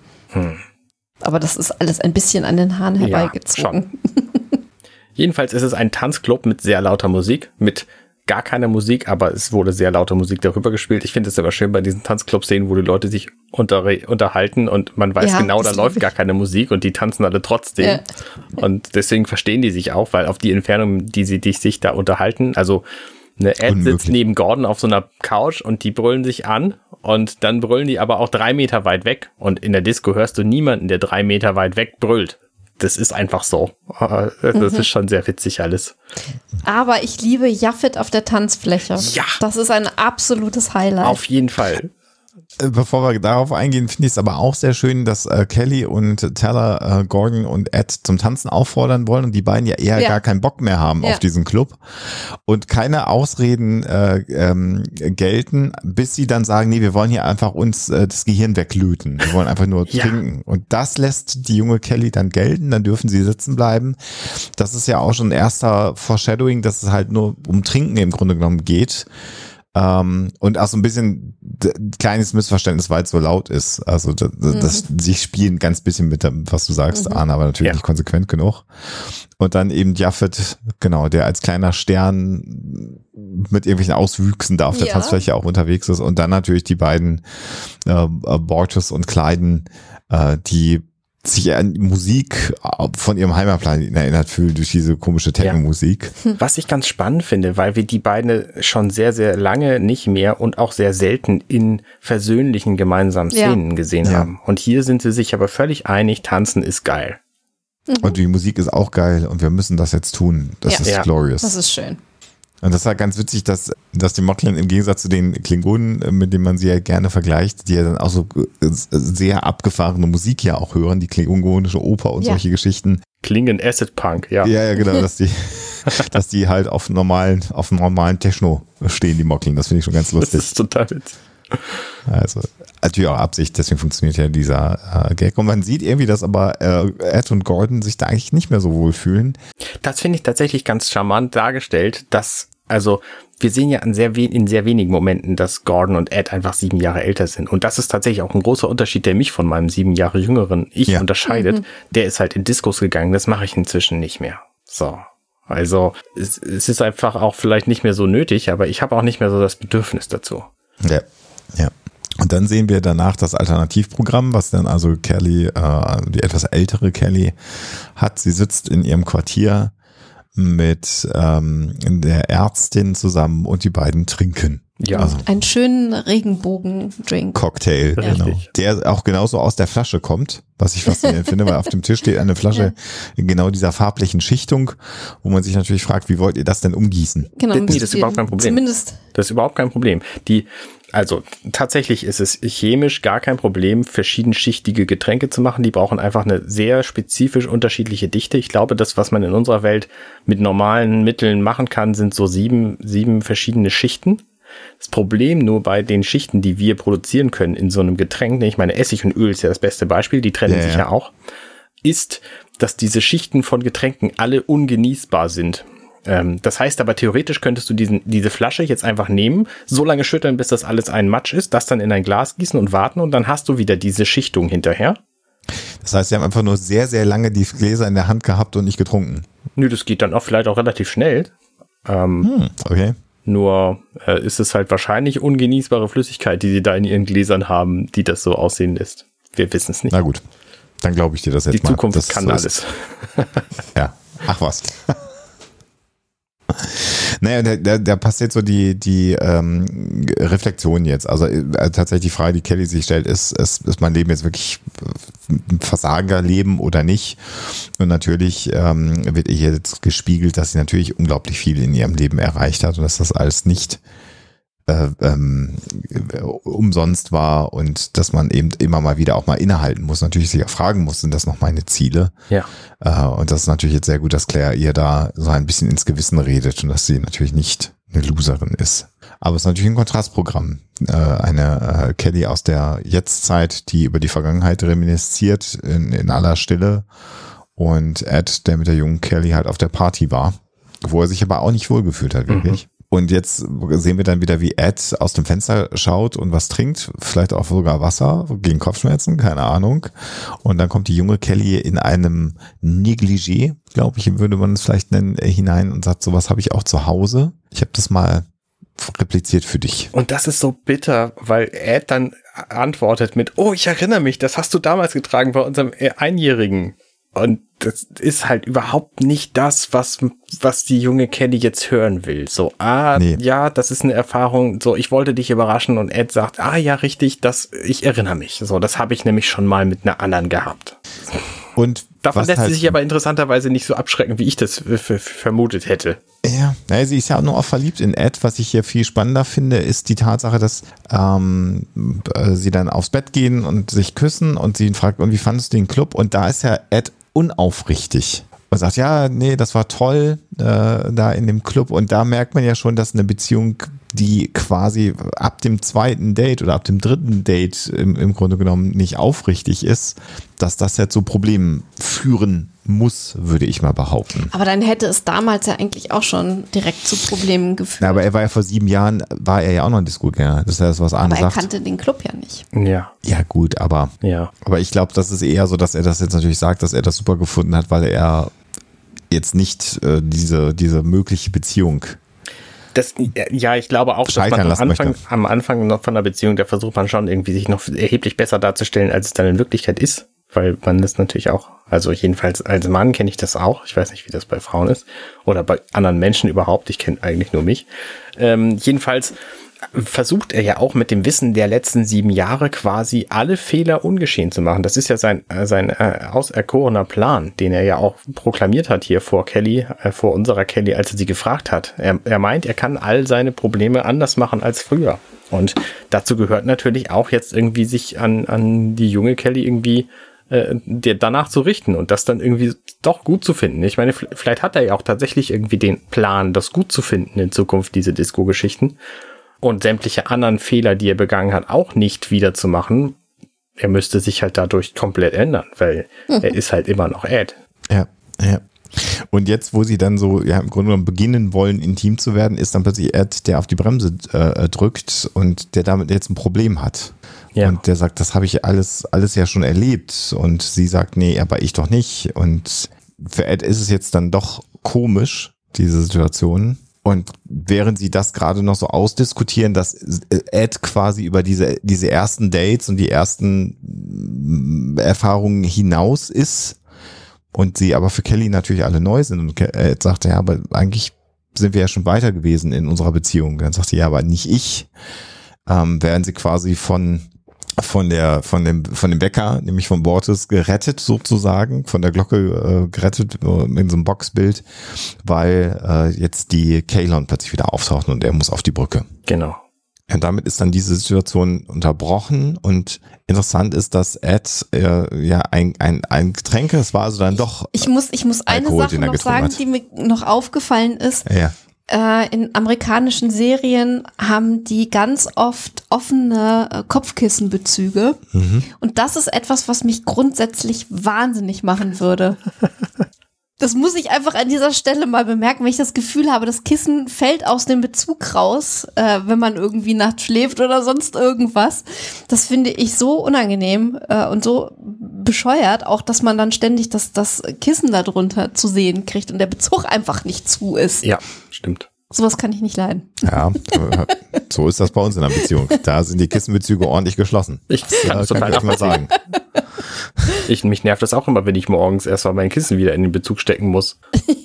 Aber das ist alles ein bisschen an den Haaren herbeigezogen. Ja, schon. Jedenfalls ist es ein Tanzclub mit sehr lauter Musik, mit gar keiner Musik, aber es wurde sehr laute Musik darüber gespielt. Ich finde es aber schön bei diesen Tanzclub-Szenen, wo die Leute sich unterhalten und man weiß genau, da läuft gar keine Musik und die tanzen alle trotzdem. Ja. Und deswegen verstehen die sich auch, weil auf die Entfernung, die sich da unterhalten, also Ed sitzt neben Gordon auf so einer Couch und die brüllen sich an und dann brüllen die aber auch 3 Meter weit weg und in der Disco hörst du niemanden, der 3 Meter weit weg brüllt. Das ist einfach so. Das ist schon sehr witzig alles. Aber ich liebe Jaffet auf der Tanzfläche. Ja. Das ist ein absolutes Highlight. Auf jeden Fall. Bevor wir darauf eingehen, finde ich es aber auch sehr schön, dass Kelly und Teller Gordon und Ed zum Tanzen auffordern wollen und die beiden ja eher gar keinen Bock mehr haben auf diesen Club und keine Ausreden gelten, bis sie dann sagen, nee, wir wollen hier einfach uns das Gehirn weglöten. Wir wollen einfach nur trinken. Und das lässt die junge Kelly dann gelten, dann dürfen sie sitzen bleiben. Das ist ja auch schon ein erster Foreshadowing, dass es halt nur um Trinken im Grunde genommen geht. Und auch so ein bisschen kleines Missverständnis, weil es so laut ist. Also sie spielen ganz bisschen mit dem, was du sagst, Arne, aber natürlich nicht konsequent genug. Und dann eben Jaffet, genau, der als kleiner Stern mit irgendwelchen Auswüchsen da auf der Tanzfläche auch unterwegs ist. Und dann natürlich die beiden Borges und Clyden, die sich an Musik von ihrem Heimatplaneten erinnert fühlen durch diese komische Techno-Musik. Was ich ganz spannend finde, weil wir die beiden schon sehr, sehr lange nicht mehr und auch sehr selten in versöhnlichen gemeinsamen Szenen gesehen haben. Und hier sind sie sich aber völlig einig, tanzen ist geil. Und die Musik ist auch geil und wir müssen das jetzt tun. Das ist glorious. Das ist schön. Und das war ganz witzig, dass die Moclan im Gegensatz zu den Klingonen, mit denen man sie ja gerne vergleicht, die ja dann auch so sehr abgefahrene Musik ja auch hören, die klingonische Oper und solche Geschichten. Klingen Acid Punk, Ja, genau, dass die halt auf normalen Techno stehen, die Moclan. Das finde ich schon ganz lustig. Das ist total witzig. Also, Natürlich auch Absicht, deswegen funktioniert ja dieser Gag. Und man sieht irgendwie, dass aber Ed und Gordon sich da eigentlich nicht mehr so wohl fühlen. Das finde ich tatsächlich ganz charmant dargestellt, dass, also wir sehen ja in sehr wenigen Momenten, dass Gordon und Ed einfach 7 Jahre älter sind. Und das ist tatsächlich auch ein großer Unterschied, der mich von meinem 7 Jahre jüngeren Ich unterscheidet. Der ist halt in Diskos gegangen, das mache ich inzwischen nicht mehr. So. Also es ist einfach auch vielleicht nicht mehr so nötig, aber ich habe auch nicht mehr so das Bedürfnis dazu. Ja, ja. Und dann sehen wir danach das Alternativprogramm, was dann also Kelly, die etwas ältere Kelly hat. Sie sitzt in ihrem Quartier mit der Ärztin zusammen und die beiden trinken. Ja. Also Einen schönen Regenbogen-Drink. Cocktail, genau. Der auch genauso aus der Flasche kommt, was ich faszinierend finde, weil auf dem Tisch steht eine Flasche in genau dieser farblichen Schichtung, wo man sich natürlich fragt, wie wollt ihr das denn umgießen? Genau, Nee, das ist überhaupt kein Problem. Zumindest. Das ist überhaupt kein Problem. Also tatsächlich ist es chemisch gar kein Problem, verschiedenschichtige Getränke zu machen. Die brauchen einfach eine sehr spezifisch unterschiedliche Dichte. Ich glaube, das, was man in unserer Welt mit normalen Mitteln machen kann, sind so sieben verschiedene Schichten. Das Problem nur bei den Schichten, die wir produzieren können in so einem Getränk, ich meine, Essig und Öl ist ja das beste Beispiel, die trennen sich ja auch, ist, dass diese Schichten von Getränken alle ungenießbar sind. Das heißt aber, theoretisch könntest du diese Flasche jetzt einfach nehmen, so lange schütteln, bis das alles ein Matsch ist, das dann in ein Glas gießen und warten und dann hast du wieder diese Schichtung hinterher. Das heißt, sie haben einfach nur sehr, sehr lange die Gläser in der Hand gehabt und nicht getrunken. Nö, das geht dann auch vielleicht auch relativ schnell. Okay. Nur ist es halt wahrscheinlich ungenießbare Flüssigkeit, die sie da in ihren Gläsern haben, die das so aussehen lässt. Wir wissen es nicht. Na gut, dann glaube ich dir das jetzt mal. Die Zukunft das kann alles. Ja, ach was. Naja, da passiert so die Reflexion jetzt. Also tatsächlich die Frage, die Kelly sich stellt, ist mein Leben jetzt wirklich ein Versagerleben oder nicht? Und natürlich wird ihr jetzt gespiegelt, dass sie natürlich unglaublich viel in ihrem Leben erreicht hat und dass das alles nicht umsonst war und dass man eben immer mal wieder auch mal innehalten muss, natürlich sich auch fragen muss, sind das noch meine Ziele? Ja. Und das ist natürlich jetzt sehr gut, dass Claire ihr da so ein bisschen ins Gewissen redet und dass sie natürlich nicht eine Loserin ist. Aber es ist natürlich ein Kontrastprogramm. Eine Kelly aus der Jetztzeit, die über die Vergangenheit reminisziert in aller Stille und Ed, der mit der jungen Kelly halt auf der Party war, wo er sich aber auch nicht wohlgefühlt hat, wirklich. Und jetzt sehen wir dann wieder, wie Ed aus dem Fenster schaut und was trinkt, vielleicht auch sogar Wasser gegen Kopfschmerzen, keine Ahnung. Und dann kommt die junge Kelly in einem Negligé, glaube ich, würde man es vielleicht nennen, hinein und sagt, sowas habe ich auch zu Hause. Ich habe das mal repliziert für dich. Und das ist so bitter, weil Ed dann antwortet mit, oh, ich erinnere mich, das hast du damals getragen bei unserem Einjährigen. Und das ist halt überhaupt nicht das, was die junge Kelly jetzt hören will. So, nee. Ja, das ist eine Erfahrung. So, ich wollte dich überraschen und Ed sagt, ja, richtig, ich erinnere mich. So, das habe ich nämlich schon mal mit einer anderen gehabt. Und davon lässt sie sich aber interessanterweise nicht so abschrecken, wie ich das vermutet hätte. Ja, sie ist ja auch nur auch verliebt in Ed. Was ich hier viel spannender finde, ist die Tatsache, dass sie dann aufs Bett gehen und sich küssen und sie ihn fragt, und wie fandest du den Club? Und da ist ja Ed unaufrichtig und sagt, ja, nee, das war toll da in dem Club. Und da merkt man ja schon, dass eine Beziehung, die quasi ab dem zweiten Date oder ab dem dritten Date im Grunde genommen nicht aufrichtig ist, dass das jetzt zu Problemen führen muss, würde ich mal behaupten. Aber dann hätte es damals ja eigentlich auch schon direkt zu Problemen geführt. Ja, aber er war ja vor 7 Jahren, war er ja auch noch ein Disco-Gänger. Das ist ja das, was Arne sagt. Aber er kannte den Club ja nicht. Ja. Ja gut, aber ich glaube, das ist eher so, dass er das jetzt natürlich sagt, dass er das super gefunden hat, weil er jetzt nicht diese mögliche Beziehung ich glaube auch, dass man am Anfang noch von der Beziehung, da versucht man schon irgendwie sich noch erheblich besser darzustellen, als es dann in Wirklichkeit ist. Weil man das natürlich auch, also jedenfalls als Mann kenne ich das auch. Ich weiß nicht, wie das bei Frauen ist. Oder bei anderen Menschen überhaupt. Ich kenne eigentlich nur mich. Jedenfalls versucht er ja auch mit dem Wissen der letzten 7 Jahre quasi alle Fehler ungeschehen zu machen. Das ist ja sein auserkorener Plan, den er ja auch proklamiert hat hier vor unserer Kelly, als er sie gefragt hat. Er meint, er kann all seine Probleme anders machen als früher. Und dazu gehört natürlich auch jetzt irgendwie sich an die junge Kelly irgendwie danach zu richten und das dann irgendwie doch gut zu finden. Ich meine, vielleicht hat er ja auch tatsächlich irgendwie den Plan, das gut zu finden in Zukunft, diese Disco-Geschichten. und sämtliche anderen Fehler, die er begangen hat, auch nicht wieder zu machen. Er müsste sich halt dadurch komplett ändern, weil er ist halt immer noch Ed. Ja. Und jetzt, wo sie dann so im Grunde genommen beginnen wollen, intim zu werden, ist dann plötzlich Ed, der auf die Bremse drückt und der damit jetzt ein Problem hat. Ja. Und der sagt, das habe ich alles ja schon erlebt. Und sie sagt, nee, aber ich doch nicht. Und für Ed ist es jetzt dann doch komisch, diese Situation. Und während sie das gerade noch so ausdiskutieren, dass Ed quasi über diese ersten Dates und die ersten Erfahrungen hinaus ist und sie aber für Kelly natürlich alle neu sind und Ed sagt, ja, aber eigentlich sind wir ja schon weiter gewesen in unserer Beziehung. Dann sagt sie, ja, aber nicht ich. Während sie quasi von dem Bäcker, nämlich von Bortes, gerettet sozusagen, von der Glocke gerettet in so einem Boxbild, weil jetzt die Kaylon plötzlich wieder auftauchen und er muss auf die Brücke. Genau. Und damit ist dann diese Situation unterbrochen und interessant ist, dass Ed ein Getränk, es war also dann doch Ich muss eine Alkohol, Sache noch sagen, die mir noch aufgefallen ist. Ja. In amerikanischen Serien haben die ganz oft offene Kopfkissenbezüge. Und das ist etwas, was mich grundsätzlich wahnsinnig machen würde. Das muss ich einfach an dieser Stelle mal bemerken, wenn ich das Gefühl habe, das Kissen fällt aus dem Bezug raus, wenn man irgendwie nachts schläft oder sonst irgendwas. Das finde ich so unangenehm und so bescheuert, auch dass man dann ständig das Kissen da drunter zu sehen kriegt und der Bezug einfach nicht zu ist. Ja, stimmt. Sowas kann ich nicht leiden. Ja, so ist das bei uns in der Beziehung. Da sind die Kissenbezüge ordentlich geschlossen. Ich kann es total mal sagen. Mich nervt das auch immer, wenn ich morgens erstmal mein Kissen wieder in den Bezug stecken muss.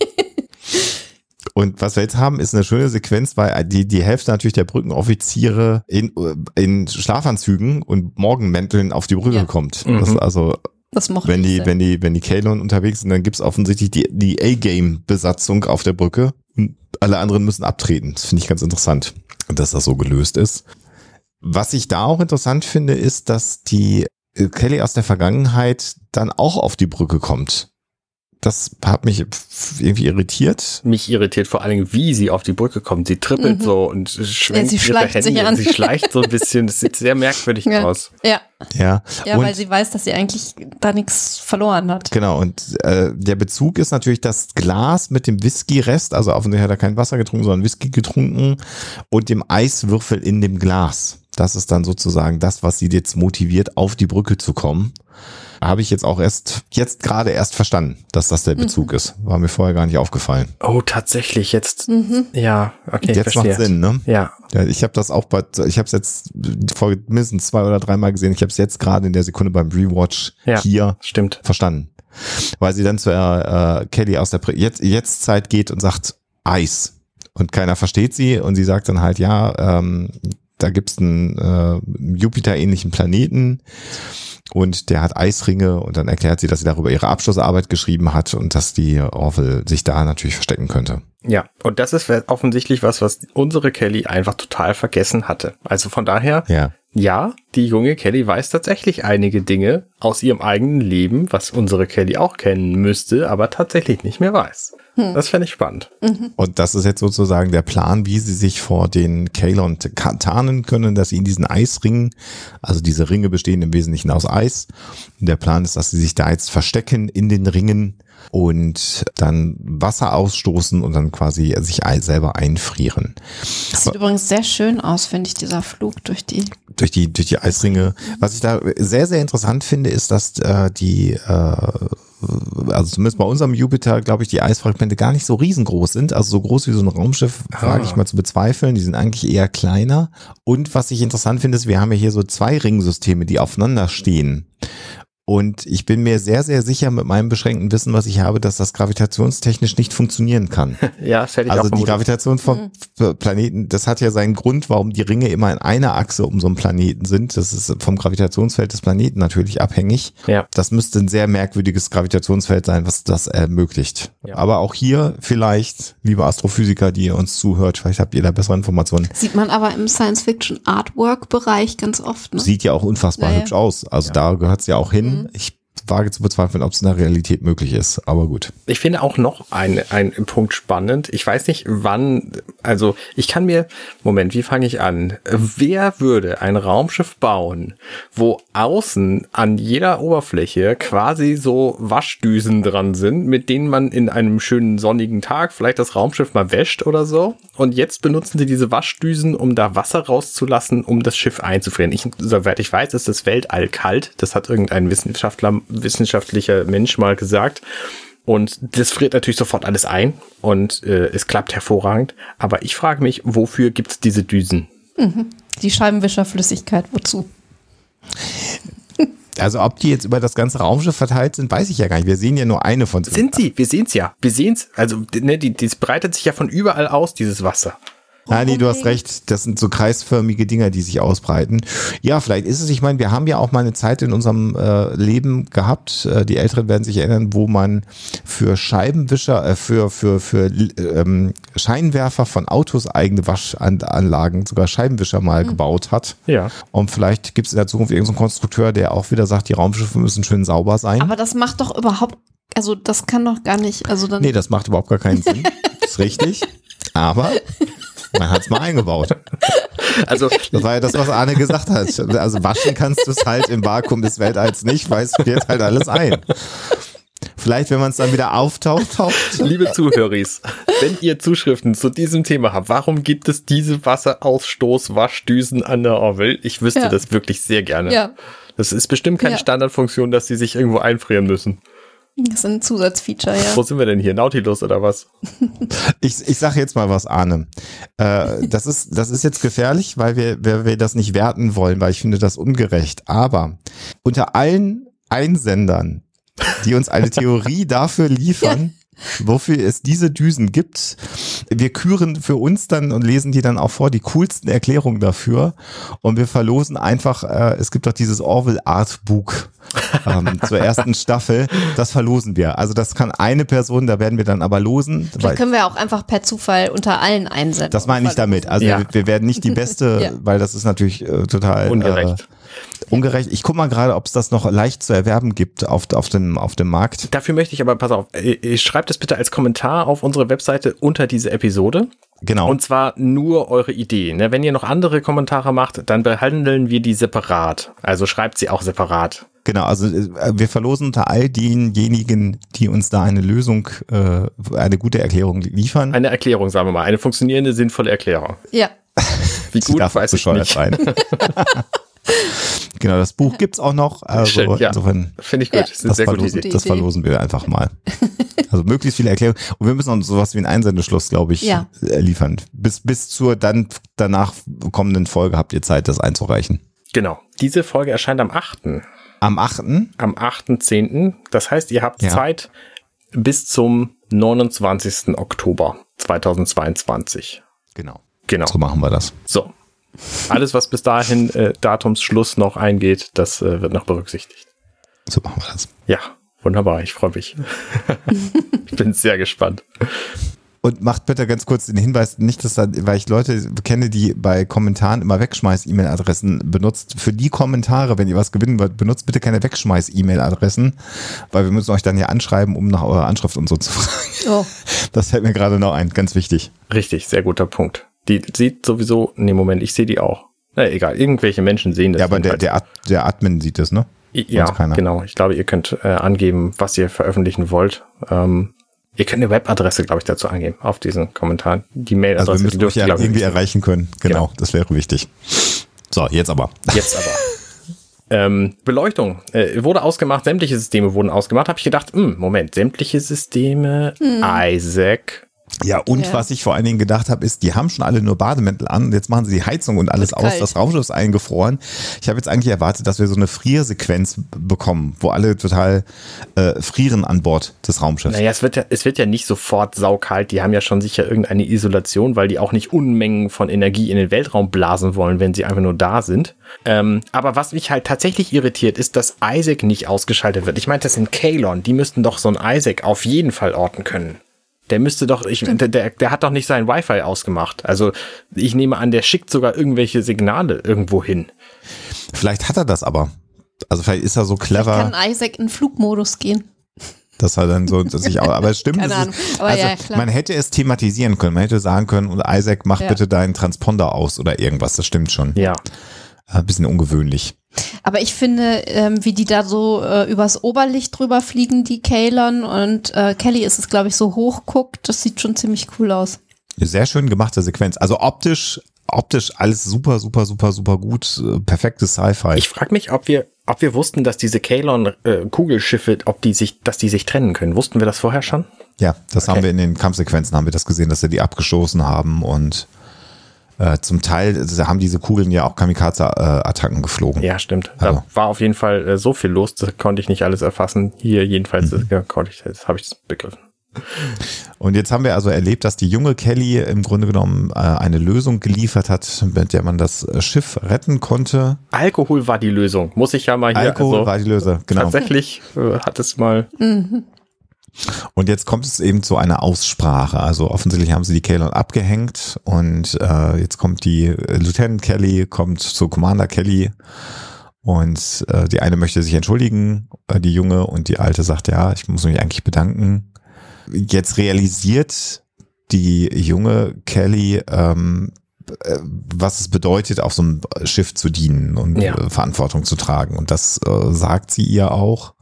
Und was wir jetzt haben, ist eine schöne Sequenz, weil die Hälfte natürlich der Brückenoffiziere in Schlafanzügen und Morgenmänteln auf die Brücke kommt. Das mochte wenn die Kaylon unterwegs sind, dann gibt's offensichtlich die A-Game-Besatzung auf der Brücke und alle anderen müssen abtreten. Das finde ich ganz interessant, dass das so gelöst ist. Was ich da auch interessant finde, ist, dass die Kelly aus der Vergangenheit dann auch auf die Brücke kommt. Das hat mich irgendwie irritiert. Mich irritiert vor allen Dingen, wie sie auf die Brücke kommt. Sie trippelt so und schwenkt ihre Hände. Sie schleicht so ein bisschen. Das sieht sehr merkwürdig aus. Ja, weil sie weiß, dass sie eigentlich da nichts verloren hat. Genau, und der Bezug ist natürlich das Glas mit dem Whisky-Rest, also offensichtlich hat er kein Wasser getrunken, sondern Whisky getrunken und dem Eiswürfel in dem Glas. Das ist dann sozusagen das, was sie jetzt motiviert, auf die Brücke zu kommen. Habe ich jetzt auch jetzt gerade erst verstanden, dass das der Bezug ist. War mir vorher gar nicht aufgefallen. Oh, tatsächlich, jetzt. Ja, okay. Jetzt macht Sinn, ne? Ja. Ich habe das auch ich habe es jetzt vor mindestens 2 oder 3 Mal gesehen. Ich habe es jetzt gerade in der Sekunde beim Rewatch hier verstanden. Weil sie dann zu Kelly aus der jetzt Zeit geht und sagt Eis. Und keiner versteht sie und sie sagt dann halt, da gibt's einen Jupiter-ähnlichen Planeten und der hat Eisringe und dann erklärt sie, dass sie darüber ihre Abschlussarbeit geschrieben hat und dass die Orville sich da natürlich verstecken könnte. Ja, und das ist offensichtlich was unsere Kelly einfach total vergessen hatte. Also von daher, ja, die junge Kelly weiß tatsächlich einige Dinge aus ihrem eigenen Leben, was unsere Kelly auch kennen müsste, aber tatsächlich nicht mehr weiß. Das fände ich spannend. Und das ist jetzt sozusagen der Plan, wie sie sich vor den Kaylon tarnen können, dass sie in diesen Eisringen, also diese Ringe bestehen im Wesentlichen aus Eis. Und der Plan ist, dass sie sich da jetzt verstecken in den Ringen und dann Wasser ausstoßen und dann quasi sich selber einfrieren. Das sieht übrigens sehr schön aus, finde ich, dieser Flug durch die Eisringe. Was ich da sehr, sehr interessant finde, ist, dass also zumindest bei unserem Jupiter, glaube ich, die Eisfragmente gar nicht so riesengroß sind. Also so groß wie so ein Raumschiff, wage ich mal zu bezweifeln. Die sind eigentlich eher kleiner. Und was ich interessant finde, ist, wir haben ja hier so 2 Ringsysteme, die aufeinander stehen. Und ich bin mir sehr, sehr sicher mit meinem beschränkten Wissen, was ich habe, dass das gravitationstechnisch nicht funktionieren kann. Ja, das hätte ich auch vermutet. Also die Gravitation vom Planeten, das hat ja seinen Grund, warum die Ringe immer in einer Achse um so einen Planeten sind. Das ist vom Gravitationsfeld des Planeten natürlich abhängig. Ja. Das müsste ein sehr merkwürdiges Gravitationsfeld sein, was das ermöglicht. Ja. Aber auch hier vielleicht, liebe Astrophysiker, die ihr uns zuhört, vielleicht habt ihr da bessere Informationen. Sieht man aber im Science-Fiction-Artwork-Bereich ganz oft. Ne? Sieht ja auch unfassbar hübsch aus. Also da gehört es ja auch hin. Ich wage zu bezweifeln, ob es in der Realität möglich ist, aber gut. Ich finde auch noch einen Punkt spannend. Ich weiß nicht, wann, also ich kann mir, Moment, wie fange ich an? Wer würde ein Raumschiff bauen, wo außen an jeder Oberfläche quasi so Waschdüsen dran sind, mit denen man in einem schönen sonnigen Tag vielleicht das Raumschiff mal wäscht oder so? Und jetzt benutzen sie diese Waschdüsen, um da Wasser rauszulassen, um das Schiff einzufrieren. Soweit ich weiß, ist das Weltall kalt. Das hat irgendein wissenschaftlicher Mensch mal gesagt. Und das friert natürlich sofort alles ein und es klappt hervorragend. Aber ich frage mich, wofür gibt es diese Düsen? Die Scheibenwischerflüssigkeit, wozu? Also ob die jetzt über das ganze Raumschiff verteilt sind, weiß ich ja gar nicht. Wir sehen ja nur eine von Sind sie? Wir sehen es ja. Wir sehen es. Also ne, das breitet sich ja von überall aus, dieses Wasser. Ah, nee, du hast recht. Das sind so kreisförmige Dinger, die sich ausbreiten. Ja, vielleicht ist es, ich meine, wir haben ja auch mal eine Zeit in unserem Leben gehabt, die Älteren werden sich erinnern, wo man für Scheibenwischer, für Scheinwerfer von Autos eigene Waschanlagen, sogar Scheibenwischer mal gebaut hat. Ja. Und vielleicht gibt es in der Zukunft irgendeinen Konstrukteur, der auch wieder sagt, die Raumschiffe müssen schön sauber sein. Aber das macht doch überhaupt, also das kann doch gar nicht, also dann. Nee, das macht überhaupt gar keinen Sinn. Das ist richtig. Aber man hat es mal eingebaut. Also das war ja das, was Arne gesagt hat. Also waschen kannst du es halt im Vakuum des Weltalls nicht, weil es friert halt alles ein. Vielleicht, wenn man es dann wieder auftaucht. Liebe Zuhöris, wenn ihr Zuschriften zu diesem Thema habt, warum gibt es diese Wasserausstoß-Waschdüsen an der Orville? Ich wüsste das wirklich sehr gerne. Ja. Das ist bestimmt keine Standardfunktion, dass sie sich irgendwo einfrieren müssen. Das ist ein Zusatzfeature, ja. Wo sind wir denn hier? Nautilus oder was? Ich sage jetzt mal was, Arne. Das ist jetzt gefährlich, weil wir das nicht werten wollen, weil ich finde das ungerecht. Aber unter allen Einsendern, die uns eine Theorie dafür liefern, wofür es diese Düsen gibt, wir küren für uns dann und lesen die dann auch vor, die coolsten Erklärungen dafür. Und wir verlosen einfach, es gibt doch dieses Orville Artbook zur ersten Staffel, das verlosen wir. Also das kann eine Person, da werden wir dann aber losen. Vielleicht können wir auch einfach per Zufall unter allen einsenden. Das meine ich damit. Also wir werden nicht die beste, weil das ist natürlich total ungerecht. Ungerecht. Ich gucke mal gerade, ob es das noch leicht zu erwerben gibt auf dem Markt. Dafür möchte ich aber, pass auf, schreibt es bitte als Kommentar auf unsere Webseite unter diese Episode. Genau. Und zwar nur eure Idee. Ne? Wenn ihr noch andere Kommentare macht, dann behandeln wir die separat. Also schreibt sie auch separat. Genau, also wir verlosen unter all denjenigen, die uns da eine Lösung, eine gute Erklärung liefern. Eine Erklärung, sagen wir mal. Eine funktionierende, sinnvolle Erklärung. Ja. Wie gut, darf weiß ich nicht. Sein. Genau, das Buch gibt's auch noch. Also schön, ja. Insofern, finde ich gut. Das ist eine sehr gute Idee. Das verlosen wir einfach mal. Also möglichst viele Erklärungen. Und wir müssen auch sowas wie einen Einsendeschluss, glaube ich, liefern. Bis zur dann danach kommenden Folge habt ihr Zeit, das einzureichen. Genau. Diese Folge erscheint am 8. Am 8.? Am 8.10. Das heißt, ihr habt Zeit bis zum 29. Oktober 2022. Genau. So machen wir das. So. Alles, was bis dahin Datumsschluss noch eingeht, das wird noch berücksichtigt. So machen wir das. Ja, wunderbar. Ich freue mich. Ich bin sehr gespannt. Und macht bitte ganz kurz den Hinweis, nicht, dass weil ich Leute kenne, die bei Kommentaren immer Wegschmeiß-E-Mail-Adressen benutzt. Für die Kommentare, wenn ihr was gewinnen wollt, benutzt bitte keine Wegschmeiß-E-Mail-Adressen, weil wir müssen euch dann ja anschreiben, um nach eurer Anschrift und so zu fragen. Oh. Das fällt mir gerade noch ein, ganz wichtig. Richtig, sehr guter Punkt. Die sieht sowieso, Moment, ich sehe die auch. Na egal, irgendwelche Menschen sehen das. Ja, aber der Admin sieht das, ne? Ja, genau. Ich glaube, ihr könnt angeben, was ihr veröffentlichen wollt. Ihr könnt eine Webadresse, glaube ich, dazu angeben, auf diesen Kommentaren. Die Mailadresse. Also wir müssen euch ja irgendwie erreichen können. Genau, das wäre wichtig. So, jetzt aber. Beleuchtung wurde ausgemacht, sämtliche Systeme wurden ausgemacht. Habe ich gedacht, Moment, sämtliche Systeme, Isaac. Ja, und was ich vor allen Dingen gedacht habe, ist, die haben schon alle nur Bademäntel an. Jetzt machen sie die Heizung und alles aus. Das Raumschiff ist eingefroren. Ich habe jetzt eigentlich erwartet, dass wir so eine Friersequenz bekommen, wo alle total frieren an Bord des Raumschiffs. Naja, es wird ja nicht sofort saukalt. Die haben ja schon sicher irgendeine Isolation, weil die auch nicht Unmengen von Energie in den Weltraum blasen wollen, wenn sie einfach nur da sind. Aber was mich halt tatsächlich irritiert, ist, dass Isaac nicht ausgeschaltet wird. Ich meine, das sind Kaylon. Die müssten doch so ein Isaac auf jeden Fall orten können. Der müsste doch, der hat doch nicht sein Wi-Fi ausgemacht. Also ich nehme an, der schickt sogar irgendwelche Signale irgendwo hin. Vielleicht hat er das aber. Also vielleicht ist er so clever. Vielleicht kann Isaac in Flugmodus gehen. Das hat dann so sich auch, aber es stimmt. Keine Ahnung. Aber also ja, klar. man hätte es thematisieren können. Man hätte sagen können, und Isaac, mach bitte deinen Transponder aus oder irgendwas. Das stimmt schon. Ja. Ein bisschen ungewöhnlich. Aber ich finde, wie die da so übers Oberlicht drüber fliegen, die Kaylon und Kelly ist es, glaube ich, so hoch guckt, das sieht schon ziemlich cool aus. Eine sehr schön gemachte Sequenz. Also optisch alles super, super, super, super gut. Perfektes Sci-Fi. Ich frage mich, ob wir wussten, dass diese Kaylon-Kugelschiffe, dass die sich trennen können. Wussten wir das vorher schon? Ja, das haben wir in den Kampfsequenzen, haben wir das gesehen, dass sie die abgestoßen haben und zum Teil haben diese Kugeln ja auch Kamikaze-Attacken geflogen. Ja, stimmt. Also. Da war auf jeden Fall so viel los, das konnte ich nicht alles erfassen. Hier jedenfalls habe ich das begriffen. Und jetzt haben wir also erlebt, dass die junge Kelly im Grunde genommen eine Lösung geliefert hat, mit der man das Schiff retten konnte. Alkohol war die Lösung, muss ich ja mal hier. Alkohol war die Lösung, genau. Tatsächlich hat es mal. Und jetzt kommt es eben zu einer Aussprache. Also offensichtlich haben sie die Kaylon abgehängt und jetzt kommt die Lieutenant Kelly, kommt zu Commander Kelly und die eine möchte sich entschuldigen, die Junge, und die alte sagt, ja, ich muss mich eigentlich bedanken. Jetzt realisiert die junge Kelly, was es bedeutet, auf so einem Schiff zu dienen und Verantwortung zu tragen. Und das sagt sie ihr auch.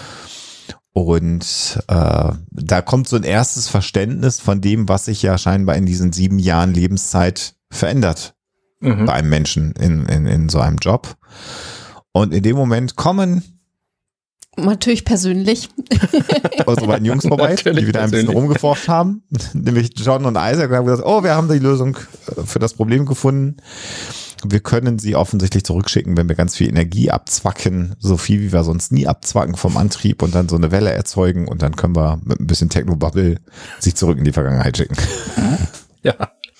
Und da kommt so ein erstes Verständnis von dem, was sich ja scheinbar in diesen 7 Jahren Lebenszeit verändert bei einem Menschen in so einem Job. Und in dem Moment kommen natürlich persönlich unsere beiden Jungs vorbei, die wieder ein bisschen rumgeforscht haben, nämlich John und Isaac, und haben gesagt, oh, wir haben die Lösung für das Problem gefunden. Wir können sie offensichtlich zurückschicken, wenn wir ganz viel Energie abzwacken, so viel wie wir sonst nie abzwacken vom Antrieb, und dann so eine Welle erzeugen, und dann können wir mit ein bisschen Technobubble sich zurück in die Vergangenheit schicken. Ja,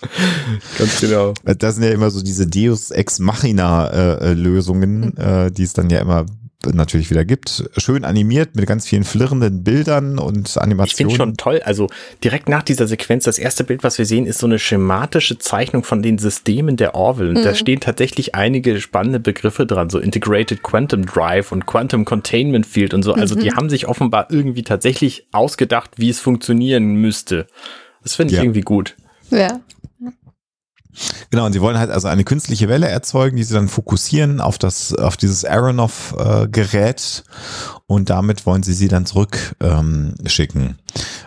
ganz genau. Das sind ja immer so diese Deus Ex Machina Lösungen, die es dann ja immer natürlich wieder gibt. Schön animiert mit ganz vielen flirrenden Bildern und Animationen. Ich finde schon toll. Also direkt nach dieser Sequenz, das erste Bild, was wir sehen, ist so eine schematische Zeichnung von den Systemen der Orville. Und da stehen tatsächlich einige spannende Begriffe dran, so Integrated Quantum Drive und Quantum Containment Field und so. Also die haben sich offenbar irgendwie tatsächlich ausgedacht, wie es funktionieren müsste. Das finde ich irgendwie gut. Ja. Genau, und sie wollen halt also eine künstliche Welle erzeugen, die sie dann fokussieren auf dieses Aronoff-Gerät, und damit wollen sie dann zurück schicken.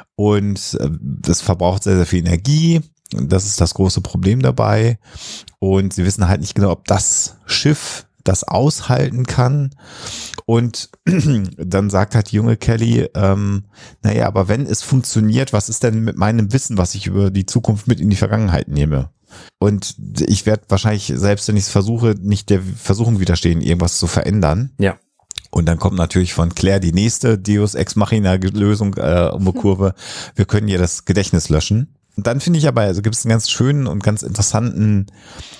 Und das verbraucht sehr, sehr viel Energie. Das ist das große Problem dabei. Und sie wissen halt nicht genau, ob das Schiff das aushalten kann. Und dann sagt halt die junge Kelly, naja, aber wenn es funktioniert, was ist denn mit meinem Wissen, was ich über die Zukunft mit in die Vergangenheit nehme? Und ich werde wahrscheinlich, selbst wenn ich es versuche, nicht der Versuchung widerstehen, irgendwas zu verändern. Ja. Und dann kommt natürlich von Claire die nächste Deus Ex Machina Lösung um die Kurve. Wir können ihr das Gedächtnis löschen. Und dann finde ich aber, also gibt es einen ganz schönen und ganz interessanten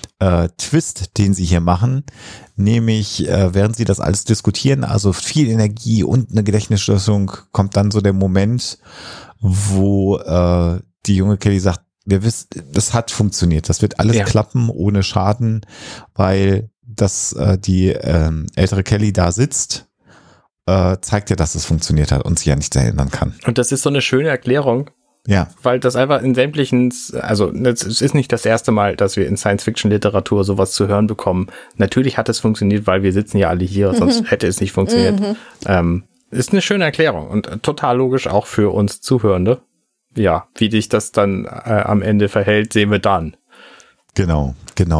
Twist, den sie hier machen, nämlich während sie das alles diskutieren, also viel Energie und eine Gedächtnislöschung, kommt dann so der Moment, wo die junge Kelly sagt, wir wissen, das hat funktioniert, das wird alles klappen ohne Schaden, weil das die ältere Kelly da sitzt, zeigt ja, dass es funktioniert hat und sie ja nicht erinnern kann. Und das ist so eine schöne Erklärung. Ja. Weil das einfach in sämtlichen, also es ist nicht das erste Mal, dass wir in Science-Fiction-Literatur sowas zu hören bekommen. Natürlich hat es funktioniert, weil wir sitzen ja alle hier, sonst hätte es nicht funktioniert. Ist eine schöne Erklärung und total logisch auch für uns Zuhörende. Ja, wie sich das dann am Ende verhält, sehen wir dann. Genau.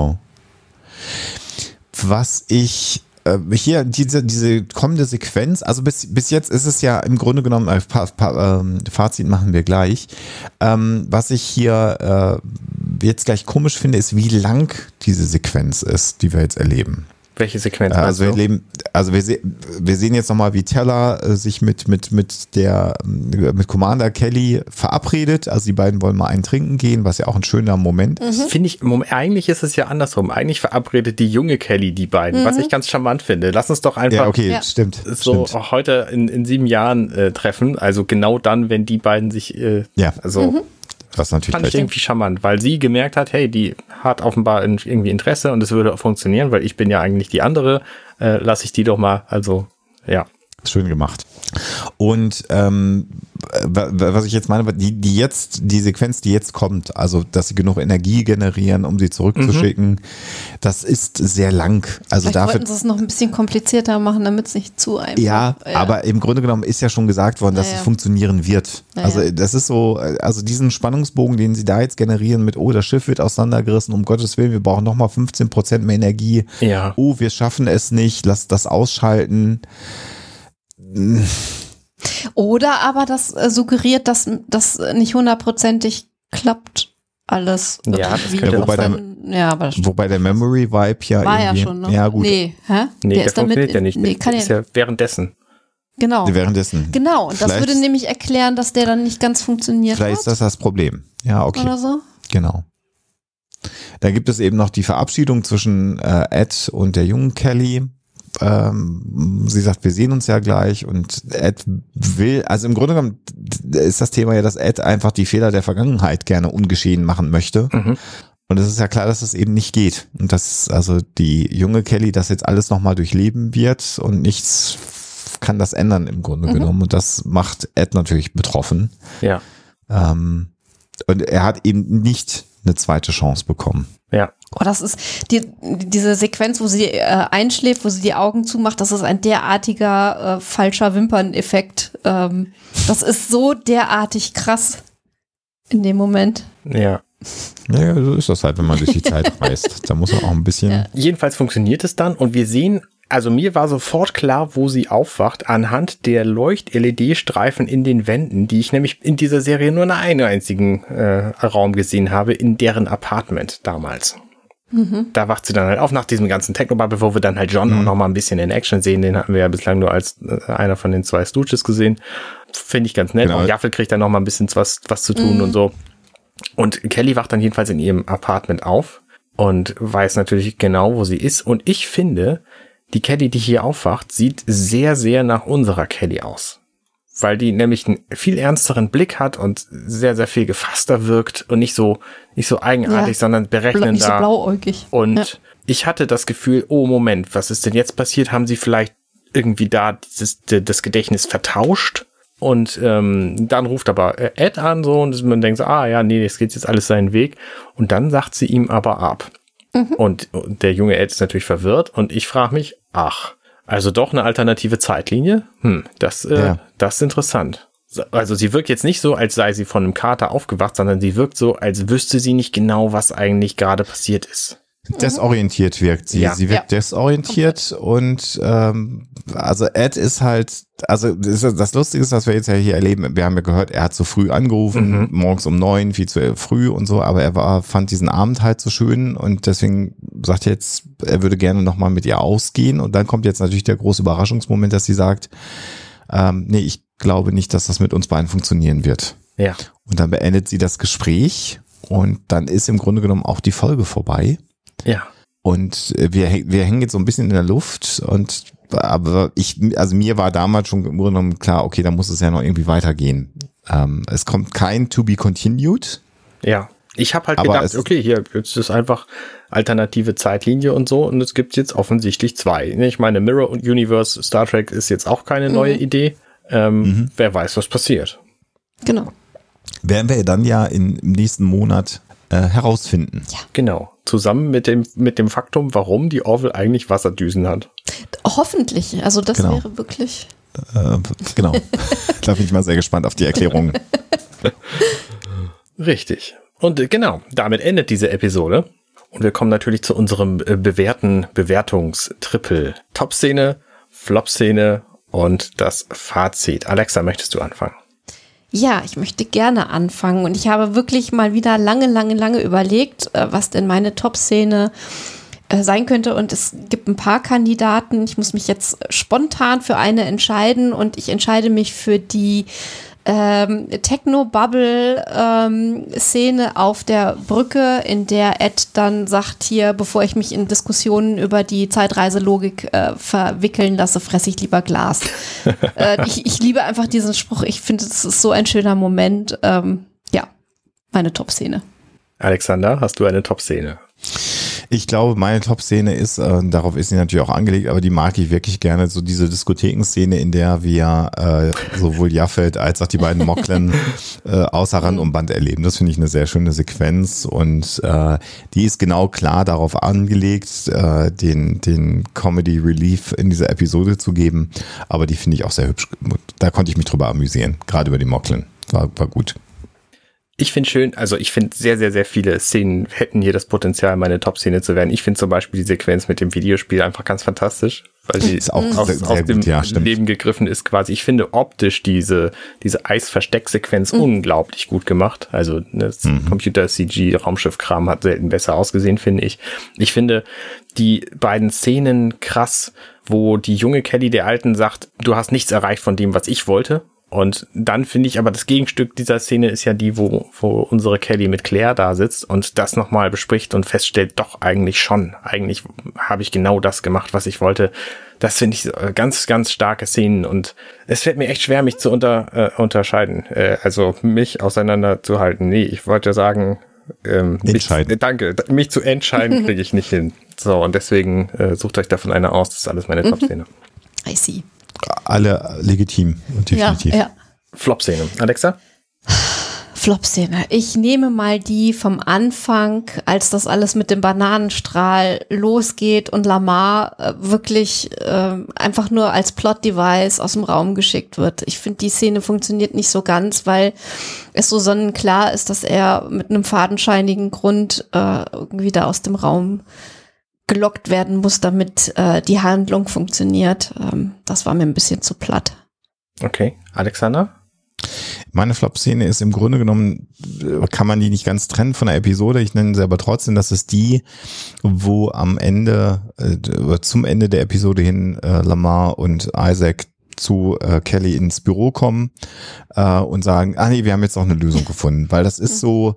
Was ich hier, diese kommende Sequenz, also bis jetzt ist es ja im Grunde genommen, Fazit machen wir gleich. Was ich hier jetzt gleich komisch finde, ist, wie lang diese Sequenz ist, die wir jetzt erleben. Welche Sequenz? Also wir sehen jetzt nochmal, wie Teller sich mit Commander Kelly verabredet. Also die beiden wollen mal einen trinken gehen, was ja auch ein schöner Moment ist. Finde ich, eigentlich ist es ja andersrum. Eigentlich verabredet die junge Kelly die beiden, was ich ganz charmant finde. Lass uns doch einfach stimmt. Heute in 7 Jahren treffen. Also genau dann, wenn die beiden sich Das ist natürlich fand ich irgendwie charmant, weil sie gemerkt hat, hey, die hat offenbar irgendwie Interesse und es würde auch funktionieren, weil ich bin ja eigentlich die andere, lasse ich die doch mal, also ja. Schön gemacht. Und was ich jetzt meine, die Sequenz, die jetzt kommt, also dass sie genug Energie generieren, um sie zurückzuschicken, das ist sehr lang. Also Vielleicht wollten sie es noch ein bisschen komplizierter machen, damit es nicht zu einfach. Ja, aber im Grunde genommen ist ja schon gesagt worden, dass es funktionieren wird. Also das ist so, also diesen Spannungsbogen, den sie da jetzt generieren mit, oh, das Schiff wird auseinandergerissen, um Gottes Willen, wir brauchen nochmal 15% mehr Energie. Ja. Oh, wir schaffen es nicht, lass das ausschalten. Oder aber das suggeriert, dass das nicht hundertprozentig klappt alles. Ja, das könnte wobei der Memory-Vibe ja war irgendwie, ja schon, ne? Ja, gut. Nee, der funktioniert ja nicht. Der ist ja währenddessen. Genau. Währenddessen. Genau, und das würde nämlich erklären, dass der dann nicht ganz funktioniert hat. Vielleicht ist das Problem. Ja, okay. Oder so. Genau. Dann gibt es eben noch die Verabschiedung zwischen Ed und der jungen Kelly. Sie sagt, wir sehen uns ja gleich und Ed will, also im Grunde genommen ist das Thema ja, dass Ed einfach die Fehler der Vergangenheit gerne ungeschehen machen möchte. Und es ist ja klar, dass es eben nicht geht. Und dass also die junge Kelly das jetzt alles nochmal durchleben wird und nichts kann das ändern im Grunde genommen. Und das macht Ed natürlich betroffen. Ja. Und er hat eben nicht eine zweite Chance bekommen. Ja. Oh, das ist diese Sequenz, wo sie einschläft, wo sie die Augen zumacht, das ist ein derartiger falscher Wimperneffekt. Das ist so derartig krass in dem Moment. Ja. Ja, so ist das halt, wenn man durch die Zeit reist. Da muss man auch ein bisschen... Ja. Jedenfalls funktioniert es dann und wir sehen, also mir war sofort klar, wo sie aufwacht, anhand der Leucht-LED-Streifen in den Wänden, die ich nämlich in dieser Serie nur in einem einzigen Raum gesehen habe, in deren Apartment damals. Da wacht sie dann halt auf nach diesem ganzen Technobubble, wo wir dann halt John auch noch mal ein bisschen in Action sehen. Den hatten wir ja bislang nur als einer von den 2 Stooges gesehen. Finde ich ganz nett. Genau. Und Jaffel kriegt dann noch mal ein bisschen was zu tun und so. Und Kelly wacht dann jedenfalls in ihrem Apartment auf und weiß natürlich genau, wo sie ist. Und ich finde, die Kelly, die hier aufwacht, sieht sehr, sehr nach unserer Kelly aus. Weil die nämlich einen viel ernsteren Blick hat und sehr, sehr viel gefasster wirkt und nicht so eigenartig, sondern berechnender. Nicht so blauäugig. Und ich hatte das Gefühl, oh Moment, was ist denn jetzt passiert? Haben sie vielleicht irgendwie da das Gedächtnis vertauscht? Und dann ruft aber Ed an so und man denkt so, nee, das geht jetzt alles seinen Weg. Und dann sagt sie ihm aber ab. Und der junge Ed ist natürlich verwirrt und ich frage mich, also doch eine alternative Zeitlinie? Das ist interessant. Also sie wirkt jetzt nicht so, als sei sie von einem Kater aufgewacht, sondern sie wirkt so, als wüsste sie nicht genau, was eigentlich gerade passiert ist. Desorientiert wirkt sie. Ja. Sie wirkt desorientiert und also Ed ist halt, also das Lustige ist, was wir jetzt ja hier erleben, wir haben ja gehört, er hat so früh angerufen, morgens um 9, viel zu früh und so, aber er fand diesen Abend halt so schön und deswegen sagt er jetzt, er würde gerne nochmal mit ihr ausgehen und dann kommt jetzt natürlich der große Überraschungsmoment, dass sie sagt, nee, ich glaube nicht, dass das mit uns beiden funktionieren wird. Ja. Und dann beendet sie das Gespräch und dann ist im Grunde genommen auch die Folge vorbei. Ja. Und wir hängen jetzt so ein bisschen in der Luft aber mir war damals schon im Grunde genommen klar, okay, da muss es ja noch irgendwie weitergehen. Es kommt kein To Be Continued. Ja. Ich habe halt gedacht, okay, hier jetzt ist einfach alternative Zeitlinie und so und es gibt jetzt offensichtlich 2. Ich meine, Mirror Universe Star Trek ist jetzt auch keine neue Idee. Wer weiß, was passiert. Genau. Werden wir dann ja im nächsten Monat herausfinden. Ja. Genau. Zusammen mit dem Faktum, warum die Orville eigentlich Wasserdüsen hat. Hoffentlich. Also das wäre wirklich... Genau. Da bin ich mal sehr gespannt auf die Erklärung. Richtig. Und genau, damit endet diese Episode. Und wir kommen natürlich zu unserem bewährten Bewertungstrippel. Top-Szene, Flop-Szene und das Fazit. Alexa, möchtest du anfangen? Ja, ich möchte gerne anfangen und ich habe wirklich mal wieder lange überlegt, was denn meine Top-Szene sein könnte und es gibt ein paar Kandidaten. Ich muss mich jetzt spontan für eine entscheiden und ich entscheide mich für die Techno-Bubble-Szene auf der Brücke, in der Ed dann sagt, hier, bevor ich mich in Diskussionen über die Zeitreiselogik verwickeln lasse, fresse ich lieber Glas. Ich liebe einfach diesen Spruch. Ich finde, das ist so ein schöner Moment. Ja, meine Top-Szene. Alexander, hast du eine Top-Szene? Ich glaube, meine Top-Szene ist, darauf ist sie natürlich auch angelegt, aber die mag ich wirklich gerne, so diese Diskothekenszene, in der wir sowohl Jaffet als auch die beiden Moclan außer Rand und Band erleben. Das finde ich eine sehr schöne Sequenz und die ist genau klar darauf angelegt, den Comedy Relief in dieser Episode zu geben, aber die finde ich auch sehr hübsch. Da konnte ich mich drüber amüsieren, gerade über die Moclan. War gut. Ich finde schön, also ich finde sehr, sehr, sehr viele Szenen hätten hier das Potenzial, meine Top-Szene zu werden. Ich finde zum Beispiel die Sequenz mit dem Videospiel einfach ganz fantastisch, weil sie ist auch aus dem Leben gegriffen ist quasi. Ich finde optisch diese Eisverstecksequenz unglaublich gut gemacht. Also das Computer-CG-Raumschiff-Kram hat selten besser ausgesehen, finde ich. Ich finde die beiden Szenen krass, wo die junge Kelly der Alten sagt, du hast nichts erreicht von dem, was ich wollte. Und dann finde ich aber das Gegenstück dieser Szene ist ja die, wo unsere Kelly mit Claire da sitzt und das nochmal bespricht und feststellt, doch eigentlich habe ich genau das gemacht, was ich wollte. Das finde ich ganz, ganz starke Szenen und es fällt mir echt schwer, mich zu unterscheiden, also mich auseinanderzuhalten. Nee, ich wollte sagen, mich zu entscheiden kriege ich nicht hin. So, und deswegen sucht euch davon eine aus, das ist alles meine Top-Szene. I see. Alle legitim, definitiv. Ja. Flop-Szene. Alexa? Flop-Szene. Ich nehme mal die vom Anfang, als das alles mit dem Bananenstrahl losgeht und Lamar wirklich einfach nur als Plot-Device aus dem Raum geschickt wird. Ich finde, die Szene funktioniert nicht so ganz, weil es so sonnenklar ist, dass er mit einem fadenscheinigen Grund irgendwie da aus dem Raum gelockt werden muss, damit die Handlung funktioniert. Das war mir ein bisschen zu platt. Okay, Alexander? Meine Flop-Szene ist im Grunde genommen, kann man die nicht ganz trennen von der Episode. Ich nenne sie aber trotzdem, das ist die, wo am Ende, zum Ende der Episode hin, Lamar und Isaac zu Kelly ins Büro kommen und sagen, nee, wir haben jetzt noch eine Lösung gefunden, weil das ist so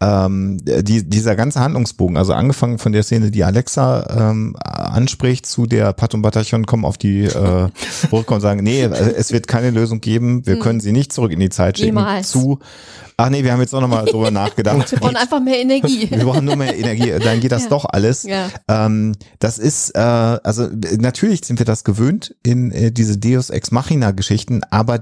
dieser ganze Handlungsbogen, also angefangen von der Szene, die Alexa anspricht, zu der Pat und Batachon kommen auf die Brücke und sagen, nee, es wird keine Lösung geben, wir können sie nicht zurück in die Zeit schicken, nee, wir haben jetzt auch nochmal drüber nachgedacht. Wir brauchen einfach mehr Energie. Wir brauchen nur mehr Energie, dann geht das doch alles. Ja. Das ist, also natürlich sind wir das gewöhnt in diese Deus Ex Machina Geschichten, aber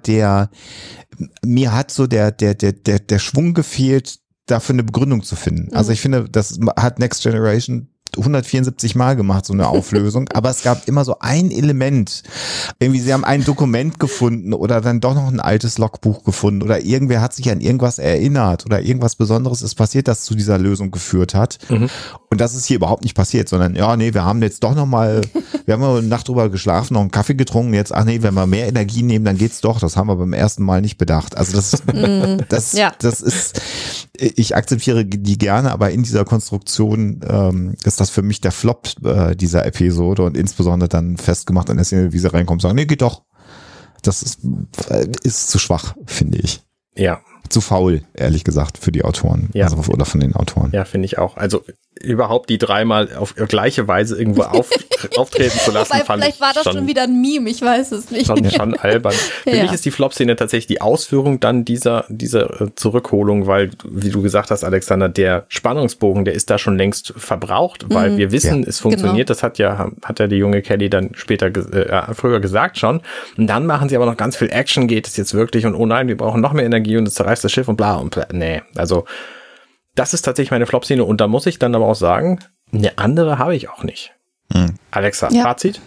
mir hat so der Schwung gefehlt, dafür eine Begründung zu finden. Also ich finde, das hat Next Generation 174 Mal gemacht, so eine Auflösung, aber es gab immer so ein Element. Irgendwie, sie haben ein Dokument gefunden oder dann doch noch ein altes Logbuch gefunden oder irgendwer hat sich an irgendwas erinnert oder irgendwas Besonderes ist passiert, das zu dieser Lösung geführt hat. Und das ist hier überhaupt nicht passiert, sondern wir haben jetzt doch nochmal, wir haben eine Nacht drüber geschlafen, noch einen Kaffee getrunken, jetzt, wenn wir mehr Energie nehmen, dann geht's doch. Das haben wir beim ersten Mal nicht bedacht. Also das ist, ich akzeptiere die gerne, aber in dieser Konstruktion ist das für mich der Flop dieser Episode und insbesondere dann festgemacht an der Szene, wie sie reinkommt, sagen, nee, geht doch. Das ist zu schwach, finde ich. Ja. Zu faul, ehrlich gesagt, für die Autoren. Ja. Also, oder von den Autoren. Ja, finde ich auch. Also überhaupt die dreimal auf gleiche Weise irgendwo auftreten zu lassen, fand ich vielleicht war das schon wieder ein Meme, ich weiß es nicht. Schon albern. Für mich ist die Flop-Szene tatsächlich die Ausführung dann dieser Zurückholung, weil, wie du gesagt hast, Alexander, der Spannungsbogen, der ist da schon längst verbraucht, weil wir wissen, es funktioniert. Genau. Das hat ja die junge Kelly dann später früher gesagt schon. Und dann machen sie aber noch ganz viel Action, geht es jetzt wirklich und oh nein, wir brauchen noch mehr Energie und es zerreißt das Schiff und bla und bla. Nee, also das ist tatsächlich meine Flop-Szene und da muss ich dann aber auch sagen, eine andere habe ich auch nicht. Alexa, Fazit?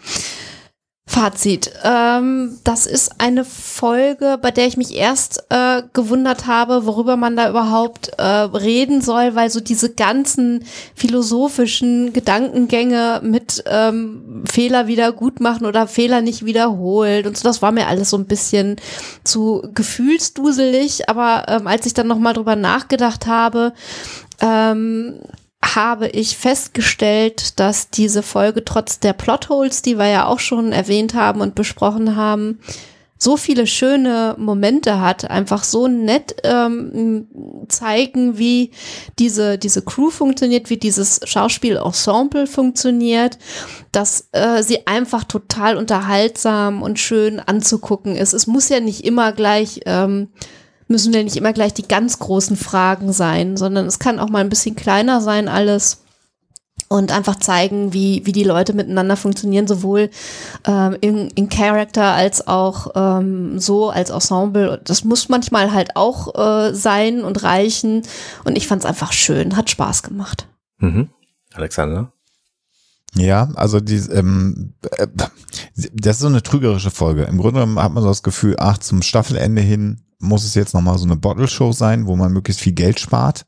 Fazit. Das ist eine Folge, bei der ich mich erst gewundert habe, worüber man da überhaupt reden soll, weil so diese ganzen philosophischen Gedankengänge mit Fehler wieder gut machen oder Fehler nicht wiederholt und so, das war mir alles so ein bisschen zu gefühlsduselig, aber als ich dann nochmal drüber nachgedacht habe, habe ich festgestellt, dass diese Folge trotz der Plotholes, die wir ja auch schon erwähnt haben und besprochen haben, so viele schöne Momente hat, einfach so nett zeigen, wie diese Crew funktioniert, wie dieses Schauspielensemble funktioniert, dass sie einfach total unterhaltsam und schön anzugucken ist. Es muss ja nicht immer gleich müssen ja nicht immer gleich die ganz großen Fragen sein, sondern es kann auch mal ein bisschen kleiner sein alles und einfach zeigen, wie die Leute miteinander funktionieren, sowohl in Character als auch so als Ensemble. Das muss manchmal halt auch sein und reichen und ich fand es einfach schön, hat Spaß gemacht. Mhm. Alexander? Ja, also das ist so eine trügerische Folge. Im Grunde genommen hat man so das Gefühl, zum Staffelende hin muss es jetzt nochmal so eine Bottle-Show sein, wo man möglichst viel Geld spart.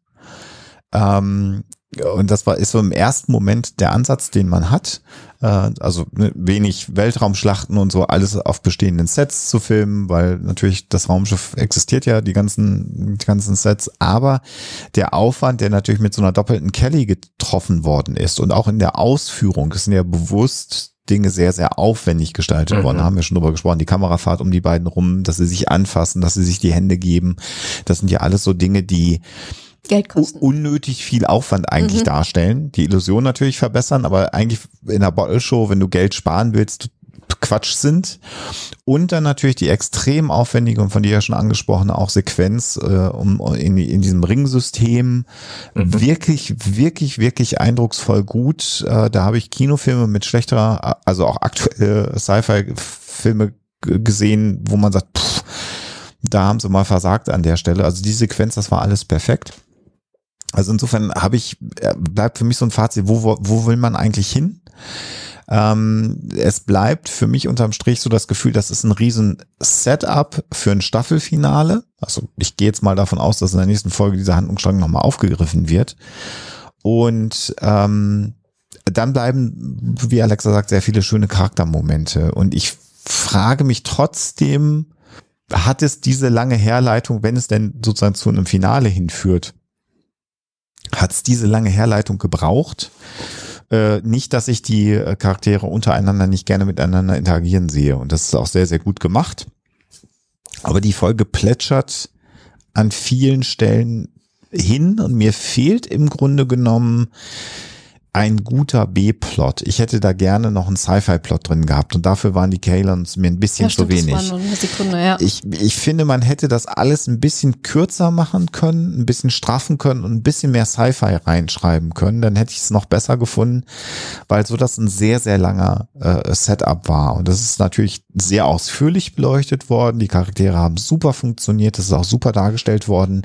Und das ist so im ersten Moment der Ansatz, den man hat. Also wenig Weltraumschlachten und so, alles auf bestehenden Sets zu filmen, weil natürlich das Raumschiff existiert ja, die ganzen Sets, aber der Aufwand, der natürlich mit so einer doppelten Kelly getroffen worden ist und auch in der Ausführung, das sind ja bewusst Dinge sehr, sehr aufwendig gestaltet worden, haben wir schon drüber gesprochen, die Kamerafahrt um die beiden rum, dass sie sich anfassen, dass sie sich die Hände geben, das sind ja alles so Dinge, die Geld kosten. Unnötig viel Aufwand eigentlich darstellen, die Illusion natürlich verbessern, aber eigentlich in der Bottle-Show, wenn du Geld sparen willst, Quatsch sind. Und dann natürlich die extrem aufwendige und von dir ja schon angesprochene auch Sequenz in diesem Ringsystem. Wirklich, wirklich, wirklich eindrucksvoll gut. Da habe ich Kinofilme mit schlechterer, also auch aktuelle Sci-Fi-Filme gesehen, wo man sagt, da haben sie mal versagt an der Stelle. Also die Sequenz, das war alles perfekt. Also insofern bleibt für mich so ein Fazit, wo will man eigentlich hin? Es bleibt für mich unterm Strich so das Gefühl, das ist ein riesen Setup für ein Staffelfinale. Also ich gehe jetzt mal davon aus, dass in der nächsten Folge dieser Handlungsstrang nochmal aufgegriffen wird. Und dann bleiben, wie Alexa sagt, sehr viele schöne Charaktermomente. Und ich frage mich trotzdem, hat es diese lange Herleitung, wenn es denn sozusagen zu einem Finale hinführt, hat es diese lange Herleitung gebraucht? Nicht, dass ich die Charaktere untereinander nicht gerne miteinander interagieren sehe. Und das ist auch sehr, sehr gut gemacht. Aber die Folge plätschert an vielen Stellen hin und mir fehlt im Grunde genommen ein guter B-Plot. Ich hätte da gerne noch einen Sci-Fi-Plot drin gehabt und dafür waren die Kalons mir ein bisschen zu wenig. Das war nur eine Sekunde, ja. Ich finde, man hätte das alles ein bisschen kürzer machen können, ein bisschen straffen können und ein bisschen mehr Sci-Fi reinschreiben können. Dann hätte ich es noch besser gefunden, weil so das ein sehr, sehr langer Setup war. Und das ist natürlich sehr ausführlich beleuchtet worden. Die Charaktere haben super funktioniert. Das ist auch super dargestellt worden.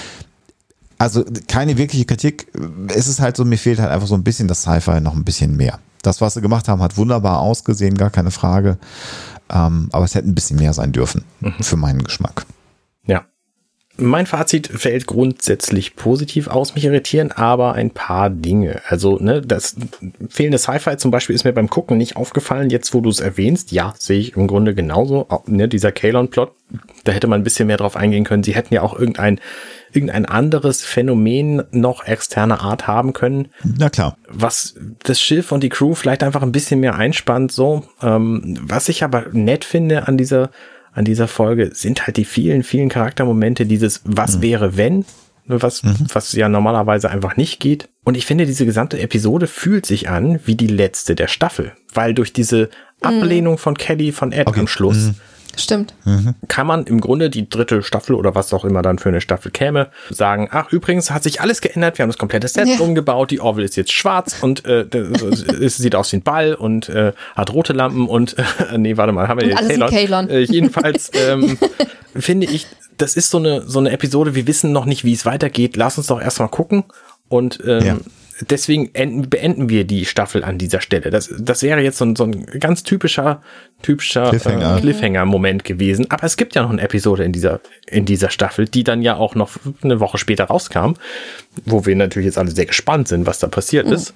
Also keine wirkliche Kritik, es ist halt so, mir fehlt halt einfach so ein bisschen das Sci-Fi noch ein bisschen mehr. Das, was sie gemacht haben, hat wunderbar ausgesehen, gar keine Frage, aber es hätte ein bisschen mehr sein dürfen, für meinen Geschmack. Ja, mein Fazit fällt grundsätzlich positiv aus, mich irritieren aber ein paar Dinge. Also das fehlende Sci-Fi zum Beispiel ist mir beim Gucken nicht aufgefallen, jetzt wo du es erwähnst, ja, sehe ich im Grunde genauso, dieser Kalon-Plot, da hätte man ein bisschen mehr drauf eingehen können, sie hätten ja auch irgendein anderes Phänomen noch externer Art haben können. Na klar. Was das Schiff und die Crew vielleicht einfach ein bisschen mehr einspannt, so. Was ich aber nett finde an dieser Folge, sind halt die vielen, vielen Charaktermomente, dieses Was wäre wenn, was ja normalerweise einfach nicht geht. Und ich finde, diese gesamte Episode fühlt sich an wie die letzte der Staffel, weil durch diese Ablehnung von Kelly, von Ed am Schluss, Stimmt. kann man im Grunde die dritte Staffel oder was auch immer dann für eine Staffel käme, sagen, ach übrigens hat sich alles geändert, wir haben das komplette Set umgebaut, die Orville ist jetzt schwarz und es sieht aus wie ein Ball und hat rote Lampen und nee, warte mal, haben wir den Kalon. Jedenfalls finde ich, das ist so eine Episode, wir wissen noch nicht, wie es weitergeht, lass uns doch erstmal gucken und deswegen beenden wir die Staffel an dieser Stelle. Das wäre jetzt so ein ganz typischer Cliffhanger-Moment gewesen. Aber es gibt ja noch eine Episode in dieser Staffel, die dann ja auch noch eine Woche später rauskam, wo wir natürlich jetzt alle sehr gespannt sind, was da passiert ist.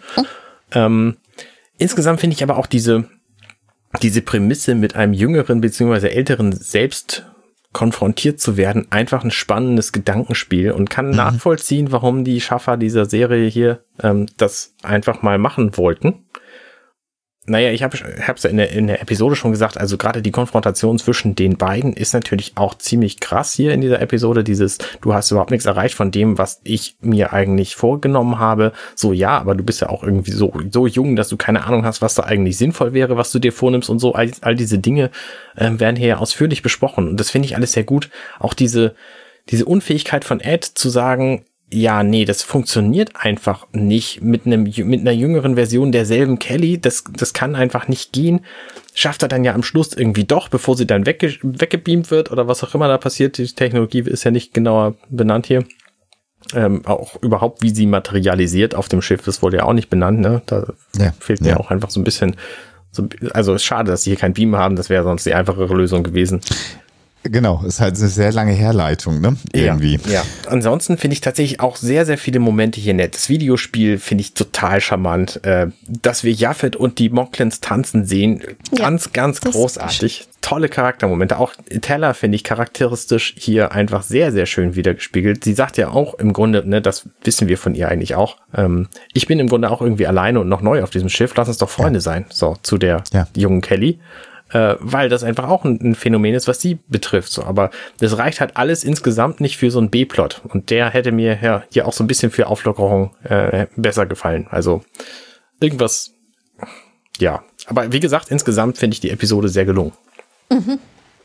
Insgesamt finde ich aber auch diese Prämisse mit einem jüngeren bzw. älteren selbst konfrontiert zu werden, einfach ein spannendes Gedankenspiel und kann nachvollziehen, warum die Schaffer dieser Serie hier das einfach mal machen wollten. Naja, ich hab's ja in der Episode schon gesagt, also gerade die Konfrontation zwischen den beiden ist natürlich auch ziemlich krass hier in dieser Episode, du hast überhaupt nichts erreicht von dem, was ich mir eigentlich vorgenommen habe. So, ja, aber du bist ja auch irgendwie so jung, dass du keine Ahnung hast, was da eigentlich sinnvoll wäre, was du dir vornimmst und so. All diese Dinge werden hier ausführlich besprochen und das finde ich alles sehr gut. Auch diese diese Unfähigkeit von Ed zu sagen, ja, nee, das funktioniert einfach nicht mit einer jüngeren Version derselben Kelly. Das kann einfach nicht gehen. Schafft er dann ja am Schluss irgendwie doch, bevor sie dann weggebeamt wird oder was auch immer da passiert. Die Technologie ist ja nicht genauer benannt hier. Auch überhaupt, wie sie materialisiert auf dem Schiff, das wurde ja auch nicht benannt. Ne? Da fehlt mir auch einfach so ein bisschen. Also ist schade, dass sie hier kein Beam haben. Das wäre sonst die einfachere Lösung gewesen. Genau, ist halt eine sehr lange Herleitung, ne? Irgendwie. Ja. Ansonsten finde ich tatsächlich auch sehr, sehr viele Momente hier nett. Das Videospiel finde ich total charmant. Dass wir Japheth und die Mocklins tanzen sehen, ganz großartig. Tolle Charaktermomente. Auch Teller finde ich charakteristisch hier einfach sehr, sehr schön wiedergespiegelt. Sie sagt ja auch im Grunde, ne, das wissen wir von ihr eigentlich auch, ich bin im Grunde auch irgendwie alleine und noch neu auf diesem Schiff. Lass uns doch Freunde sein. So, zu der jungen Kelly. Weil das einfach auch ein Phänomen ist, was sie betrifft. So, aber das reicht halt alles insgesamt nicht für so einen B-Plot. Und der hätte mir hier auch so ein bisschen für Auflockerung besser gefallen. Also irgendwas, ja. Aber wie gesagt, insgesamt finde ich die Episode sehr gelungen. Mhm.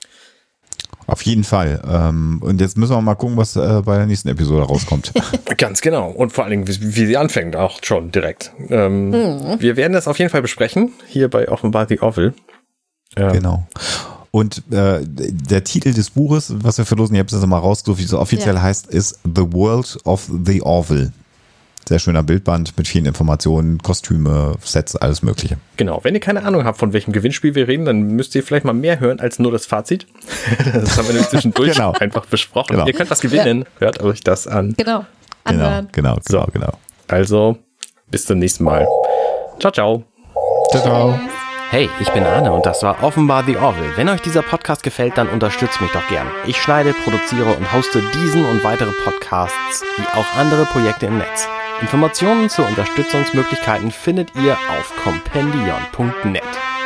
Auf jeden Fall. Und jetzt müssen wir mal gucken, was bei der nächsten Episode rauskommt. Ganz genau. Und vor allen Dingen, wie sie anfängt, auch schon direkt. Wir werden das auf jeden Fall besprechen, hier bei Offenbar the Orville. Genau. Und der Titel des Buches, was wir verlosen, ich habe es jetzt mal rausgesucht, wie es offiziell heißt, ist The World of the Orville. Sehr schöner Bildband mit vielen Informationen, Kostüme, Sets, alles Mögliche. Genau. Wenn ihr keine Ahnung habt, von welchem Gewinnspiel wir reden, dann müsst ihr vielleicht mal mehr hören als nur das Fazit. Das haben wir nämlich zwischendurch einfach besprochen. Genau. Ihr könnt was gewinnen. Hört euch das an. Genau. Genau. Also, bis zum nächsten Mal. Ciao, ciao. Ciao. Hey, ich bin Arne und das war Offenbar the Orville. Wenn euch dieser Podcast gefällt, dann unterstützt mich doch gern. Ich schneide, produziere und hoste diesen und weitere Podcasts, wie auch andere Projekte im Netz. Informationen zu Unterstützungsmöglichkeiten findet ihr auf compendion.net.